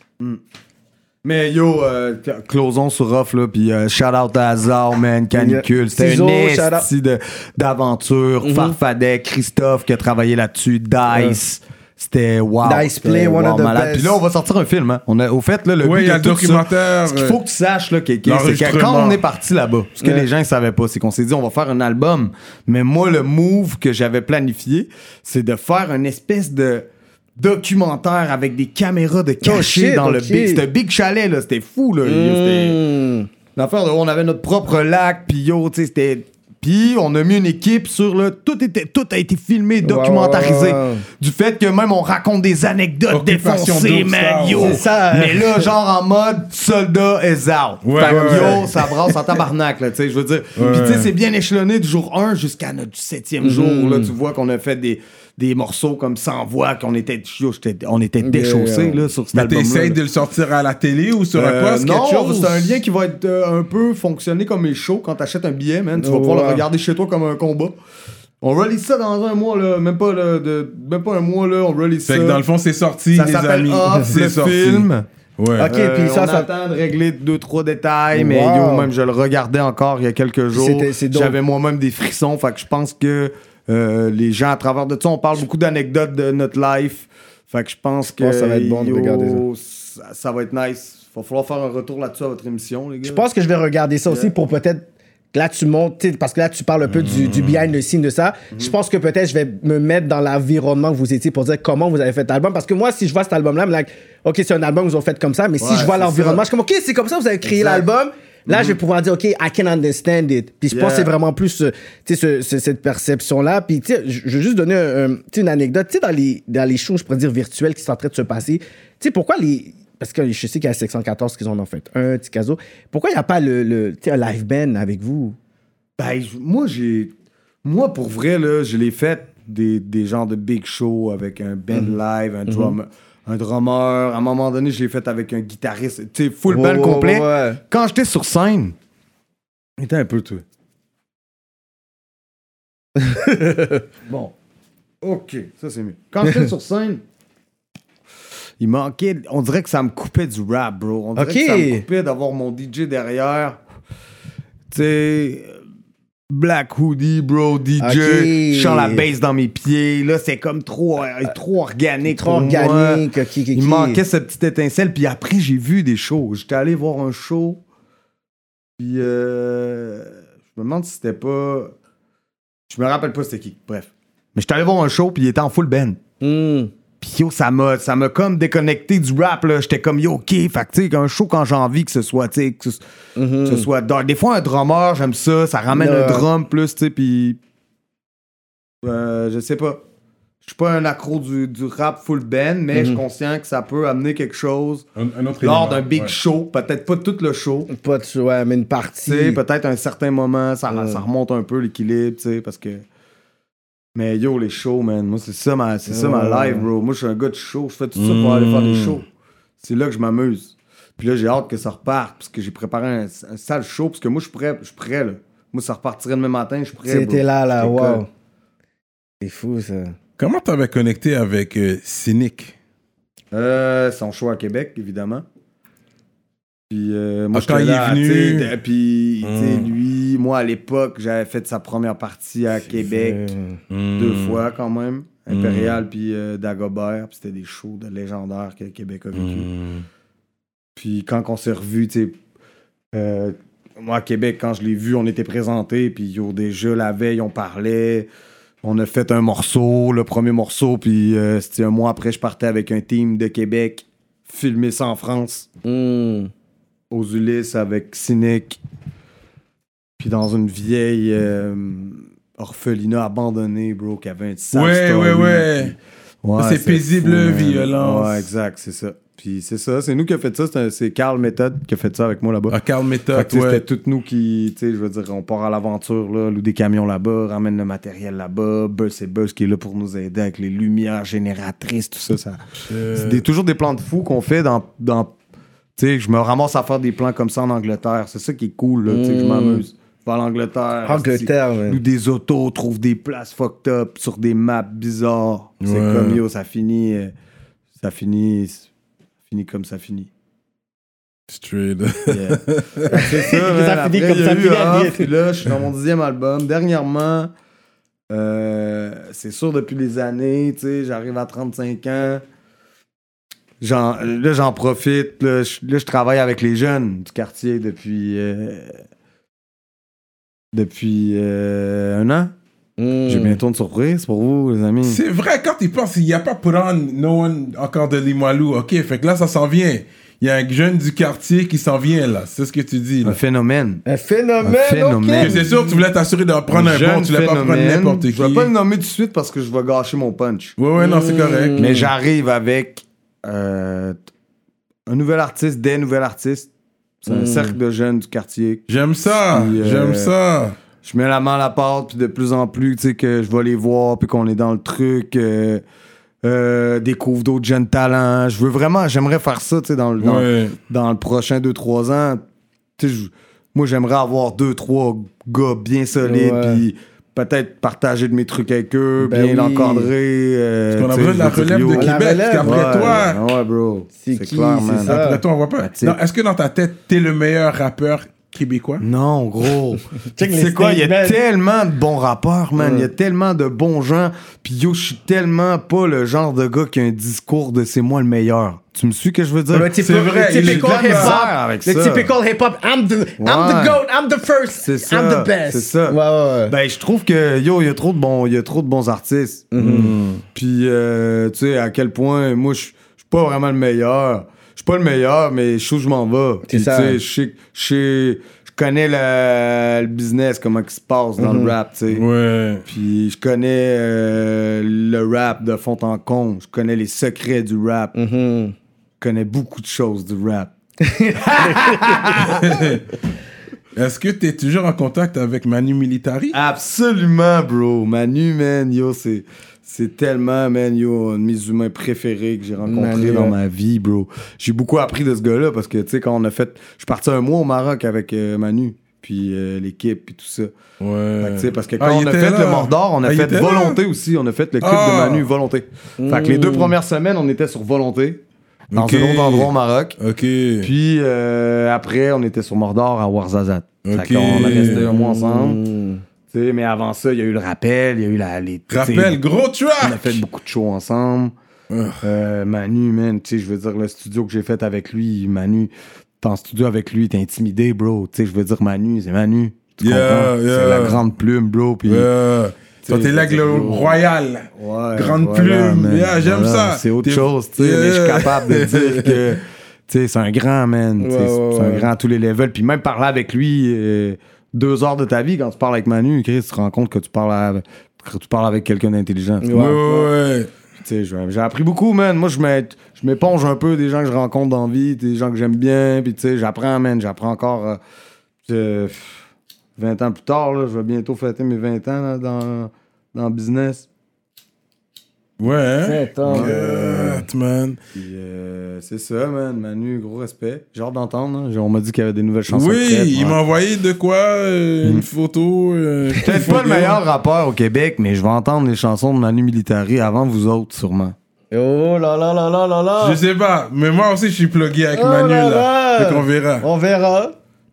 Mais closons sur off, là, puis shout-out à Hazard, man, Canicule. C'était une esti d'aventure. Farfadet, Christophe qui a travaillé là-dessus, Dice... C'était wow.
Dice Play, one of the best.
Puis là, on va sortir un film. Hein. Au fait, là, le but
il y a
de tout
documentaire.
Ce qu'il faut que tu saches, là, c'est que quand on est parti là-bas, ce que les gens ne savaient pas, c'est qu'on s'est dit, on va faire un album. Mais moi, le move que j'avais planifié, c'est de faire une espèce de documentaire avec des caméras de cachées dans le big... C'était un big chalet, là. C'était fou, là. L'affaire, on avait notre propre lac, puis tu sais, c'était... Puis on a mis une équipe sur le... Tout a été filmé, documentarisé. Du fait que même on raconte des anecdotes défoncées, man,
C'est ça.
Mais là, genre en mode soldat is out. Ça brasse en tabarnak, là, tu sais, je veux dire. Puis tu sais, c'est bien échelonné du jour 1 jusqu'à notre 7e jour, là, tu vois qu'on a fait des morceaux comme sans voix, qu'on était déchaussés, là, sur cet album-là.
Mais t'essayes de le sortir à la télé ou sur un poste, quelque chose?
C'est un lien qui va être un peu fonctionner comme les shows quand t'achètes un billet, man. Tu vas pouvoir le regarder chez toi comme un combat. On release ça dans un mois, là. Même pas un mois, là. On release ça.
Fait que dans le fond, c'est sorti,
ça
les
s'appelle
amis.
Off, le film.
Ouais.
OK, puis
on attend de régler 2-3 détails, mais même je le regardais encore il y a quelques jours. J'avais moi-même des frissons, fait que je pense que les gens, à travers de ça, on parle beaucoup d'anecdotes de notre life. Fait que je pense que
ça va être bon de regarder ça.
Ça va être nice. Il va falloir faire un retour là-dessus à votre émission, les gars.
Je pense que je vais regarder ça aussi pour peut-être... Là, tu montes, parce que là, tu parles un peu du behind the scene de ça. Je pense que peut-être je vais me mettre dans l'environnement que vous étiez pour dire comment vous avez fait l'album. Parce que moi, si je vois cet album-là, je me dis, OK, c'est un album que vous avez fait comme ça. Mais si je vois l'environnement, je suis comme, OK, c'est comme ça que vous avez créé l'album. Là, je vais pouvoir dire, OK, I can understand it. Puis je pense que c'est vraiment plus cette perception-là. Puis, tu sais, je veux juste donner une anecdote. Tu sais, dans les shows, je pourrais dire virtuelles qui sont en train de se passer, tu sais, pourquoi parce que je sais qu'il y a 614 qui en ont fait un petit caso. Pourquoi il n'y a pas un live band avec vous?
Ben, moi, pour vrai, là, je l'ai fait des genres de big show avec un band live, un drummer. À un moment donné, je l'ai fait avec un guitariste. Tu sais, full band complet. Quand j'étais sur scène, était un peu tout. Bon. OK, ça c'est mieux. Quand j'étais sur scène, il manquait... On dirait que ça me coupait du rap, bro. On dirait que ça me coupait d'avoir mon DJ derrière. Tu sais... Black hoodie, bro, DJ, je sens la bass dans mes pieds. Là, c'est comme trop organique.
Trop organique.
Moi. Il manquait cette petite étincelle. Puis après, j'ai vu des shows. J'étais allé voir un show. Puis Je me demande si c'était pas... Je me rappelle pas c'était qui. Bref. Mais j'étais allé voir un show, puis il était en full band. Puis yo, ça m'a comme déconnecté du rap, là. J'étais comme, yo, OK. Fait que, tu sais, un show quand j'ai envie que ce soit, tu sais, que ce soit dark. Des fois, un drummer, j'aime ça. Ça ramène un drum plus, tu sais, puis... je sais pas. Je suis pas un accro du rap full band, mais je suis conscient que ça peut amener quelque chose
Un autre
lors
élément,
d'un big show. Peut-être pas tout le show.
Pas de show, ouais, mais une partie.
Tu sais, peut-être à un certain moment, ça remonte un peu l'équilibre, tu sais, parce que... Mais yo, les shows, man, moi, c'est ça ma life, bro. Moi, je suis un gars de show. Je fais tout ça pour aller faire des shows. C'est là que je m'amuse. Puis là, j'ai hâte que ça reparte, parce que j'ai préparé un sale show, parce que moi, je suis prêt, là. Moi, ça repartirait demain matin, je suis prêt,
C'était là, wow.
cool.
C'est fou, ça.
Comment t'avais connecté avec Cynic?
Son show à Québec, évidemment. Puis moi,
quand il est venu...
Puis, tu sais, lui, moi, à l'époque, j'avais fait sa première partie à Québec 2 fois, quand même. Impérial, puis Dagobert. Puis c'était des shows de légendaires que Québec a vécu. Puis quand on s'est revus, tu sais... moi, à Québec, quand je l'ai vu, on était présentés. Puis yo, déjà, la veille, on parlait... On a fait un morceau, le premier morceau, puis c'était un mois après, je partais avec un team de Québec, filmer ça en France, aux Ulysses avec Cynic, puis dans une vieille orphelinat abandonnée, bro, qui avait un sale story.
Ouais. C'est paisible,
fou,
violence.
Ouais, exact, c'est ça. Puis c'est ça, c'est nous qui a fait ça, c'est Carl Method qui a fait ça avec moi là-bas.
Ah, Carl Method,
ouais. C'était toutes nous qui, tu sais, je veux dire, on part à l'aventure, là, loue des camions là-bas, ramène le matériel là-bas, c'est Buzz qui est là pour nous aider avec les lumières génératrices, tout ça. C'est toujours des plans de fous qu'on fait dans tu sais, je me ramasse à faire des plans comme ça en Angleterre, c'est ça qui est cool, là, tu sais, je m'amuse. Je vais à l'Angleterre, loue des autos, trouve des places fucked up sur des maps bizarres. C'est comme, yo, ça finit comme ça finit.
Straight.
Yeah. C'est ça, man.
Ça finit
Après,
comme ça finit.
Puis là, je suis dans mon 10e album. Dernièrement, c'est sûr, depuis des années, tu sais, j'arrive à 35 ans. J'en profite. Là, je travaille avec les jeunes du quartier depuis 1 an. J'ai bientôt une surprise pour vous, les amis.
C'est vrai, quand tu penses, il n'y a pas put on no one encore de Limoilou. OK, fait que là, ça s'en vient. Il y a un jeune du quartier qui s'en vient, là. C'est ce que tu dis, là.
Un phénomène.
Un phénomène.
Okay. C'est sûr, tu voulais t'assurer de prendre un bon, tu voulais pas prendre n'importe qui.
Je vais pas le nommer tout de suite parce que je vais gâcher mon punch.
Ouais, non, c'est correct.
Mais j'arrive avec un nouvel artiste, des nouvelles artistes. C'est un cercle de jeunes du quartier.
J'aime ça, j'aime ça.
Je mets la main à la pâte, puis de plus en plus, tu sais, que je vais les voir, puis qu'on est dans le truc, découvre d'autres jeunes talents. J'aimerais faire ça, tu sais, dans le prochain 2-3 ans. Tu sais, moi, j'aimerais avoir 2-3 gars bien solides, puis peut-être partager de mes trucs avec eux, bien l'encadrer.
Parce qu'on a besoin de la relève de Québec, parce qu'après toi...
Ouais, bro.
C'est
clair, man.
Après toi, on voit pas. Non, est-ce que dans ta tête, t'es le meilleur rappeur québécois?
Non, gros. Tu sais quoi, il y a tellement de bons rappeurs, man. Il y a tellement de bons gens. Puis yo, je suis tellement pas le genre de gars qui a un discours de c'est moi le meilleur. Tu me suis que je veux dire?
C'est vrai,
le typical hip-hop.
Le typical hip-hop, I'm the GOAT, I'm the first, I'm the best.
C'est ça.
Ouais.
Ben, je trouve que, yo, il y a trop de bons artistes. Puis, tu sais, à quel point, moi, je suis pas vraiment le meilleur. Je suis pas le meilleur, mais je sais où je m'en vais.
C'est ça.
Je connais le business, comment il se passe dans le rap, tu sais.
Ouais.
Puis je connais le rap de fond en comble. Je connais les secrets du rap. Je connais beaucoup de choses du rap.
Est-ce que t'es toujours en contact avec Manu Militari?
Absolument, bro. Manu, man, yo, c'est tellement, man, yo, un de mes humains préférés que j'ai rencontré dans ma vie, bro. J'ai beaucoup appris de ce gars-là parce que, tu sais, quand on a fait... Je suis parti un mois au Maroc avec Manu, puis l'équipe, puis tout ça.
Ouais.
Fait que, tu sais, parce que quand on a fait le Mordor, on a fait Volonté aussi. On a fait le clip de Manu, Volonté. Fait que les 2 premières semaines, on était sur Volonté, dans un autre endroit au Maroc.
OK.
Puis après, on était sur Mordor à Ouarzazate. Fait qu'on a resté un mois ensemble. T'sais, mais avant ça, il y a eu le rappel, il y a eu les...
Rappel, gros track!
On a fait beaucoup de shows ensemble. Manu, man, tu sais, je veux dire, le studio que j'ai fait avec lui, Manu, t'es en studio avec lui, t'es intimidé, bro. Tu sais, je veux dire, Manu, c'est Manu. Tu comprends? C'est la grande plume, bro. Puis,
toi, t'es l'aigle royal.
Ouais,
grande
voilà,
plume.
man.
J'aime
Voilà,
ça.
c'est autre chose, tu sais. Mais je suis capable de dire que, tu sais, c'est un grand, man. C'est un grand à tous les levels. Puis même parler avec lui 2 heures de ta vie, quand tu parles avec Manu, Chris, tu te rends compte que tu parles avec quelqu'un d'intelligent.
Ouais.
Tu sais, j'ai appris beaucoup, man. Moi, je m'éponge un peu des gens que je rencontre dans la vie, des gens que j'aime bien. Puis, tu sais, j'apprends, man. J'apprends encore 20 ans plus tard, là. Je vais bientôt fêter mes 20 ans là, dans le business.
Ouais, hein?
20 ans.
Man.
Puis, c'est ça, man. Manu, gros respect. J'ai hâte d'entendre. Hein. On m'a dit qu'il y avait des nouvelles chansons.
Oui, il m'a envoyé de quoi? Une photo.
Peut-être pas le meilleur rappeur au Québec, mais je vais entendre les chansons de Manu Militari avant vous autres, sûrement.
Oh là là là là là là.
Je sais pas, mais moi aussi, je suis plugué avec Manu, là. Fait qu'on verra.
On verra.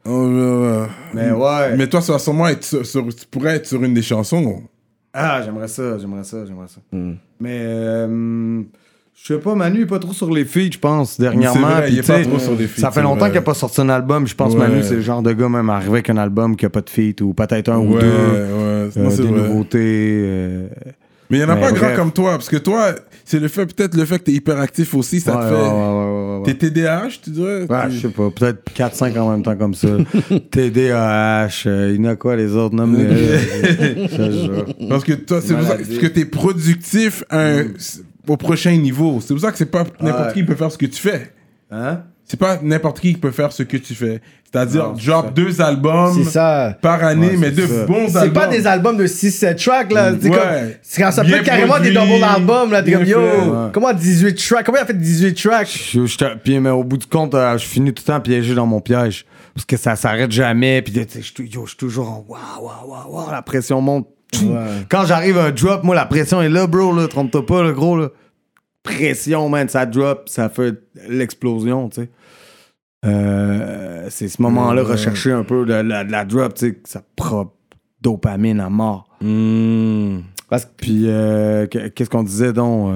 Mais ouais.
Mais toi, ça va sûrement être tu pourrais être sur une des chansons.
Ah, j'aimerais ça. Mais, je sais pas, Manu est pas trop sur les feats, je pense, dernièrement.
C'est vrai, il est pas
t'sais,
trop sur les feats.
Ça fait longtemps qu'il a pas sorti un album. Je pense que Manu, c'est le genre de gars même arrivé avec un album qui a pas de feat ou peut-être un ou deux.
Non, c'est
des
vrai.
nouveautés.
Mais il y en a
Mais
pas
bref.
grand comme toi, parce que toi, c'est peut-être le fait que t'es hyper actif aussi, ça te fait...
Ouais.
T'es TDAH, tu dirais?
Ouais, je sais pas, peut-être 4-5 en même temps comme ça. TDAH, il y en a quoi les autres? Nomme-les.
Parce que toi, c'est pour ça que t'es productif au prochain niveau. C'est pour ça que c'est pas n'importe qui peut faire ce que tu fais.
Hein?
C'est pas n'importe qui peut faire ce que tu fais. C'est-à-dire,
Non,
drop 2 albums
C'est ça.
par année,
Ouais,
mais
c'est
2
ça.
bons albums.
C'est pas des albums de 6-7 tracks, là. C'est
Ouais.
comme, ça peut
Bien
être carrément
produit,
des double albums, là. T'es comme,
bien
yo,
fait.
Ouais.
comment 18 tracks? Comment il a fait 18 tracks?
Puis, mais au bout du compte, je finis tout le temps piégé dans mon piège. Parce que ça s'arrête jamais. Puis, tu sais, je suis toujours en waouh, la pression monte.
Ouais.
Quand j'arrive à un drop, moi, la pression est là, bro, là. Trompe-toi pas, le gros, là. Pression, man, ça drop, ça fait l'explosion, tu sais. C'est ce moment-là, rechercher un peu de la drop, tu sais, que ça propre dopamine à mort.
Parce que
Puis, qu'est-ce qu'on disait donc?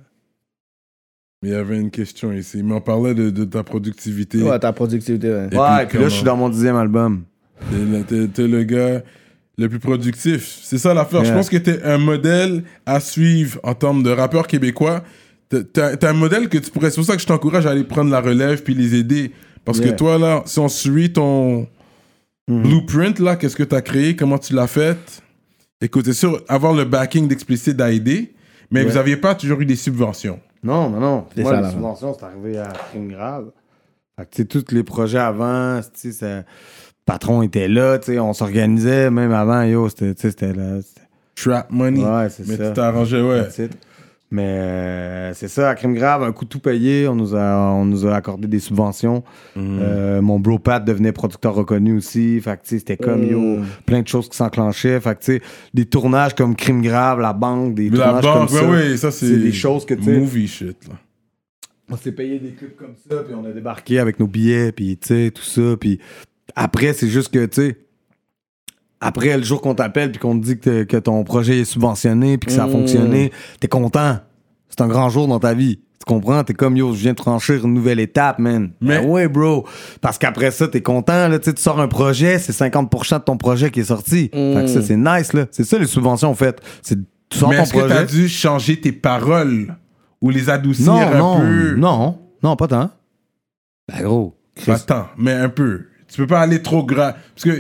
Il y avait une question ici. Mais on parlait de ta productivité.
ouais, ta productivité, ouais.
Ouais,
puis
puis là, je suis dans mon 10e album.
T'es le gars le plus productif. C'est ça l'affaire.
Yeah.
Je pense que t'es un modèle à suivre en termes de rappeur québécois. T'as un modèle que tu pourrais... C'est pour ça que je t'encourage à aller prendre la relève puis les aider. Parce que toi, là, si on suit ton blueprint, là, qu'est-ce que t'as créé, comment tu l'as fait? Écoute, c'est sûr, avoir le backing d'Explicit a aidé, mais vous n'aviez pas toujours eu des subventions.
Non, mais non.
C'est
Moi,
ça,
la
là.
subvention, c'est arrivé à Crime Grave. Fait que, tu sais, tous les projets avant, tu sais, le patron était là, tu sais, on s'organisait, même avant, yo, c'était là.
Trap money.
Ouais, c'est
mais
ça.
tu t'es arrangé, ouais.
That's it. Mais c'est ça, à Crime Grave, un coup tout payé, on nous a accordé des subventions. Mon bro Pat devenait producteur reconnu aussi. Fait que tu sais, c'était comme yo, plein de choses qui s'enclenchaient. Fait que tu sais, des tournages comme Crime Grave, la banque, des
La
tournages
banque,
comme ça.
ouais, ça c'est
des choses que tu sais.
movie shit, là.
On s'est payé des clips comme ça, puis on a débarqué avec nos billets, puis tu sais, tout ça. Puis après, c'est juste que, tu sais, après, le jour qu'on t'appelle, puis qu'on te dit que ton projet est subventionné, puis que ça a fonctionné, t'es content. C'est un grand jour dans ta vie. Tu comprends? T'es comme, yo, je viens de franchir une nouvelle étape, man.
Mais-
Ben ouais, bro. Parce qu'après ça, t'es content, là. Tu sais, tu sors un projet, c'est 50% de ton projet qui est sorti. Fait que ça, c'est nice, là. C'est ça, les subventions, en fait. C'est, tu sors
Mais
ton
est-ce que
projet.
t'as dû changer tes paroles ou les adoucir un peu?
Non, pas tant. Ben gros.
Pas tant, mais un peu. Tu peux pas aller trop gras. Parce que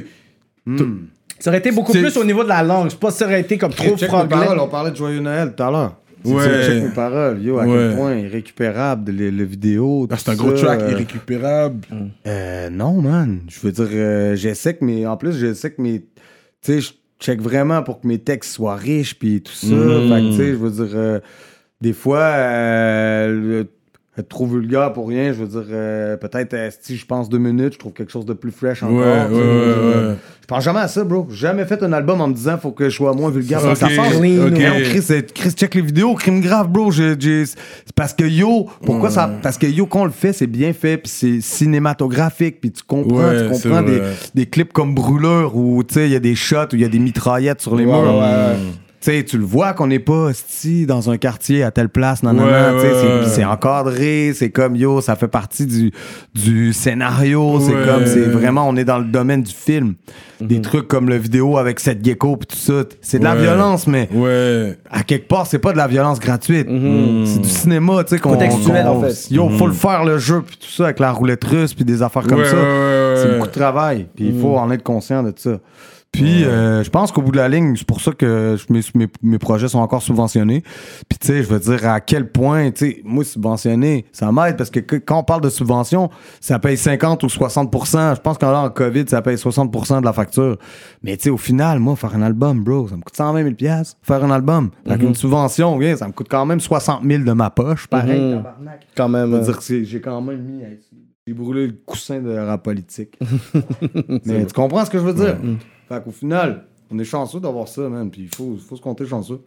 Ça aurait été beaucoup
C'est-
plus au niveau de la langue. Je sais pas si ça aurait été comme trop
Check mes
franglais.
paroles, on parlait de Joyeux Noël tout à l'heure.
Ouais.
Check mes paroles. Yo, à
Ouais.
quel point irrécupérable le vidéo.
c'est un
tout
gros
ça.
track irrécupérable.
Non, man. Je veux dire, j'essaie que mes... En plus, j'essaie que mes... Tu sais, je check vraiment pour que mes textes soient riches puis tout ça. Fait que, tu sais, je veux dire... des fois, être trop vulgaire pour rien, je veux dire... peut-être, si je pense 2 minutes, je trouve quelque chose de plus fresh encore.
Ouais,
tu sais, je veux dire,
ouais.
Je pense jamais à ça, bro. J'ai jamais fait un album en me disant faut que je sois moins vulgaire.
Ok,
Ça passe.
ok.
Non, Chris, check les vidéos, Crime Grave, bro. C'est parce que yo, pourquoi ça? Parce que yo, quand on le fait, c'est bien fait, puis c'est cinématographique, puis tu comprends,
Ouais, c'est vrai.
des clips comme Brûleur où tu sais, il y a des shots, où il y a des mitraillettes sur les
Ouais,
murs.
ouais, ouais.
Tu sais, tu le vois qu'on n'est pas dans un quartier à telle place, c'est encadré, c'est comme, yo, ça fait partie du scénario, c'est vraiment, on est dans le domaine du film. Des trucs comme le vidéo avec Seth Gecko pis tout ça, c'est de la violence, mais à quelque part, c'est pas de la violence gratuite. C'est du cinéma, tu sais,
contextuel, en fait.
Yo, faut le faire, le jeu, pis tout ça, avec la roulette russe, puis des affaires comme ça. C'est beaucoup de travail, puis il faut en être conscient de ça. Puis, je pense qu'au bout de la ligne, c'est pour ça que mes projets sont encore subventionnés. Puis, tu sais, je veux dire à quel point, tu sais, moi, subventionné, ça m'aide parce que quand on parle de subvention, ça paye 50 ou 60%. Je pense qu'en là, en COVID, ça paye 60% de la facture. Mais, tu sais, au final, moi, faire un album, bro, ça me coûte 120 000 $, faire un album. Avec une subvention, ça me coûte quand même 60 000 de ma poche. Pareil, tabarnak.
Quand même.
Je veux dire que j'ai quand même mis... J'ai brûlé le coussin de rap politique. Mais tu comprends ce que je veux dire? Fait qu'au final, on est chanceux d'avoir ça, man. Puis il faut se compter chanceux.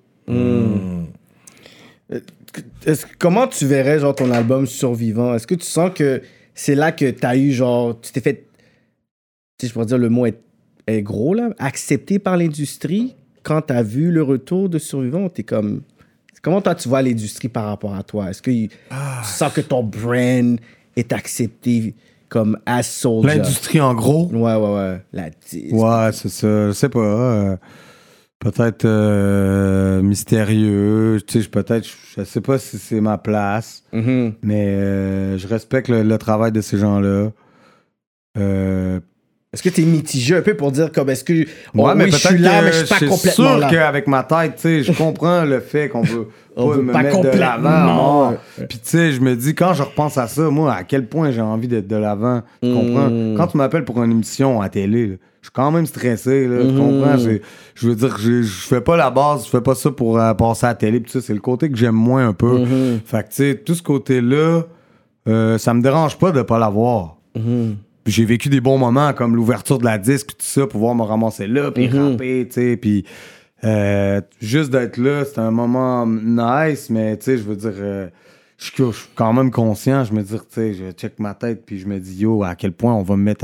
Comment tu verrais, genre, ton album Survivant? Est-ce que tu sens que c'est là que t'as eu, genre, tu t'es fait... Tu sais, je pourrais dire, le mot est gros, là. Accepté par l'industrie? Quand t'as vu le retour de Survivant, t'es comme... Comment toi, tu vois l'industrie par rapport à toi? Est-ce que tu sens que ton brand est accepté comme as Soulja?
L'industrie en gros?
Ouais. La disque.
Ouais, c'est ça. Je sais pas. Peut-être mystérieux. Tu sais, je sais pas si c'est ma place. Mais je respecte le travail de ces gens-là.
Est-ce que t'es mitigé un peu pour dire comme est-ce que
mais
je suis là, mais je suis pas complètement là?
C'est sûr qu'avec ma tête, tu sais, je comprends le fait qu'on veut pas me mettre de l'avant. Puis tu sais, je me dis, quand je repense à ça, moi, à quel point j'ai envie d'être de l'avant. Tu comprends? Quand tu m'appelles pour une émission à télé, là, je suis quand même stressé, là, tu comprends? Je veux dire, je fais pas la base, je fais pas ça pour passer à la télé, pis ça, c'est le côté que j'aime moins un peu. Fait que tu sais, tout ce côté-là, ça me dérange pas de pas l'avoir. J'ai vécu des bons moments comme l'ouverture de la disque tout ça, pouvoir me ramasser là puis rapper, tu sais, puis juste d'être là, c'était un moment nice, mais tu sais, je veux dire, je suis quand même conscient, je me dis, tu sais, je check ma tête puis je me dis, yo, à quel point on va me mettre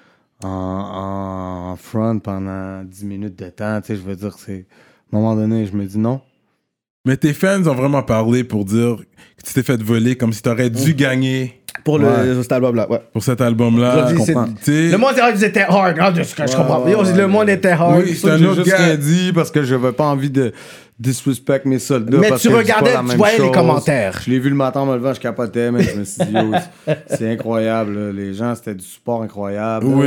en front pendant 10 minutes de temps, tu sais, je veux dire, c'est à un moment donné, je me dis non.
Mais tes fans ont vraiment parlé pour dire que tu t'es fait voler comme si t'aurais dû gagner.
Pour cet album-là, ouais.
Pour cet album-là.
Le monde dirait qu'ils étaient hard. Je comprends. Le monde était hard.
Oui, c'est un autre
gars.
gars.
Dit parce que je n'avais pas envie de disrespect mes soldats.
Mais tu regardais, tu voyais les commentaires.
Je l'ai vu le matin en me levant, je capotais, mais je me suis dit, yo, c'est incroyable. Là. Les gens, c'était du support incroyable.
Oui.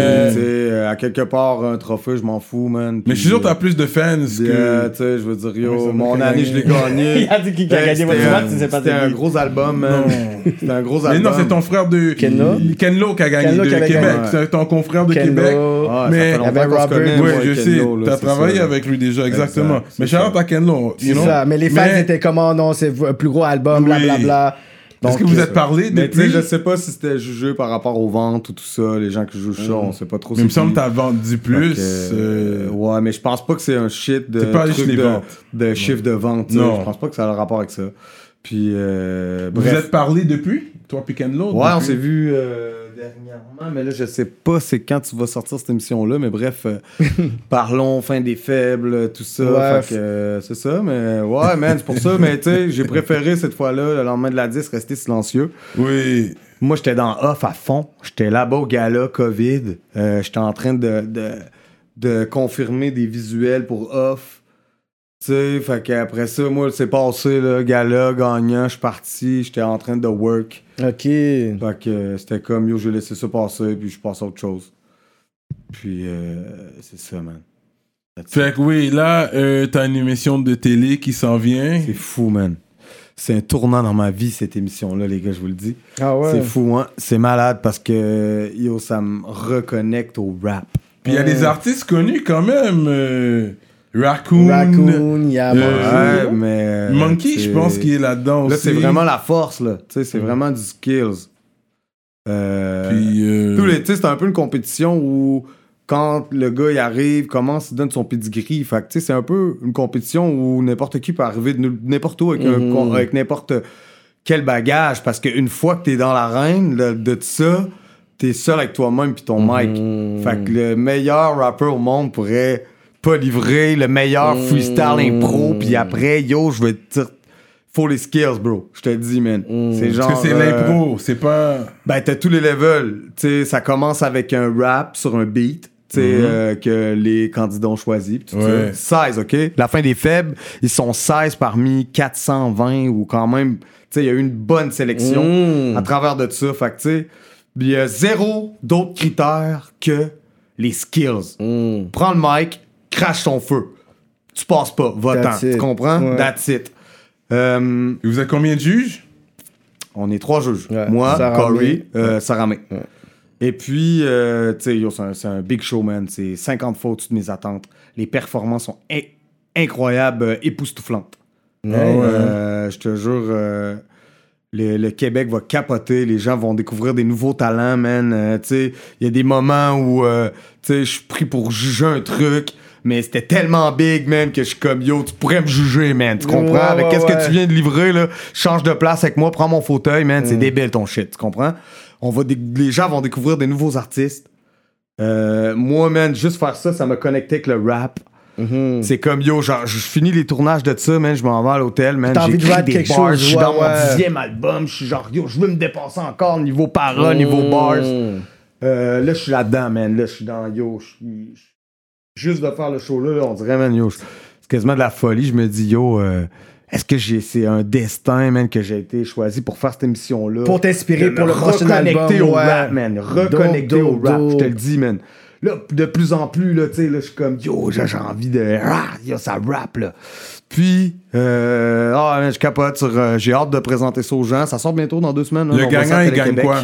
À quelque part, un trophée, je m'en fous, man.
Mais je suis sûr que t'as plus de fans que...
Tu sais, je veux dire, yo, mon année, je l'ai gagné.
Il a dit qu'il a gagné votre match, tu sais pas.
C'était un gros album, man. C'était un gros album.
Mais non, c'est ton frère de... Kenlo qui a gagné de Québec. C'est ton confrère de Québec.
Mais
avec Robert.
Oui, je sais. T'as travaillé avec lui déjà, exactement. Mais Charlotte à Kenlo,
c'est ça, mais les fans étaient comment, non, c'est un plus gros album, blablabla.
Est-ce que vous êtes parlé depuis?
Je sais pas si c'était jugé par rapport aux ventes ou tout ça, les gens qui jouent ça, on sait pas trop.
Mais il me semble que t'as vendu plus.
Ouais, mais je pense pas que c'est un shit de chiffre de vente. Je pense pas que ça a un rapport avec ça. Puis,
vous êtes parlé depuis? Toi puis Kenlo?
Ouais, on s'est vu dernièrement, mais là, je sais pas c'est quand tu vas sortir cette émission-là, mais bref, parlons, fin des faibles, tout ça.
Ouais.
Fait que c'est ça, mais ouais, man, c'est pour ça, mais tu sais, j'ai préféré cette fois-là, le lendemain de la 10, rester silencieux.
Oui.
Moi, j'étais dans off à fond. J'étais là-bas au gala COVID. J'étais en train de confirmer des visuels pour off. Tu sais, fait qu'après ça, moi, c'est passé, là, gala, gagnant, je suis parti, j'étais en train de work.
OK.
Fait que c'était comme, yo, j'ai laissé ça passer, puis je passe à autre chose. Puis, c'est ça, man.
Fait que oui, là, t'as une émission de télé qui s'en vient.
C'est fou, man. C'est un tournant dans ma vie, cette émission-là, les gars, je vous le dis.
Ah ouais?
C'est fou, hein. C'est malade parce que, yo, ça me reconnecte au rap.
Puis il y a des artistes connus quand même. Raccoon,
il y a
ouais, mais
Monkey, je pense qu'il est là-dedans aussi.
Là, c'est vraiment la force, là. Tu sais, c'est vraiment du skills.
Puis,
tu sais, c'est un peu une compétition où quand le gars il arrive, commence, il donne son pedigree. Fait que, tu sais, c'est un peu une compétition où n'importe qui peut arriver de n'importe où avec n'importe quel bagage. Parce qu'une fois que t'es dans l'arène de ça, t'es seul avec toi-même puis ton mic. Fait que le meilleur rappeur au monde pourrait pas livré le meilleur freestyle impro, puis après, yo, je vais te dire, faut les skills, bro. Je te le dis, man. C'est genre...
Parce que c'est l'impro, c'est pas...
Ben, t'as tous les levels. Tu sais, ça commence avec un rap sur un beat, tu sais, que les candidats ont choisi. Pis tout ça. 16, OK? La fin des faibles, ils sont 16 parmi 420 ou quand même... Tu sais, il y a eu une bonne sélection à travers de ça. Fait que, tu sais, il y a zéro d'autres critères que les skills. Prends le mic, crache ton feu. Tu passes pas, va-t'en. Tu comprends? Ouais. That's it.
Vous êtes combien de juges?
On est 3 juges. Ouais. Moi, Corey, Saramé. Ouais. Et puis, tu sais, c'est un big show, man. C'est 50 fois au-dessus de mes attentes. Les performances sont incroyables, époustouflantes. Je te jure, le Québec va capoter. Les gens vont découvrir des nouveaux talents, man. Tu sais, il y a des moments où, tu sais, je suis pris pour juger un truc. Mais c'était tellement big, man, que je suis comme, yo, tu pourrais me juger, man. Tu comprends? Avec qu'est-ce que tu viens de livrer, là? Change de place avec moi, prends mon fauteuil, man. C'est débile, ton shit. Tu comprends? Les gens vont découvrir des nouveaux artistes. Moi, man, juste faire ça, ça m'a connecté avec le rap. C'est comme, yo, genre, je finis les tournages de ça, man. Je m'en vais à l'hôtel, man.
T'as envie de rap quelque chose,
je suis dans mon 10e album. Je suis genre, yo, je veux me dépasser encore niveau paroles, niveau bars. Là, je suis là-dedans, man. Là, je suis dans, yo, juste de faire le show là, on dirait, man, yo, c'est quasiment de la folie. Je me dis, yo, est-ce que c'est un destin, man, que j'ai été choisi pour faire cette émission-là?
Pour t'inspirer pour le prochain album.
Reconnecter au rap, man. Reconnecter au rap, je te le dis, man. Là, de plus en plus, là, tu sais, là, je suis comme, yo, j'ai envie de... yo, ça rap, là. Puis, je capote sur... j'ai hâte de présenter ça aux gens. Ça sort bientôt dans 2 semaines.
Le gagnant, il gagne quoi?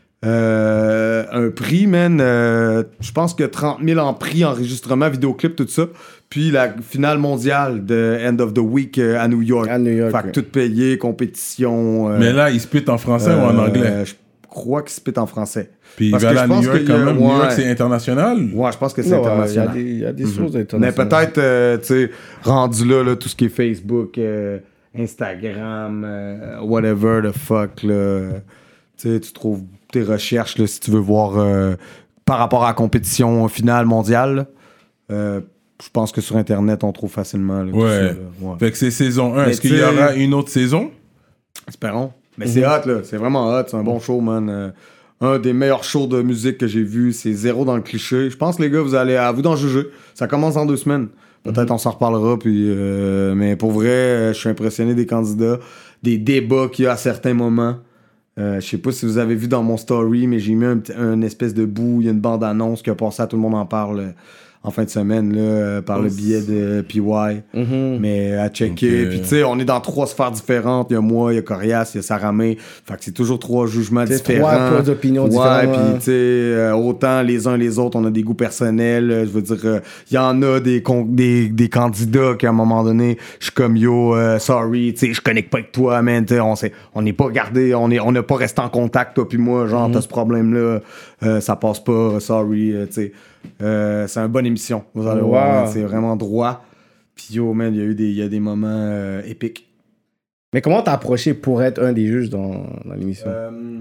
Un prix, man. Je pense que 30 000 en prix, enregistrement, vidéoclip, tout ça. Puis la finale mondiale de End of the Week à New York. Fait que tout payé, compétition.
Mais là, il spit en français ou en anglais?
Je crois qu'il spit en français.
Puis il va aller à New York quand même. New York, c'est international?
Ouais, je pense que c'est international.
Il y a des choses internationales.
Mais peut-être, tu sais, rendu là, tout ce qui est Facebook, Instagram, whatever the fuck, là. Tu sais, tu trouves tes recherches, là, si tu veux voir par rapport à la compétition finale mondiale. Je pense que sur Internet, on trouve facilement. Là,
ouais. Fait que c'est saison 1. Est-ce qu'il y aura une autre saison?
Espérons. Mais c'est hot, là. C'est vraiment hot. C'est un bon show, man. Un des meilleurs shows de musique que j'ai vu. C'est zéro dans le cliché. Je pense, les gars, vous allez à vous d'en juger. Ça commence dans 2 semaines. Peut-être on s'en reparlera. Puis, mais pour vrai, je suis impressionné des candidats, des débats qu'il y a à certains moments. Je sais pas si vous avez vu dans mon story, mais j'ai mis un espèce de bout. Il y a une bande-annonce qui a passé à Tout le monde en parle en fin de semaine là, par le biais de PY. Mais à checker. Puis tu sais, on est dans 3 sphères différentes. Il y a moi, il y a Corias, il y a Saramé. Fait que c'est toujours 3 jugements différents.
3 opinions différentes.
Ouais, puis tu sais, autant les uns les autres, on a des goûts personnels. Je veux dire, il y en a des candidats qu'à un moment donné, je suis comme yo, sorry, tu sais, je connecte pas avec toi, man. On n'est pas gardé, on n'a pas resté en contact, toi puis moi. Genre, t'as ce problème-là, ça passe pas, sorry, tu sais. C'est une bonne émission, vous allez voir, man, c'est vraiment droit. Puis yo, man, il y a des moments épiques.
Mais comment t'as approché pour être un des juges dans l'émission?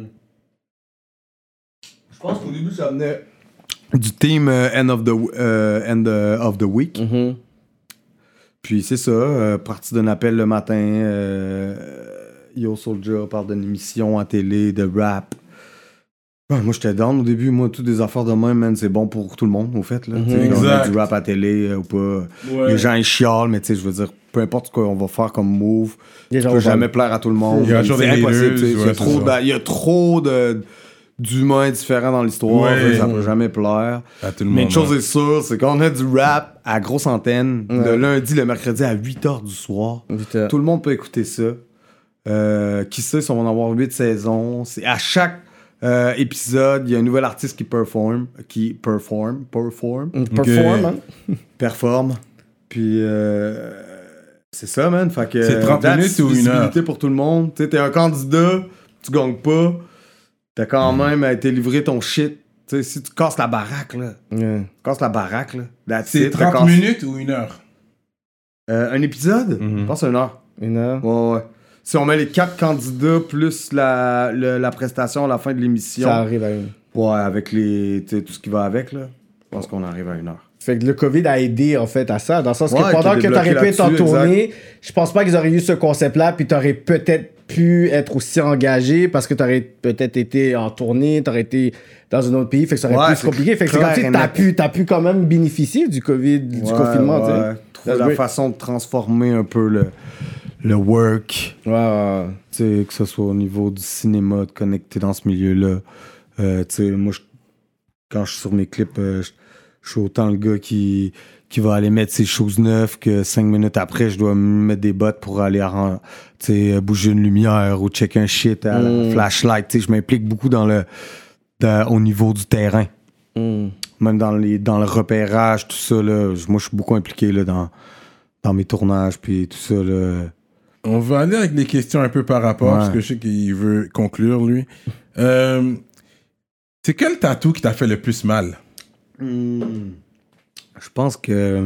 Je pense qu'au début, ça venait du team End of the Week. Puis c'est ça, parti d'un appel le matin, Yo Soulja parle d'une émission à télé, de rap. Ouais, moi, j'étais down au début. Moi, toutes des affaires de même, man, c'est bon pour tout le monde, au fait. Là. On a du rap à télé ou pas. Ouais. Les gens, ils chialent, mais tu sais, je veux dire, peu importe ce qu'on va faire comme move, tu peux jamais plaire à tout le monde.
Il y a impossible.
Il y a trop d'humains différents dans l'histoire. Ça peut jamais plaire.
À tout le
mais
monde,
une chose est sûre, c'est qu'on a du rap à grosse antenne, le lundi, le mercredi à 8h du soir. Tout le monde peut écouter ça. Qui sait si on va en avoir 8 saisons. C'est à chaque épisode, il y a un nouvel artiste qui performe. Performe. Puis c'est ça, man. Fait que
c'est 30 minutes ou 1 heure
pour tout le monde. T'es un candidat, tu gagnes pas. T'as quand même été livré ton shit. T'sais, si tu casses la baraque, là. Casses la baraque, là.
C'est 30 minutes ou 1 heure?
Un épisode? Je pense 1 heure.
1 heure?
Ouais. Si on met les 4 candidats plus la prestation à la fin de l'émission.
Ça arrive à 1 heure.
Ouais, avec tout ce qui va avec, là. Je pense qu'on arrive à 1 heure.
Fait que le COVID a aidé, en fait, à ça. Dans le sens que pendant que t'aurais pu être en
là-dessus,
tournée, je pense pas qu'ils auraient eu ce concept-là, puis t'aurais peut-être pu être aussi engagé parce que t'aurais peut-être été en tournée, t'aurais été dans un autre pays, fait que ça aurait pu se compliquer. Fait que c'est comme si t'as pu quand même bénéficier du COVID, du confinement, tu sais.
Trouver la façon de transformer un peu le work.
Ouais.
Tu sais, que ce soit au niveau du cinéma, de connecter dans ce milieu-là. Tu sais, moi, quand je suis sur mes clips, je suis autant le gars qui va aller mettre ses choses neuves que 5 minutes après, je dois me mettre des bottes pour aller bouger une lumière ou checker un shit à la flashlight. Tu sais, je m'implique beaucoup au niveau du terrain. Même dans le repérage, tout ça. Là, moi, je suis beaucoup impliqué là, dans mes tournages puis tout ça. Là.
On va aller avec les questions un peu par rapport, parce que je sais qu'il veut conclure, lui. C'est quel tatou qui t'a fait le plus mal?
Je pense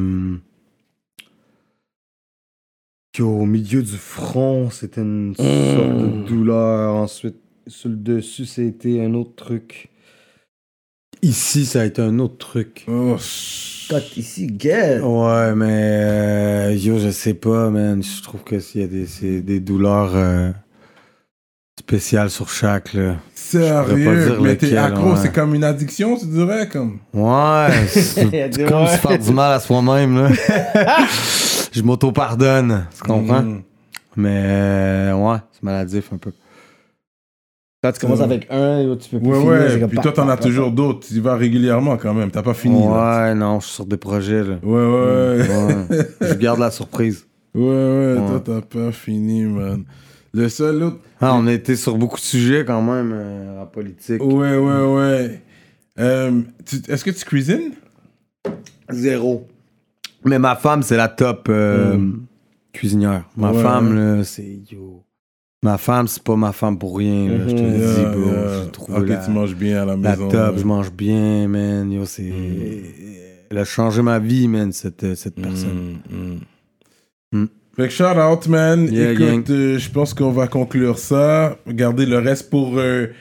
qu'au milieu du front, c'était une sorte de douleur. Ensuite, sur le dessus, c'était un autre truc. Ici, ça a été un autre truc.
Oh, ici, get.
Ouais, mais je sais pas, man. Je trouve que s'il y a des douleurs spéciales sur chaque, là.
Sérieux? Mais t'es accro, c'est comme une addiction, tu dirais, comme.
Ouais, c'est comme se faire du mal à soi-même, là. Je m'auto-pardonne, tu comprends? Mais ouais, c'est maladif un peu.
Quand tu commences avec un, tu peux plus finir.
Ouais, puis toi, t'en as toujours d'autres. Tu y vas régulièrement, quand même. T'as pas fini,
là. Non, je suis sur des projets, là.
Ouais.
Je garde la surprise.
Ouais, toi, t'as pas fini, man. Le seul autre...
on a été sur beaucoup de sujets, quand même, en politique.
Ouais. Est-ce que tu cuisines?
0. Mais ma femme, c'est la top cuisinière. Ma femme, là, c'est... Ma femme, c'est pas ma femme pour rien, là, je te le dis, bro. J'ai trouvé
tu manges bien à la maison.
La top, je mange bien, man. Yo, c'est... Elle a changé ma vie, man, cette personne.
Fait que shout out, man. Écoute, je pense qu'on va conclure ça. Regardez le reste pour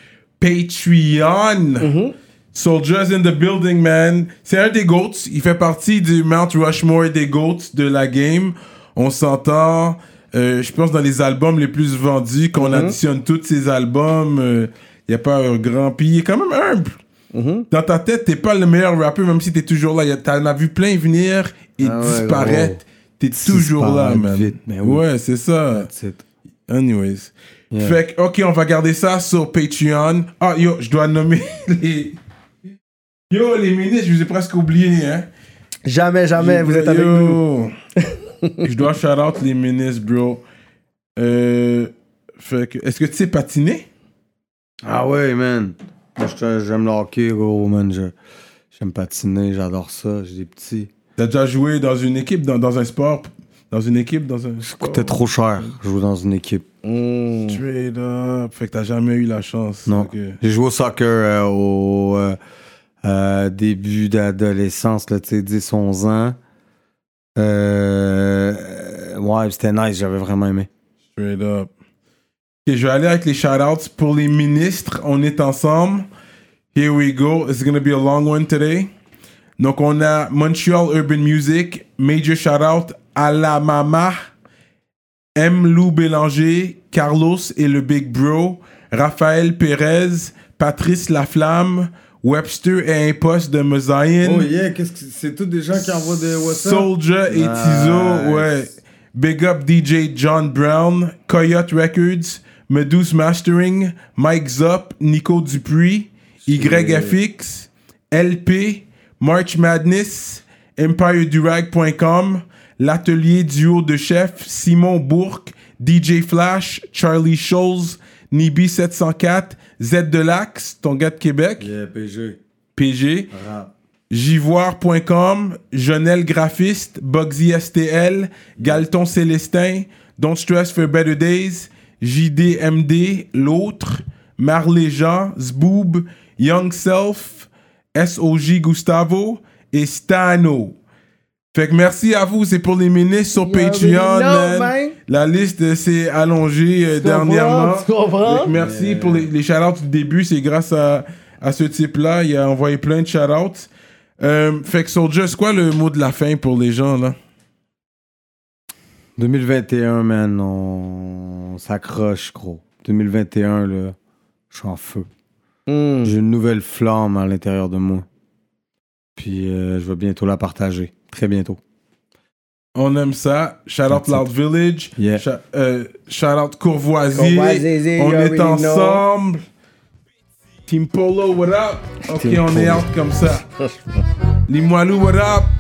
Patreon. Soldiers in the building, man. C'est un des GOATs. Il fait partie du Mount Rushmore des GOATs de la game. On s'entend... je pense dans les albums les plus vendus, quand on additionne tous ces albums, il n'y a pas un grand... Puis il est quand même humble. Dans ta tête, t'es pas le meilleur rappeur, même si t'es toujours là. T'en as vu plein venir et disparaître. T'es toujours là, man. Vite, ouais, c'est ça. Anyways. Yeah. Fait que, OK, on va garder ça sur Patreon. Ah, yo, je dois nommer les... Yo, les ministres, je vous ai presque oublié, hein.
Jamais, vous êtes avec nous.
Je dois shout-out les ministres, bro. Fait que, est-ce que tu sais patiner?
Ah ouais, man. Moi, j'aime le hockey, gros, man. J'aime patiner, j'adore ça. J'ai des petits.
T'as déjà joué dans une équipe, dans un sport? Dans une équipe, dans un sport?
Ça coûtait trop cher, jouer dans une équipe.
Straight up. Fait que t'as jamais eu la chance.
Non. Okay. J'ai joué au soccer au début d'adolescence, là, tu sais, 10-11 ans. Ouais, c'était nice, j'avais vraiment aimé.
Straight up. Ok, je vais aller avec les shout-outs pour les ministres. On est ensemble. Here we go. It's gonna be a long one today. Donc, on a Montreal Urban Music. Major shout-out à la Mama, M. Lou Bélanger, Carlos et le Big Bro, Raphaël Pérez, Patrice Laflamme, Webster et Impost de Mosaïen.
Oh yeah, c'est tous des gens qui envoient des WhatsApp.
Soldier et Tizo, ouais. Big up DJ John Brown, Coyote Records, Meduse Mastering, Mike Zop, Nico Dupuis, YFX, LP, March Madness, EmpireDurag.com, l'atelier duo de chef Simon Bourque, DJ Flash, Charlie Scholes, Nibi 704, Z Delax, ton gars de Québec.
Yeah,
PG. Jivoire.com, Jonel Graphiste, Bugsy STL, Galton Célestin, Don't Stress for Better Days, JDMD, L'Autre, Marley Jean, Zboob, Young Self, SOJ Gustavo et Stano. Fait que merci à vous, c'est pour les ministres sur Patreon, man. La liste s'est allongée dernièrement.
Tu comprends?
Merci pour les shout-outs du début, c'est grâce à ce type-là, il a envoyé plein de shout-outs. Fait que Soulja, c'est quoi le mot de la fin pour les gens, là?
2021, man, on s'accroche, gros. 2021, là, je suis en feu. J'ai une nouvelle flamme à l'intérieur de moi. Puis je vais bientôt la partager. Très bientôt.
On aime ça. Shout out Loud Village.
Yeah.
Shout out Courvoisier. On est ensemble. Team Polo, what up? Ok, on est out comme ça. Limoilou, what up?